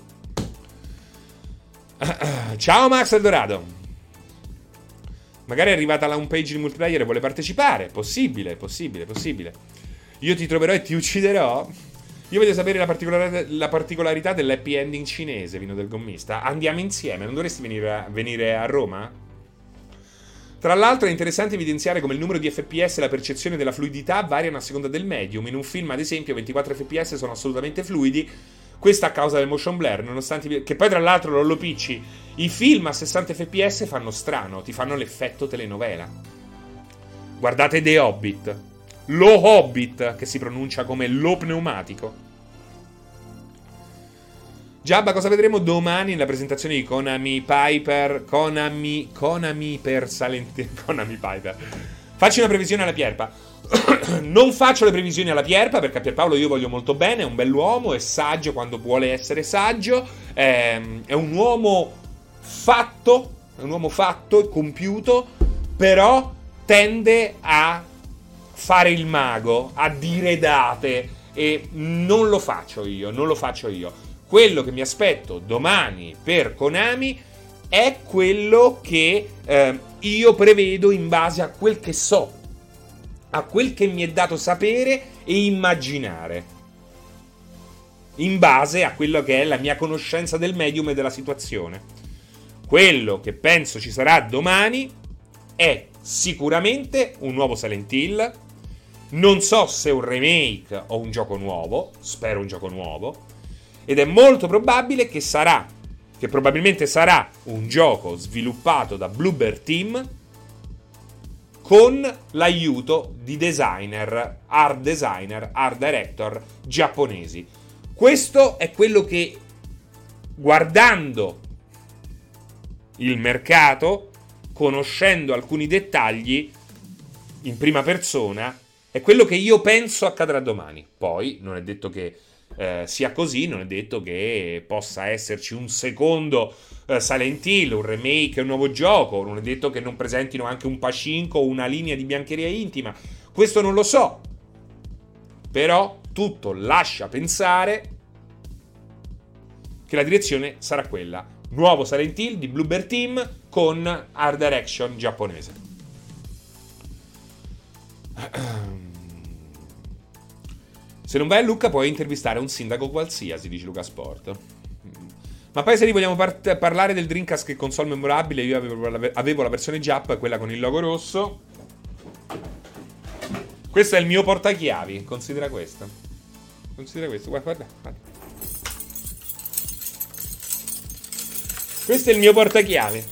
Ciao Max Eldorado. Magari è arrivata la home page di multiplayer e vuole partecipare. Possibile. Io ti troverò e ti ucciderò. Io voglio sapere la particolarità dell'happy ending cinese, Vino del Gommista. Andiamo insieme, non dovresti venire a Roma? Tra l'altro è interessante evidenziare come il numero di FPS e la percezione della fluidità variano a seconda del medium. In un film, ad esempio, 24 FPS sono assolutamente fluidi. Questo a causa del motion blur, nonostante che poi tra l'altro non lo picci. I film a 60 fps fanno strano, ti fanno l'effetto telenovela. Guardate The Hobbit. Lo Hobbit, che si pronuncia come lo pneumatico. Giabba, cosa vedremo domani nella presentazione di Konami Piper? Konami per Silent Konami Piper. Facci una previsione alla Pierpa. Non faccio le previsioni alla Pierpa perché a Pierpaolo io voglio molto bene, è un bell'uomo, è saggio quando vuole essere saggio, è un uomo fatto e compiuto, però tende a fare il mago, a dire date e non lo faccio io. Quello che mi aspetto domani per Konami è quello che io prevedo in base a quel che so, a quel che mi è dato sapere e immaginare, in base a quello che è la mia conoscenza del medium e della situazione. Quello che penso ci sarà domani è sicuramente un nuovo Silent Hill. Non so se un remake o un gioco nuovo, spero un gioco nuovo, ed è molto probabile che probabilmente sarà un gioco sviluppato da Bloober Team con l'aiuto di art director giapponesi. Questo è quello che, guardando il mercato, conoscendo alcuni dettagli in prima persona, è quello che io penso accadrà domani. Poi non è detto che sia così, non è detto che possa esserci un secondo Silent Hill, un remake, un nuovo gioco, non è detto che non presentino anche un Pachinko o una linea di biancheria intima, questo non lo so, però tutto lascia pensare che la direzione sarà quella: nuovo Silent Hill di Bloober Team con art direction giapponese. Se non vai a Lucca puoi intervistare un sindaco qualsiasi, dice Luca Sport. Ma poi se vogliamo parlare del Dreamcast, che console memorabile, io avevo la versione Jap, quella con il logo rosso. Questo è il mio portachiavi, considera questo. Guarda. Questo è il mio portachiavi.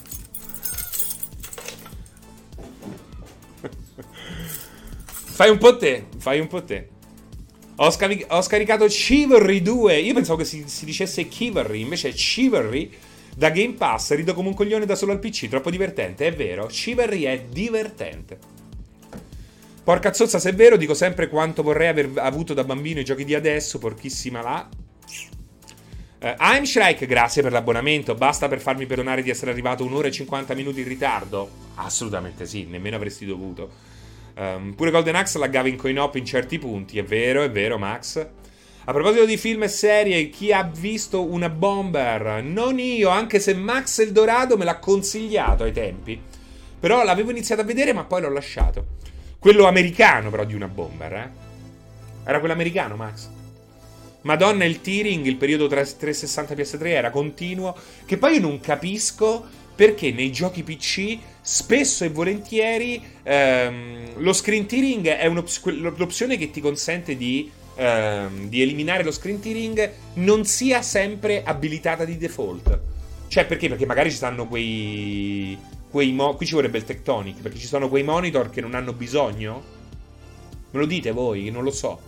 Fai un po' te. Ho scaricato Chivalry 2. Io pensavo che si dicesse Chivalry, invece è Chivalry da Game Pass. Rido come un coglione da solo al PC, troppo divertente, è vero. Chivalry è divertente. Porca zozza, se è vero, dico sempre quanto vorrei aver avuto da bambino i giochi di adesso, porchissima là. I'm Shrike, grazie per l'abbonamento. Basta per farmi perdonare di essere arrivato 1 ora e 50 minuti in ritardo? Assolutamente sì, nemmeno avresti dovuto. Pure Golden Axe laggava in coin-op in certi punti. È vero, Max. A proposito di film e serie, chi ha visto una Bomber? Non io, anche se Max Eldorado me l'ha consigliato ai tempi. Però l'avevo iniziato a vedere, ma poi l'ho lasciato. Quello americano, però, di una Bomber, eh? Era quello americano, Max? Madonna, il tearing, il periodo tra 360 e PS3 era continuo. Che poi io non capisco perché nei giochi PC spesso e volentieri lo screen tearing è l'opzione che ti consente di eliminare lo screen tearing non sia sempre abilitata di default. Cioè, perché? Perché magari ci stanno qui ci vorrebbe il Tectonic, perché ci sono quei monitor che non hanno bisogno? Me lo dite voi? Non lo so.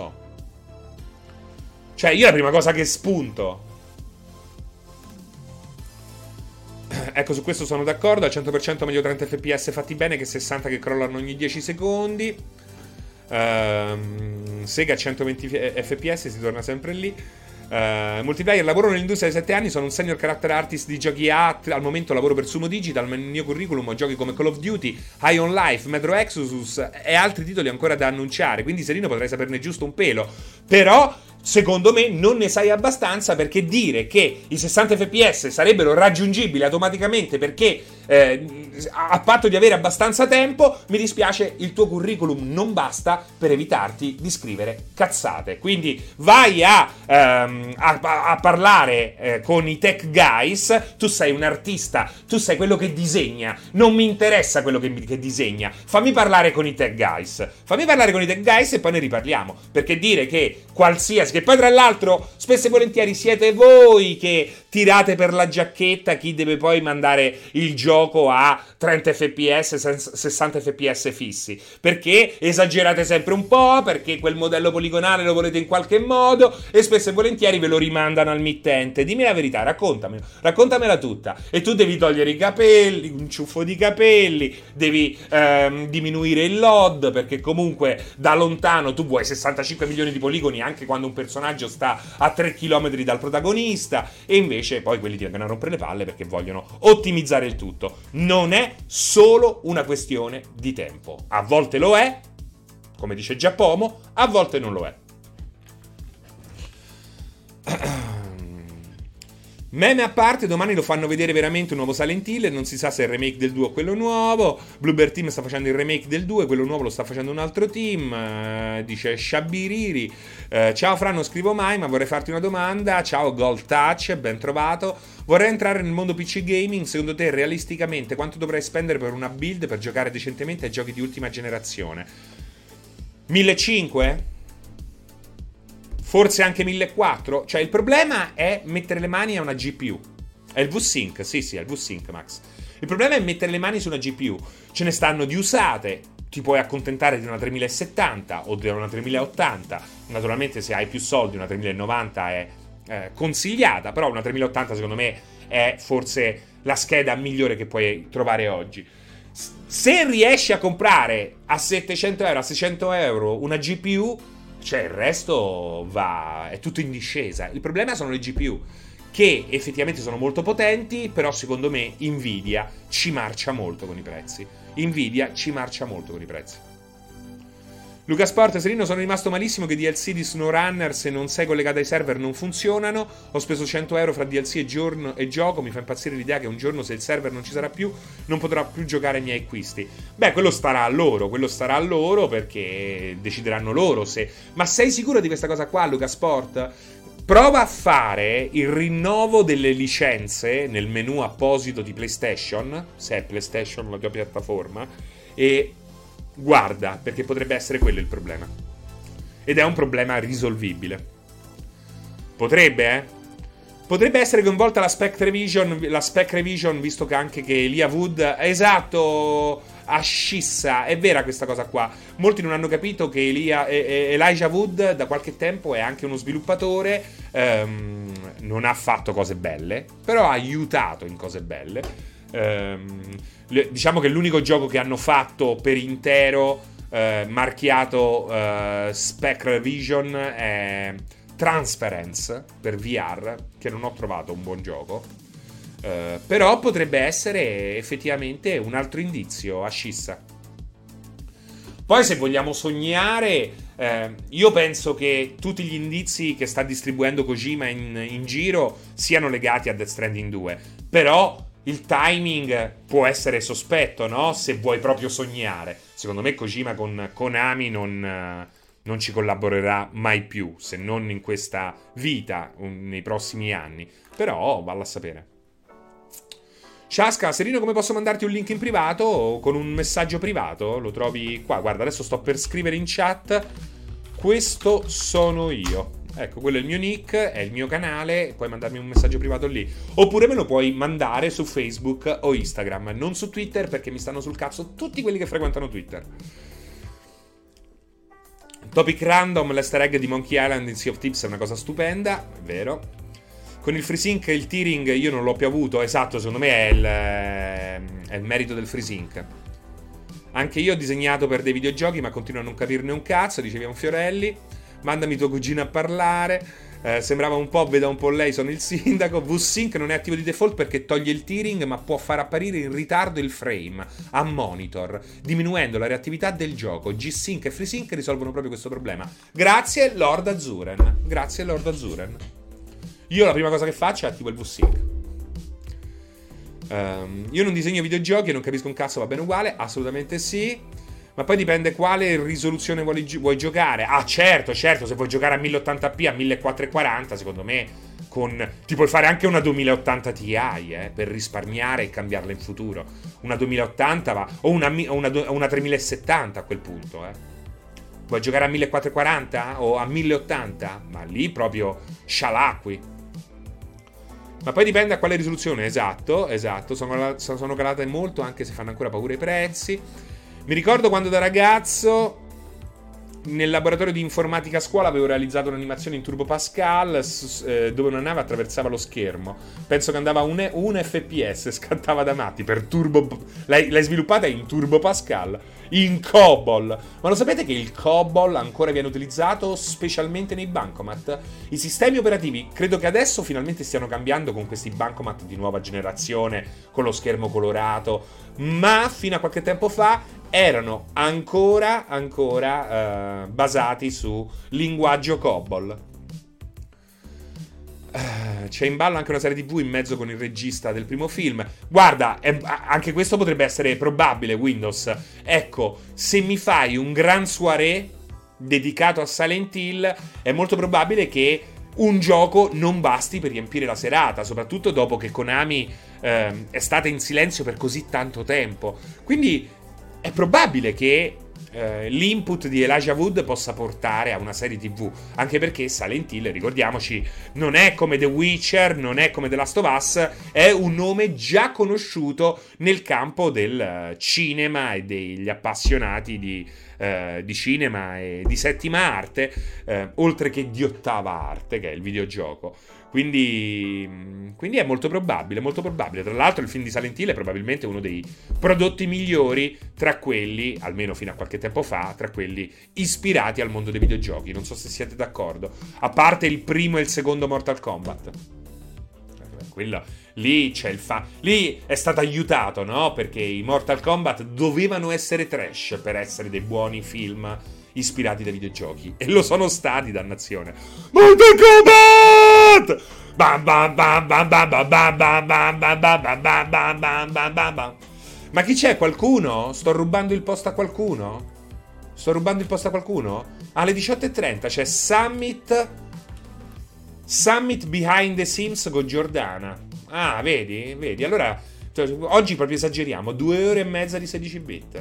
Cioè, io la prima cosa che spunto... Ecco, su questo sono d'accordo. Al 100% meglio 30 fps fatti bene che 60 che crollano ogni 10 secondi. Sega a 120 fps, si torna sempre lì. Multiplayer, lavoro nell'industria da 7 anni, sono un senior character artist di giochi A. Al momento lavoro per Sumo Digital. Nel mio curriculum ho giochi come Call of Duty, High on Life, Metro Exodus e altri titoli ancora da annunciare. Quindi Serino potrei saperne giusto un pelo. Però secondo me non ne sai abbastanza, perché dire che i 60 fps sarebbero raggiungibili automaticamente perché a patto di avere abbastanza tempo, mi dispiace, il tuo curriculum non basta per evitarti di scrivere cazzate. Quindi vai a parlare con i tech guys. Tu sei un artista, tu sei quello che disegna, non mi interessa quello che disegna. Fammi parlare con i tech guys e poi ne riparliamo. Perché dire che qualsiasi, che poi tra l'altro spesso e volentieri siete voi che tirate per la giacchetta chi deve poi mandare il gioco a 30 fps, 60 fps fissi, perché esagerate sempre un po', perché quel modello poligonale lo volete in qualche modo e spesso e volentieri ve lo rimandano al mittente. Dimmi la verità, raccontamela tutta. E tu devi togliere i capelli, un ciuffo di capelli, devi diminuire il LOD, perché comunque da lontano tu vuoi 65 milioni di poligoni anche quando un personaggio sta a 3 km dal protagonista, e invece poi quelli ti vengono a rompere le palle perché vogliono ottimizzare il tutto. Non è solo una questione di tempo. A volte lo è, come dice Giacomo, a volte non lo è. Meme a parte, domani lo fanno vedere veramente un nuovo Silent Hill e non si sa se è il remake del 2 o quello nuovo. Bluebird Team sta facendo il remake del 2, quello nuovo lo sta facendo un altro team, dice Shabiriri. Ciao Fra, non scrivo mai ma vorrei farti una domanda. Ciao Gold Touch, ben trovato. Vorrei entrare nel mondo PC gaming. Secondo te realisticamente quanto dovrei spendere per una build per giocare decentemente ai giochi di ultima generazione? 1.500? Forse anche 1.400? Cioè il problema è mettere le mani a una GPU. È il V-Sync, sì, è il V-Sync, Max. Il problema è mettere le mani su una GPU. Ce ne stanno di usate. Ti puoi accontentare di una 3070 o di una 3080. Naturalmente se hai più soldi una 3090 è consigliata, però una 3080 secondo me è forse la scheda migliore che puoi trovare oggi. Se riesci a comprare a 700 euro, a 600 euro una GPU, cioè il resto è tutto in discesa. Il problema sono le GPU, che effettivamente sono molto potenti, però secondo me Nvidia ci marcia molto con i prezzi. Luca Sport, Serino, sono rimasto malissimo che DLC di SnowRunner, se non sei collegato ai server, non funzionano. Ho speso 100 euro fra DLC e gioco. Mi fa impazzire l'idea che un giorno, se il server non ci sarà più, non potrò più giocare ai miei acquisti. Beh, quello starà a loro perché decideranno loro se... Ma sei sicuro di questa cosa qua, Luca Sport? Prova a fare il rinnovo delle licenze nel menu apposito di PlayStation, se è PlayStation la tua piattaforma, e... guarda, perché potrebbe essere quello il problema. Ed è un problema risolvibile. Potrebbe essere coinvolta la spec revision, visto che anche che Elia Wood... Esatto, Scissa. È vera questa cosa qua. Molti non hanno capito che Elijah Wood da qualche tempo è anche uno sviluppatore. Non ha fatto cose belle, però ha aiutato in cose belle. Diciamo che l'unico gioco che hanno fatto per intero, marchiato Spectre Vision, è Transference per VR, che non ho trovato un buon gioco. Però potrebbe essere effettivamente un altro indizio a Scissa. Poi, se vogliamo sognare, io penso che tutti gli indizi che sta distribuendo Kojima in giro siano legati a Death Stranding 2. Però il timing può essere sospetto, no? Se vuoi proprio sognare. Secondo me Kojima con Konami non ci collaborerà mai più, se non in questa vita, nei prossimi anni. Però valla a sapere. Shaska, Serino, come posso mandarti un link in privato o con un messaggio privato? Lo trovi qua, guarda, adesso sto per scrivere in chat. Questo sono io. Ecco, quello è il mio nick, è il mio canale, puoi mandarmi un messaggio privato lì. Oppure me lo puoi mandare su Facebook o Instagram, non su Twitter, perché mi stanno sul cazzo tutti quelli che frequentano Twitter. Topic random, l'easter egg di Monkey Island in Sea of Thieves è una cosa stupenda, è vero. Con il FreeSync e il tearing io non l'ho più avuto. Esatto, secondo me è il merito del FreeSync. Anche io ho disegnato per dei videogiochi, ma continuo a non capirne un cazzo, diceva un Fiorelli. Mandami tuo cugino a parlare. Sembrava un po', veda un po' lei, sono il sindaco. VSync non è attivo di default perché toglie il tearing, ma può far apparire in ritardo il frame a monitor, diminuendo la reattività del gioco. G-Sync e FreeSync risolvono proprio questo problema. Grazie Lord Azuren. Grazie Lord Azuren. Io la prima cosa che faccio è attivo il VSync. Io non disegno videogiochi e non capisco un cazzo, va bene uguale? Assolutamente sì. Ma poi dipende quale risoluzione vuoi giocare. Ah, certo, se vuoi giocare a 1080p, a 1440, secondo me ti puoi fare anche una 2080 Ti, per risparmiare e cambiarla in futuro. Una 2080 va, o una 3070 a quel punto, Vuoi giocare a 1440 o a 1080? Ma lì proprio scialacqui. Ma poi dipende a quale risoluzione. Esatto. Sono calate molto, anche se fanno ancora paura i prezzi. Mi ricordo quando da ragazzo nel laboratorio di informatica a scuola avevo realizzato un'animazione in Turbo Pascal dove una nave attraversava lo schermo. Penso che andava a 1 fps, scattava da matti per Turbo. L'hai sviluppata in Turbo Pascal, in COBOL. Ma lo sapete che il COBOL ancora viene utilizzato specialmente nei bancomat? I sistemi operativi credo che adesso finalmente stiano cambiando con questi bancomat di nuova generazione con lo schermo colorato, ma fino a qualche tempo fa erano ancora basati su linguaggio COBOL. C'è in ballo anche una serie TV in mezzo con il regista del primo film. Guarda, anche questo potrebbe essere probabile, Windows. Ecco, se mi fai un gran soirée dedicato a Silent Hill, è molto probabile che un gioco non basti per riempire la serata, soprattutto dopo che Konami è stata in silenzio per così tanto tempo. Quindi è probabile che l'input di Elijah Wood possa portare a una serie TV, anche perché Silent Hill, ricordiamoci, non è come The Witcher, non è come The Last of Us, è un nome già conosciuto nel campo del cinema e degli appassionati di cinema e di settima arte, oltre che di ottava arte, che è il videogioco. Quindi è molto probabile, molto probabile. Tra l'altro il film di Silent Hill è probabilmente uno dei prodotti migliori tra quelli, almeno fino a qualche tempo fa, tra quelli ispirati al mondo dei videogiochi. Non so se siete d'accordo. A parte il primo e il secondo Mortal Kombat. Quello lì c'è lì è stato aiutato, no? Perché i Mortal Kombat dovevano essere trash per essere dei buoni film ispirati dai videogiochi, e lo sono stati, dannazione. Mortal Kombat! Bam bam bam bam bam bam bam bam bam bam bam bam bam bam bam bam bam. Ma chi c'è? Qualcuno? Sto rubando il posto a qualcuno? Alle 18:30 c'è Summit Behind the Sims con Giordana. Ah, vedi? Allora, oggi proprio esageriamo. 2 ore e mezza di 16 bit.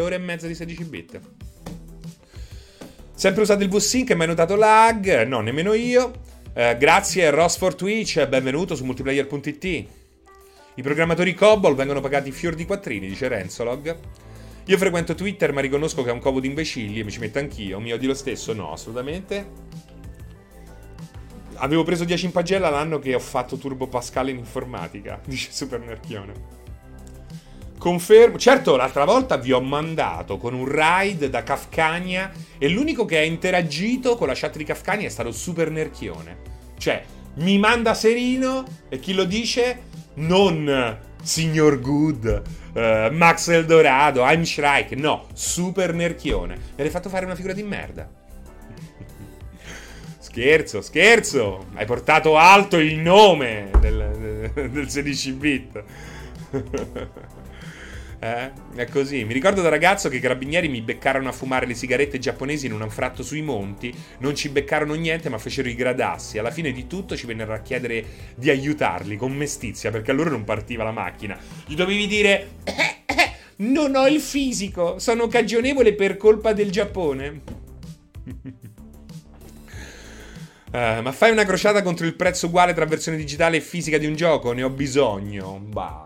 Sempre usato il VSync e mai notato lag? No, nemmeno io. Grazie Ross for Twitch, benvenuto su multiplayer.it. I programmatori COBOL vengono pagati fior di quattrini, dice Renzolog. Io frequento Twitter ma riconosco che è un covo di imbecilli e mi ci metto anch'io. Mi odi lo stesso? No, assolutamente. Avevo preso 10 in pagella l'anno che ho fatto Turbo Pascal in informatica, dice Super Nerchione. Confermo. Certo, l'altra volta vi ho mandato con un raid da Kafkania e l'unico che ha interagito con la chat di Kafkania è stato Super Nerchione. Cioè, mi manda Serino e chi lo dice? Non Signor Good, Max Eldorado, I'm Shrike. No, Super Nerchione. Mi hai fatto fare una figura di merda. Scherzo. Hai portato alto il nome del 16-bit. È così. Mi ricordo da ragazzo che i carabinieri mi beccarono a fumare le sigarette giapponesi in un anfratto sui monti. Non ci beccarono niente, ma fecero i gradassi. Alla fine di tutto ci vennero a chiedere di aiutarli con mestizia, perché a loro non partiva la macchina. Gli dovevi dire: non ho il fisico, sono cagionevole per colpa del Giappone. Ma fai una crociata contro il prezzo uguale tra versione digitale e fisica di un gioco? Ne ho bisogno. Bah,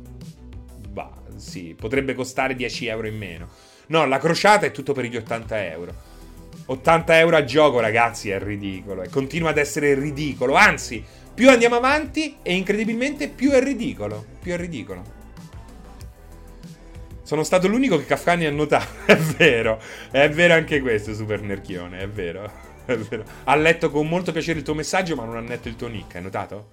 sì, potrebbe costare 10 euro in meno. No, la crociata è tutto per gli 80 euro. 80 euro a gioco, ragazzi, è ridicolo. E continua ad essere ridicolo. Anzi, più andiamo avanti e incredibilmente più è ridicolo. Sono stato l'unico che Kafkani ha notato. È vero anche questo, Super Nerchione, è vero. Ha letto con molto piacere il tuo messaggio, ma non ha letto il tuo nick, hai notato?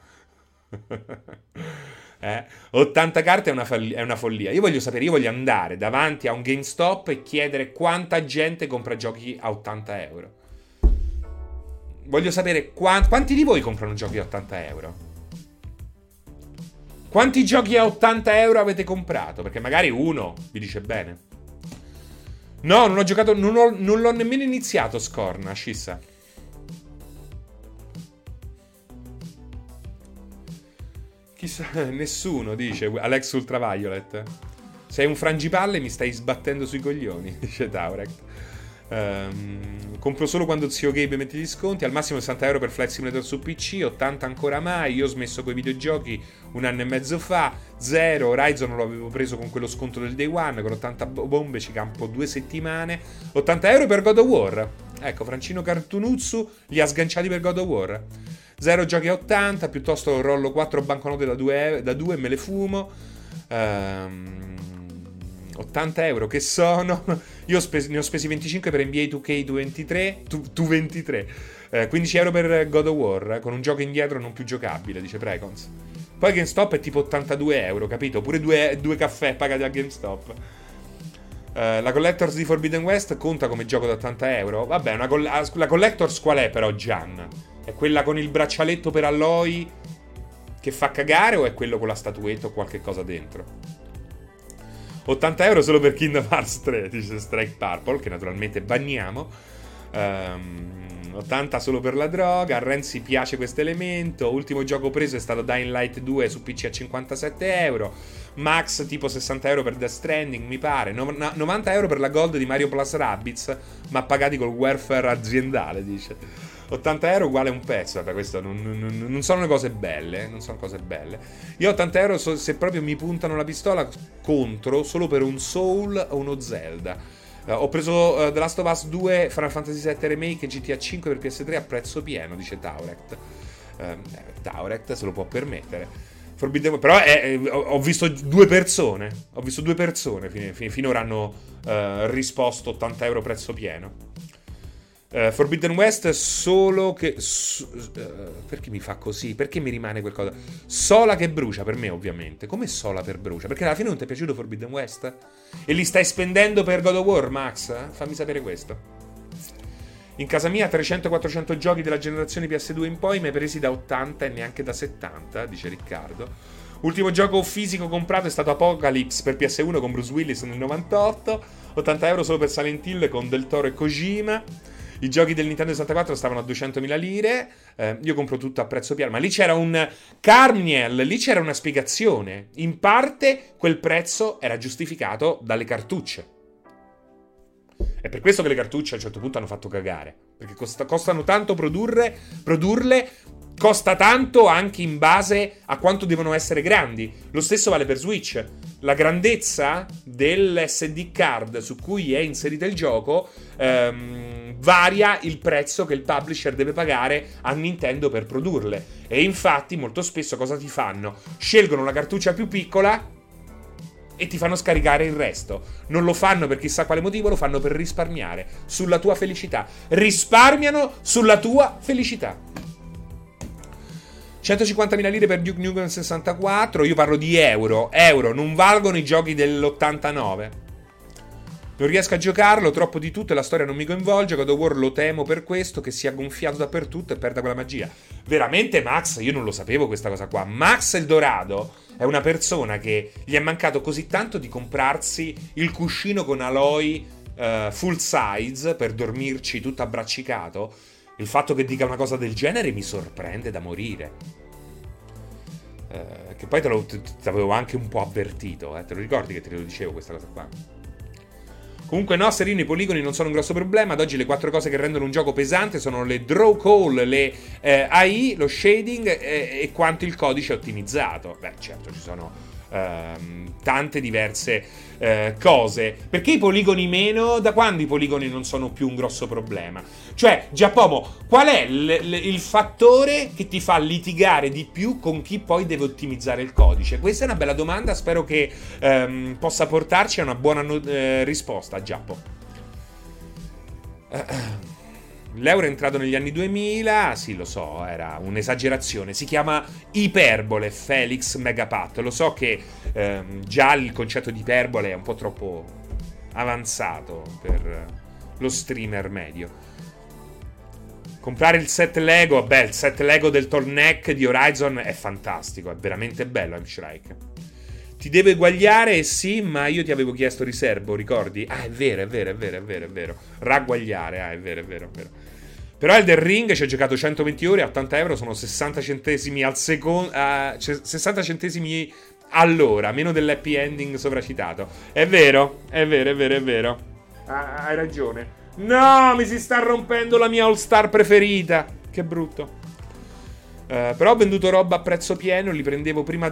80 carte è una follia. Io voglio andare davanti a un GameStop e chiedere quanta gente compra giochi a 80 euro. Voglio sapere quanti di voi comprano giochi a 80 euro. Quanti giochi a 80 euro avete comprato? Perché magari uno vi dice bene. No, non ho giocato, non l'ho nemmeno iniziato Scorn, Scissa. Chissà, nessuno, dice Alex Ultraviolet. Sei un frangipalle e mi stai sbattendo sui coglioni, dice Taurek. Compro solo quando zio Gabe mette gli sconti. Al massimo 60 euro per Flight Simulator su PC, 80 ancora mai. Io ho smesso coi videogiochi un anno e mezzo fa. 0, Horizon lo avevo preso con quello sconto del Day One. Con 80 bombe ci campo 2 settimane. 80 euro per God of War. Ecco, Francino Cartunuzzu li ha sganciati per God of War. 0 giochi a 80, piuttosto rollo 4 banconote da 2 e me le fumo. 80 euro che sono. Io ne ho spesi 25 per NBA 2K23 15 euro per God of War, con un gioco indietro non più giocabile, dice Precons. Poi GameStop è tipo 82 euro, capito? Pure due caffè pagati a GameStop. La Collectors di Forbidden West conta come gioco da 80 euro. Vabbè, la Collectors qual è però, Gian? È quella con il braccialetto per Aloy che fa cagare o è quello con la statuetta o qualche cosa dentro? 80 euro solo per Kingdom Hearts 3, dice Strike Purple, che naturalmente banniamo. 80 solo per la droga. A Renzi piace questo elemento. Ultimo gioco preso è stato Dying Light 2 su PC a 57 euro. Max tipo 60 euro per Death Stranding, mi pare. 90 euro per la Gold di Mario Plus Rabbids, ma pagati col welfare aziendale, dice. 80 euro uguale un pezzo. Vabbè, questo non sono cose belle. Io 80 euro se proprio mi puntano la pistola contro solo per un Soul o uno Zelda. Ho preso The Last of Us 2, Final Fantasy VII Remake e GTA 5 per PS3 a prezzo pieno, dice Taurect. Taurect se lo può permettere. Però ho visto due persone. Finora hanno risposto 80 euro prezzo pieno. Forbidden West solo che perché mi fa così? Perché mi rimane qualcosa? Sola che brucia per me, ovviamente. Come sola per brucia? Perché alla fine non ti è piaciuto Forbidden West? E li stai spendendo per God of War, Max? Fammi sapere questo. In casa mia 300-400 giochi della generazione PS2 in poi, mai presi da 80 e neanche da 70, dice Riccardo. Ultimo gioco fisico comprato è stato Apocalypse per PS1 con Bruce Willis nel 98. 80 euro solo per Silent Hill con Del Toro e Kojima. I giochi del Nintendo 64 stavano a 200.000 lire. Io compro tutto a prezzo pieno. Ma lì c'era un Carniel, lì c'era una spiegazione. In parte quel prezzo era giustificato dalle cartucce. È per questo che le cartucce a un certo punto hanno fatto cagare. Perché costano tanto produrle. costa tanto anche in base a quanto devono essere grandi. Lo stesso vale per Switch. La grandezza dell'SD card su cui è inserito il gioco varia il prezzo che il publisher deve pagare a Nintendo per produrle. E infatti molto spesso cosa ti fanno? Scelgono la cartuccia più piccola e ti fanno scaricare il resto. Non lo fanno per chissà quale motivo, lo fanno per risparmiare sulla tua felicità. Risparmiano sulla tua felicità. 150.000 lire per Duke Nukem 64. Io parlo di euro. Non valgono i giochi dell'89. Non riesco a giocarlo, troppo di tutto e la storia non mi coinvolge. God of War lo temo per questo, che sia gonfiato dappertutto e perda quella magia. Veramente Max, io non lo sapevo questa cosa qua. Max Eldorado è una persona che gli è mancato così tanto di comprarsi il cuscino con Aloy full size per dormirci tutto abbraccicato. Il fatto che dica una cosa del genere mi sorprende da morire. Che poi te l'avevo anche un po' avvertito. Te lo ricordi che te lo dicevo questa cosa qua? Comunque no, Serino, i poligoni non sono un grosso problema. Ad oggi le 4 cose che rendono un gioco pesante sono le draw call, le AI, lo shading e quanto il codice è ottimizzato. Beh, certo, ci sono tante diverse cose. Perché i poligoni meno? Da quando i poligoni non sono più un grosso problema? Cioè, Giacomo, qual è il fattore che ti fa litigare di più con chi poi deve ottimizzare il codice? Questa è una bella domanda, spero che possa portarci a una buona risposta, Giappo. L'euro è entrato negli anni 2000, sì lo so, era un'esagerazione, si chiama iperbole, Felix Megapat. Lo so che già il concetto di iperbole è un po' troppo avanzato per lo streamer medio. Comprare il set Lego, beh, il set Lego del Torneck di Horizon è fantastico, è veramente bello, M-Shrike. Ti devo eguagliare? Sì, ma io ti avevo chiesto riservo, ricordi? Ah, è vero. Ragguagliare, è vero. Però Elden Ring ci ho giocato 120 ore a 80 euro, sono 60 centesimi al secondo, 60 centesimi all'ora, meno dell'happy ending sovracitato. È vero. Hai ragione. No, mi si sta rompendo la mia All-Star preferita. Che brutto. Però ho venduto roba a prezzo pieno, li prendevo prima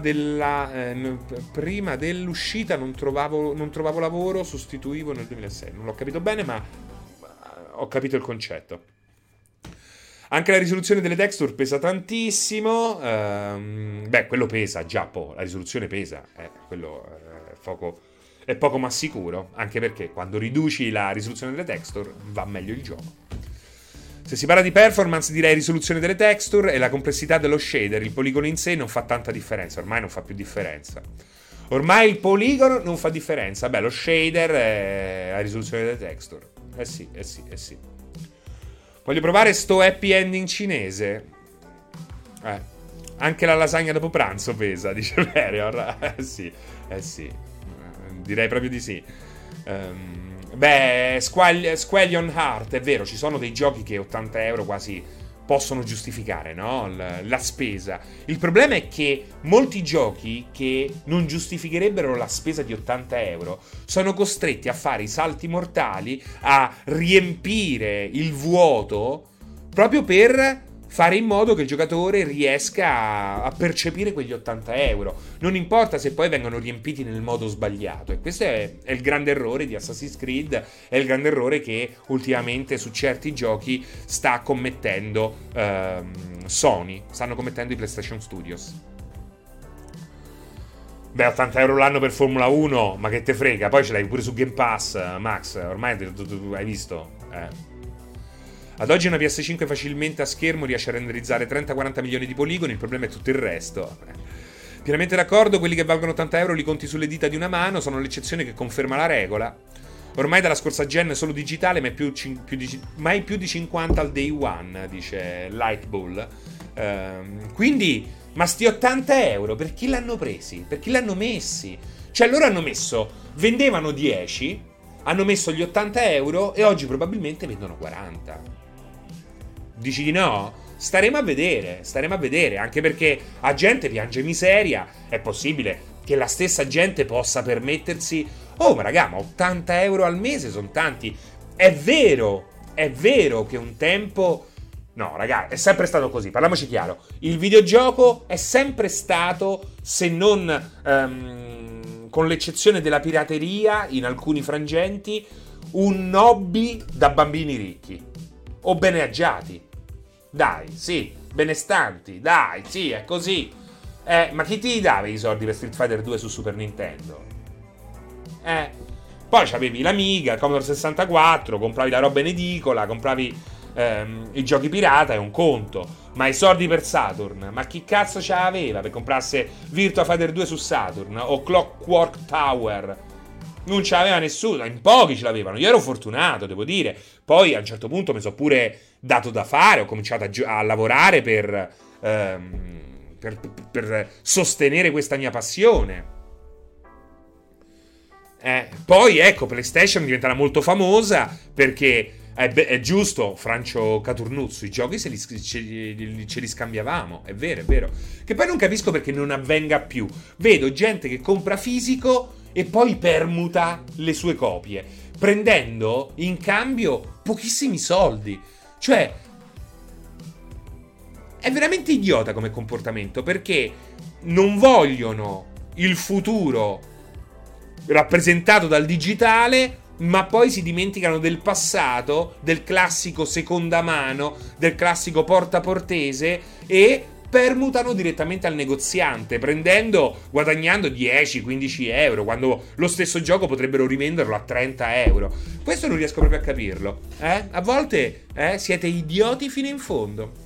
dell'uscita, non trovavo lavoro, sostituivo nel 2006. Non l'ho capito bene, ma ho capito il concetto. Anche la risoluzione delle texture pesa tantissimo. Quello pesa, Giappo, la risoluzione pesa. Quello è poco ma sicuro, anche perché quando riduci la risoluzione delle texture va meglio il gioco. Se si parla di performance direi risoluzione delle texture e la complessità dello shader. Il poligono in sé non fa tanta differenza, ormai non fa più differenza. Ormai il poligono non fa differenza. Beh, lo shader è la risoluzione delle texture. Eh sì. Voglio provare sto happy ending cinese. Anche la lasagna dopo pranzo pesa, dice Verior. Sì. Direi proprio di sì. Squallion Heart, è vero, ci sono dei giochi che 80 euro quasi possono giustificare, no? La spesa. Il problema è che molti giochi che non giustificherebbero la spesa di 80 euro sono costretti a fare i salti mortali, a riempire il vuoto proprio per fare in modo che il giocatore riesca a percepire quegli 80 euro. Non importa se poi vengono riempiti nel modo sbagliato. E questo è il grande errore di Assassin's Creed, è il grande errore che ultimamente su certi giochi sta commettendo Sony, stanno commettendo i PlayStation Studios. Beh, 80 euro l'anno per Formula 1, ma che te frega, poi ce l'hai pure su Game Pass, Max, ormai tu hai visto, Ad oggi una PS5 facilmente a schermo riesce a renderizzare 30-40 milioni di poligoni, il problema è tutto il resto. Pienamente d'accordo, quelli che valgono 80 euro li conti sulle dita di una mano, sono l'eccezione che conferma la regola. Ormai dalla scorsa gen è solo digitale, ma mai più di 50 al day one, dice Lightbull. Quindi, ma sti 80 euro, per chi l'hanno presi? Per chi l'hanno messi? Cioè loro hanno messo, vendevano 10, hanno messo gli 80 euro e oggi probabilmente vendono 40. Dici di no? Staremo a vedere, anche perché a gente piange miseria, è possibile che la stessa gente possa permettersi, ma raga, ma 80 euro al mese sono tanti. È vero che un tempo No, ragazzi, è sempre stato così, parliamoci chiaro. Il videogioco è sempre stato, se non con l'eccezione della pirateria in alcuni frangenti, un hobby da bambini ricchi o beneagiati. Dai, sì, benestanti, dai, sì, è così. Ma chi ti dava i soldi per Street Fighter 2 su Super Nintendo? Poi c'avevi l'Amiga, il Commodore 64, compravi la roba in edicola, compravi i giochi pirata, è un conto. Ma i soldi per Saturn, ma chi cazzo ce l'aveva per comprasse Virtua Fighter 2 su Saturn o Clockwork Tower? Non ce l'aveva nessuno, in pochi ce l'avevano. Io ero fortunato, devo dire. Poi a un certo punto mi sono pure dato da fare, ho cominciato a lavorare per sostenere questa mia passione. Poi ecco, PlayStation diventerà molto famosa perché è giusto, Francio Caturnuzzo, i giochi ce li scambiavamo, è vero, è vero. Che poi non capisco perché non avvenga più. Vedo gente che compra fisico e poi permuta le sue copie, prendendo in cambio pochissimi soldi. Cioè, è veramente idiota come comportamento, perché non vogliono il futuro rappresentato dal digitale, ma poi si dimenticano del passato, del classico seconda mano, del classico portaportese, e permutano direttamente al negoziante, guadagnando 10-15 euro, quando lo stesso gioco potrebbero rivenderlo a 30 euro. Questo non riesco proprio a capirlo. A volte siete idioti fino in fondo.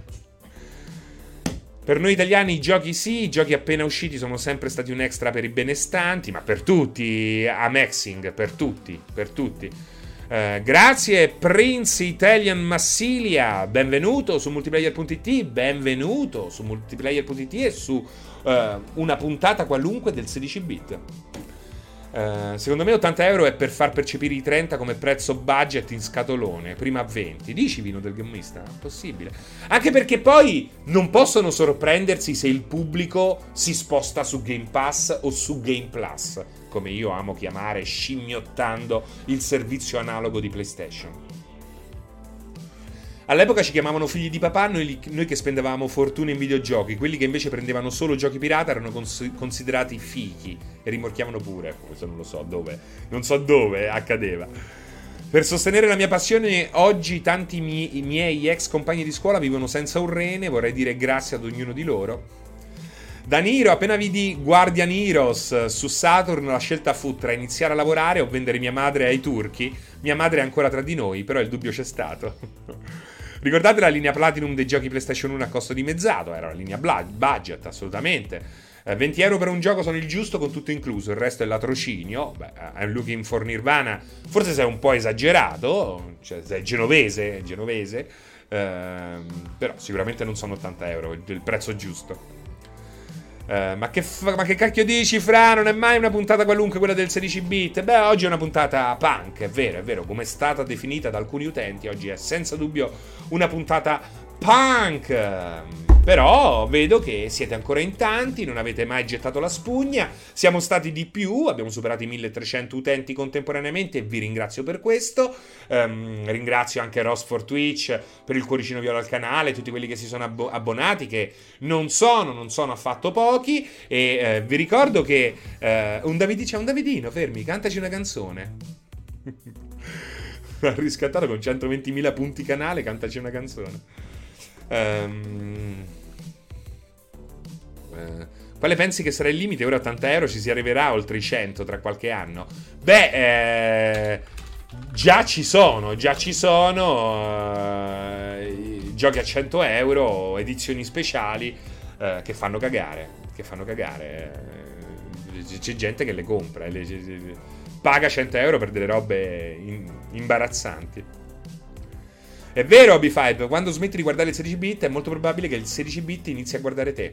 Per noi italiani i giochi sì, i giochi appena usciti sono sempre stati un extra per i benestanti, ma per tutti, Amexing, per tutti. Grazie Prince Italian Massilia, benvenuto su multiplayer.it e su una puntata qualunque del 16-bit. Secondo me 80 euro è per far percepire i 30 come prezzo budget in scatolone, prima a 20. Dici, Vino del Gammista? Possibile. Anche perché poi non possono sorprendersi se il pubblico si sposta su Game Pass o su Game Plus, come io amo chiamare, scimmiottando il servizio analogo di PlayStation. All'epoca ci chiamavano figli di papà noi che spendevamo fortune in videogiochi. Quelli che invece prendevano solo giochi pirata erano considerati fighi e rimorchiavano pure. Questo non lo so dove. Non so dove accadeva. Per sostenere la mia passione, oggi tanti miei ex compagni di scuola vivono senza un rene. Vorrei dire grazie ad ognuno di loro. Daniro, appena vidi Guardian Heroes su Saturn, la scelta fu tra iniziare a lavorare o vendere mia madre ai turchi. Mia madre è ancora tra di noi, però il dubbio c'è stato. Ricordate la linea Platinum dei giochi PlayStation 1 a costo dimezzato? Era la linea budget, assolutamente. 20 euro per un gioco sono il giusto, con tutto incluso. Il resto è latrocinio. I'm looking for Nirvana. Forse sei un po' esagerato. Cioè, sei genovese. Però sicuramente non sono 80 euro il prezzo giusto. Ma che cacchio dici, Fra? Non è mai una puntata qualunque quella del 16-bit? Beh, oggi è una puntata punk, è vero. Come è stata definita da alcuni utenti, oggi è senza dubbio una puntata punk. Però vedo che siete ancora in tanti, non avete mai gettato la spugna. Siamo stati di più, abbiamo superato i 1300 utenti contemporaneamente e vi ringrazio per questo. Ringrazio anche Ross for Twitch per il cuoricino viola al canale, tutti quelli che si sono abbonati, che non sono affatto pochi. E vi ricordo che c'è un Davidino, fermi, cantaci una canzone. Ha riscattato con 120.000 punti canale, cantaci una canzone. Quale pensi che sarà il limite? Ora 80 euro, ci si arriverà oltre i 100 tra qualche anno? Già ci sono giochi a 100 euro, edizioni speciali che fanno cagare. C'è gente che le compra, paga 100 euro per delle robe imbarazzanti. È vero, Obi5, quando smetti di guardare il 16-bit è molto probabile che il 16-bit inizi a guardare te.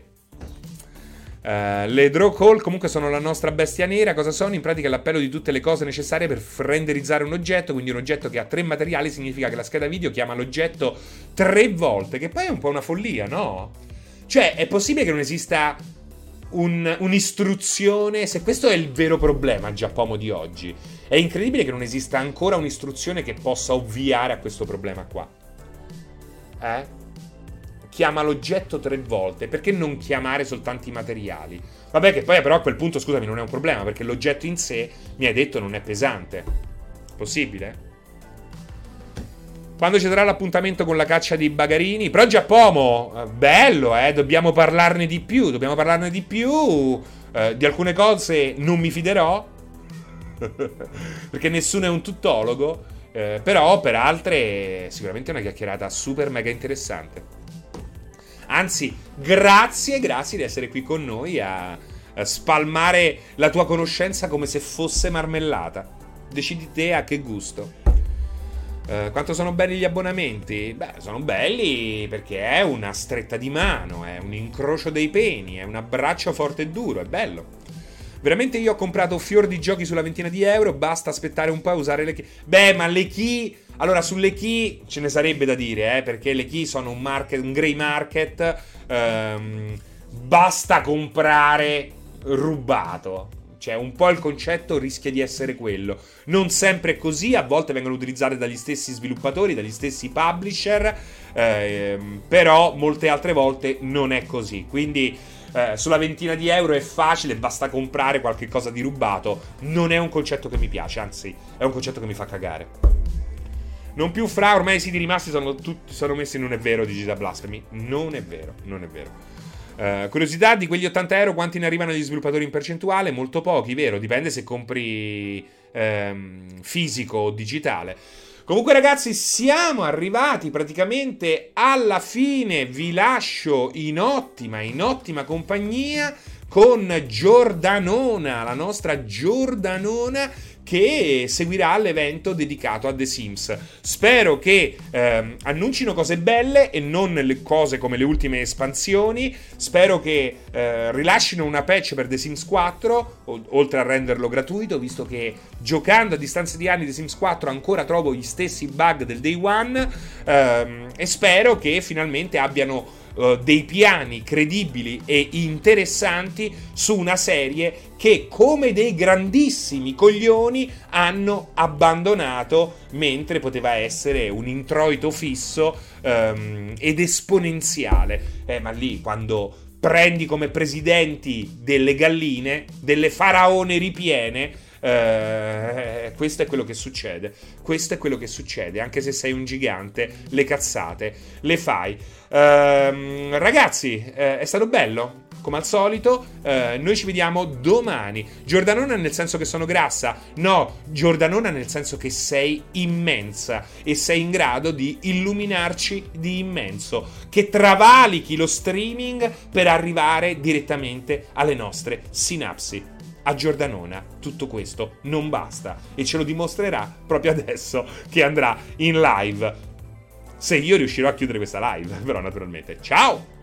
Le draw call comunque sono la nostra bestia nera. Cosa sono? In pratica l'appello di tutte le cose necessarie per renderizzare un oggetto. Quindi un oggetto che ha 3 materiali significa che la scheda video chiama l'oggetto 3 volte, che poi è un po' una follia, no? Cioè, è possibile che non esista un'istruzione? Se questo è il vero problema Giappomo di oggi, è incredibile che non esista ancora un'istruzione che possa ovviare a questo problema qua. chiama l'oggetto 3 volte, perché non chiamare soltanto i materiali? Vabbè, che poi però a quel punto, scusami, non è un problema, perché l'oggetto in sé, mi hai detto, non è pesante. Possibile? Quando ci sarà l'appuntamento con la caccia dei bagarini? Pro Giappomo, bello, dobbiamo parlarne di più, di alcune cose non mi fiderò, perché nessuno è un tuttologo, però per altre sicuramente è una chiacchierata super mega interessante. Anzi, grazie di essere qui con noi a spalmare la tua conoscenza come se fosse marmellata. Decidi te a che gusto. Quanto sono belli gli abbonamenti? Beh, sono belli perché è una stretta di mano, è un incrocio dei peni, è un abbraccio forte e duro, è bello. Veramente io ho comprato fior di giochi sulla ventina di euro, basta aspettare un po' e usare le key. Beh, ma le key... Allora, sulle key ce ne sarebbe da dire, perché le key sono un grey market, basta comprare rubato. Cioè, un po' il concetto rischia di essere quello. Non sempre è così, a volte vengono utilizzate dagli stessi sviluppatori, dagli stessi publisher, però molte altre volte non è così. Quindi sulla ventina di euro è facile, basta comprare qualche cosa di rubato. Non è un concetto che mi piace, anzi, è un concetto che mi fa cagare. Non più fra, ormai i siti rimasti sono messi, non è vero, Digita Blasphemy. Non è vero. Curiosità, di quegli 80 euro quanti ne arrivano agli sviluppatori in percentuale? Molto pochi, vero? Dipende se compri fisico o digitale. Comunque ragazzi, siamo arrivati praticamente alla fine. Vi lascio in ottima compagnia con Giordanona, la nostra Giordanona, che seguirà l'evento dedicato a The Sims. Spero che annuncino cose belle e non le cose come le ultime espansioni. Spero che rilascino una patch per The Sims 4, oltre a renderlo gratuito, visto che giocando a distanza di anni The Sims 4 ancora trovo gli stessi bug del day one, e spero che finalmente abbiano dei piani credibili e interessanti su una serie che, come dei grandissimi coglioni, hanno abbandonato mentre poteva essere un introito fisso ed esponenziale. Ma lì, quando prendi come presidenti delle galline, delle faraone ripiene, questo è quello che succede. Anche se sei un gigante, le cazzate le fai. Ragazzi, è stato bello come al solito. Noi ci vediamo domani. Giordanona nel senso che sono grassa? No, Giordanona nel senso che sei immensa e sei in grado di illuminarci di immenso, che travalichi lo streaming per arrivare direttamente alle nostre sinapsi. A Giordanona tutto questo non basta e ce lo dimostrerà proprio adesso che andrà in live, se io riuscirò a chiudere questa live, però naturalmente. Ciao!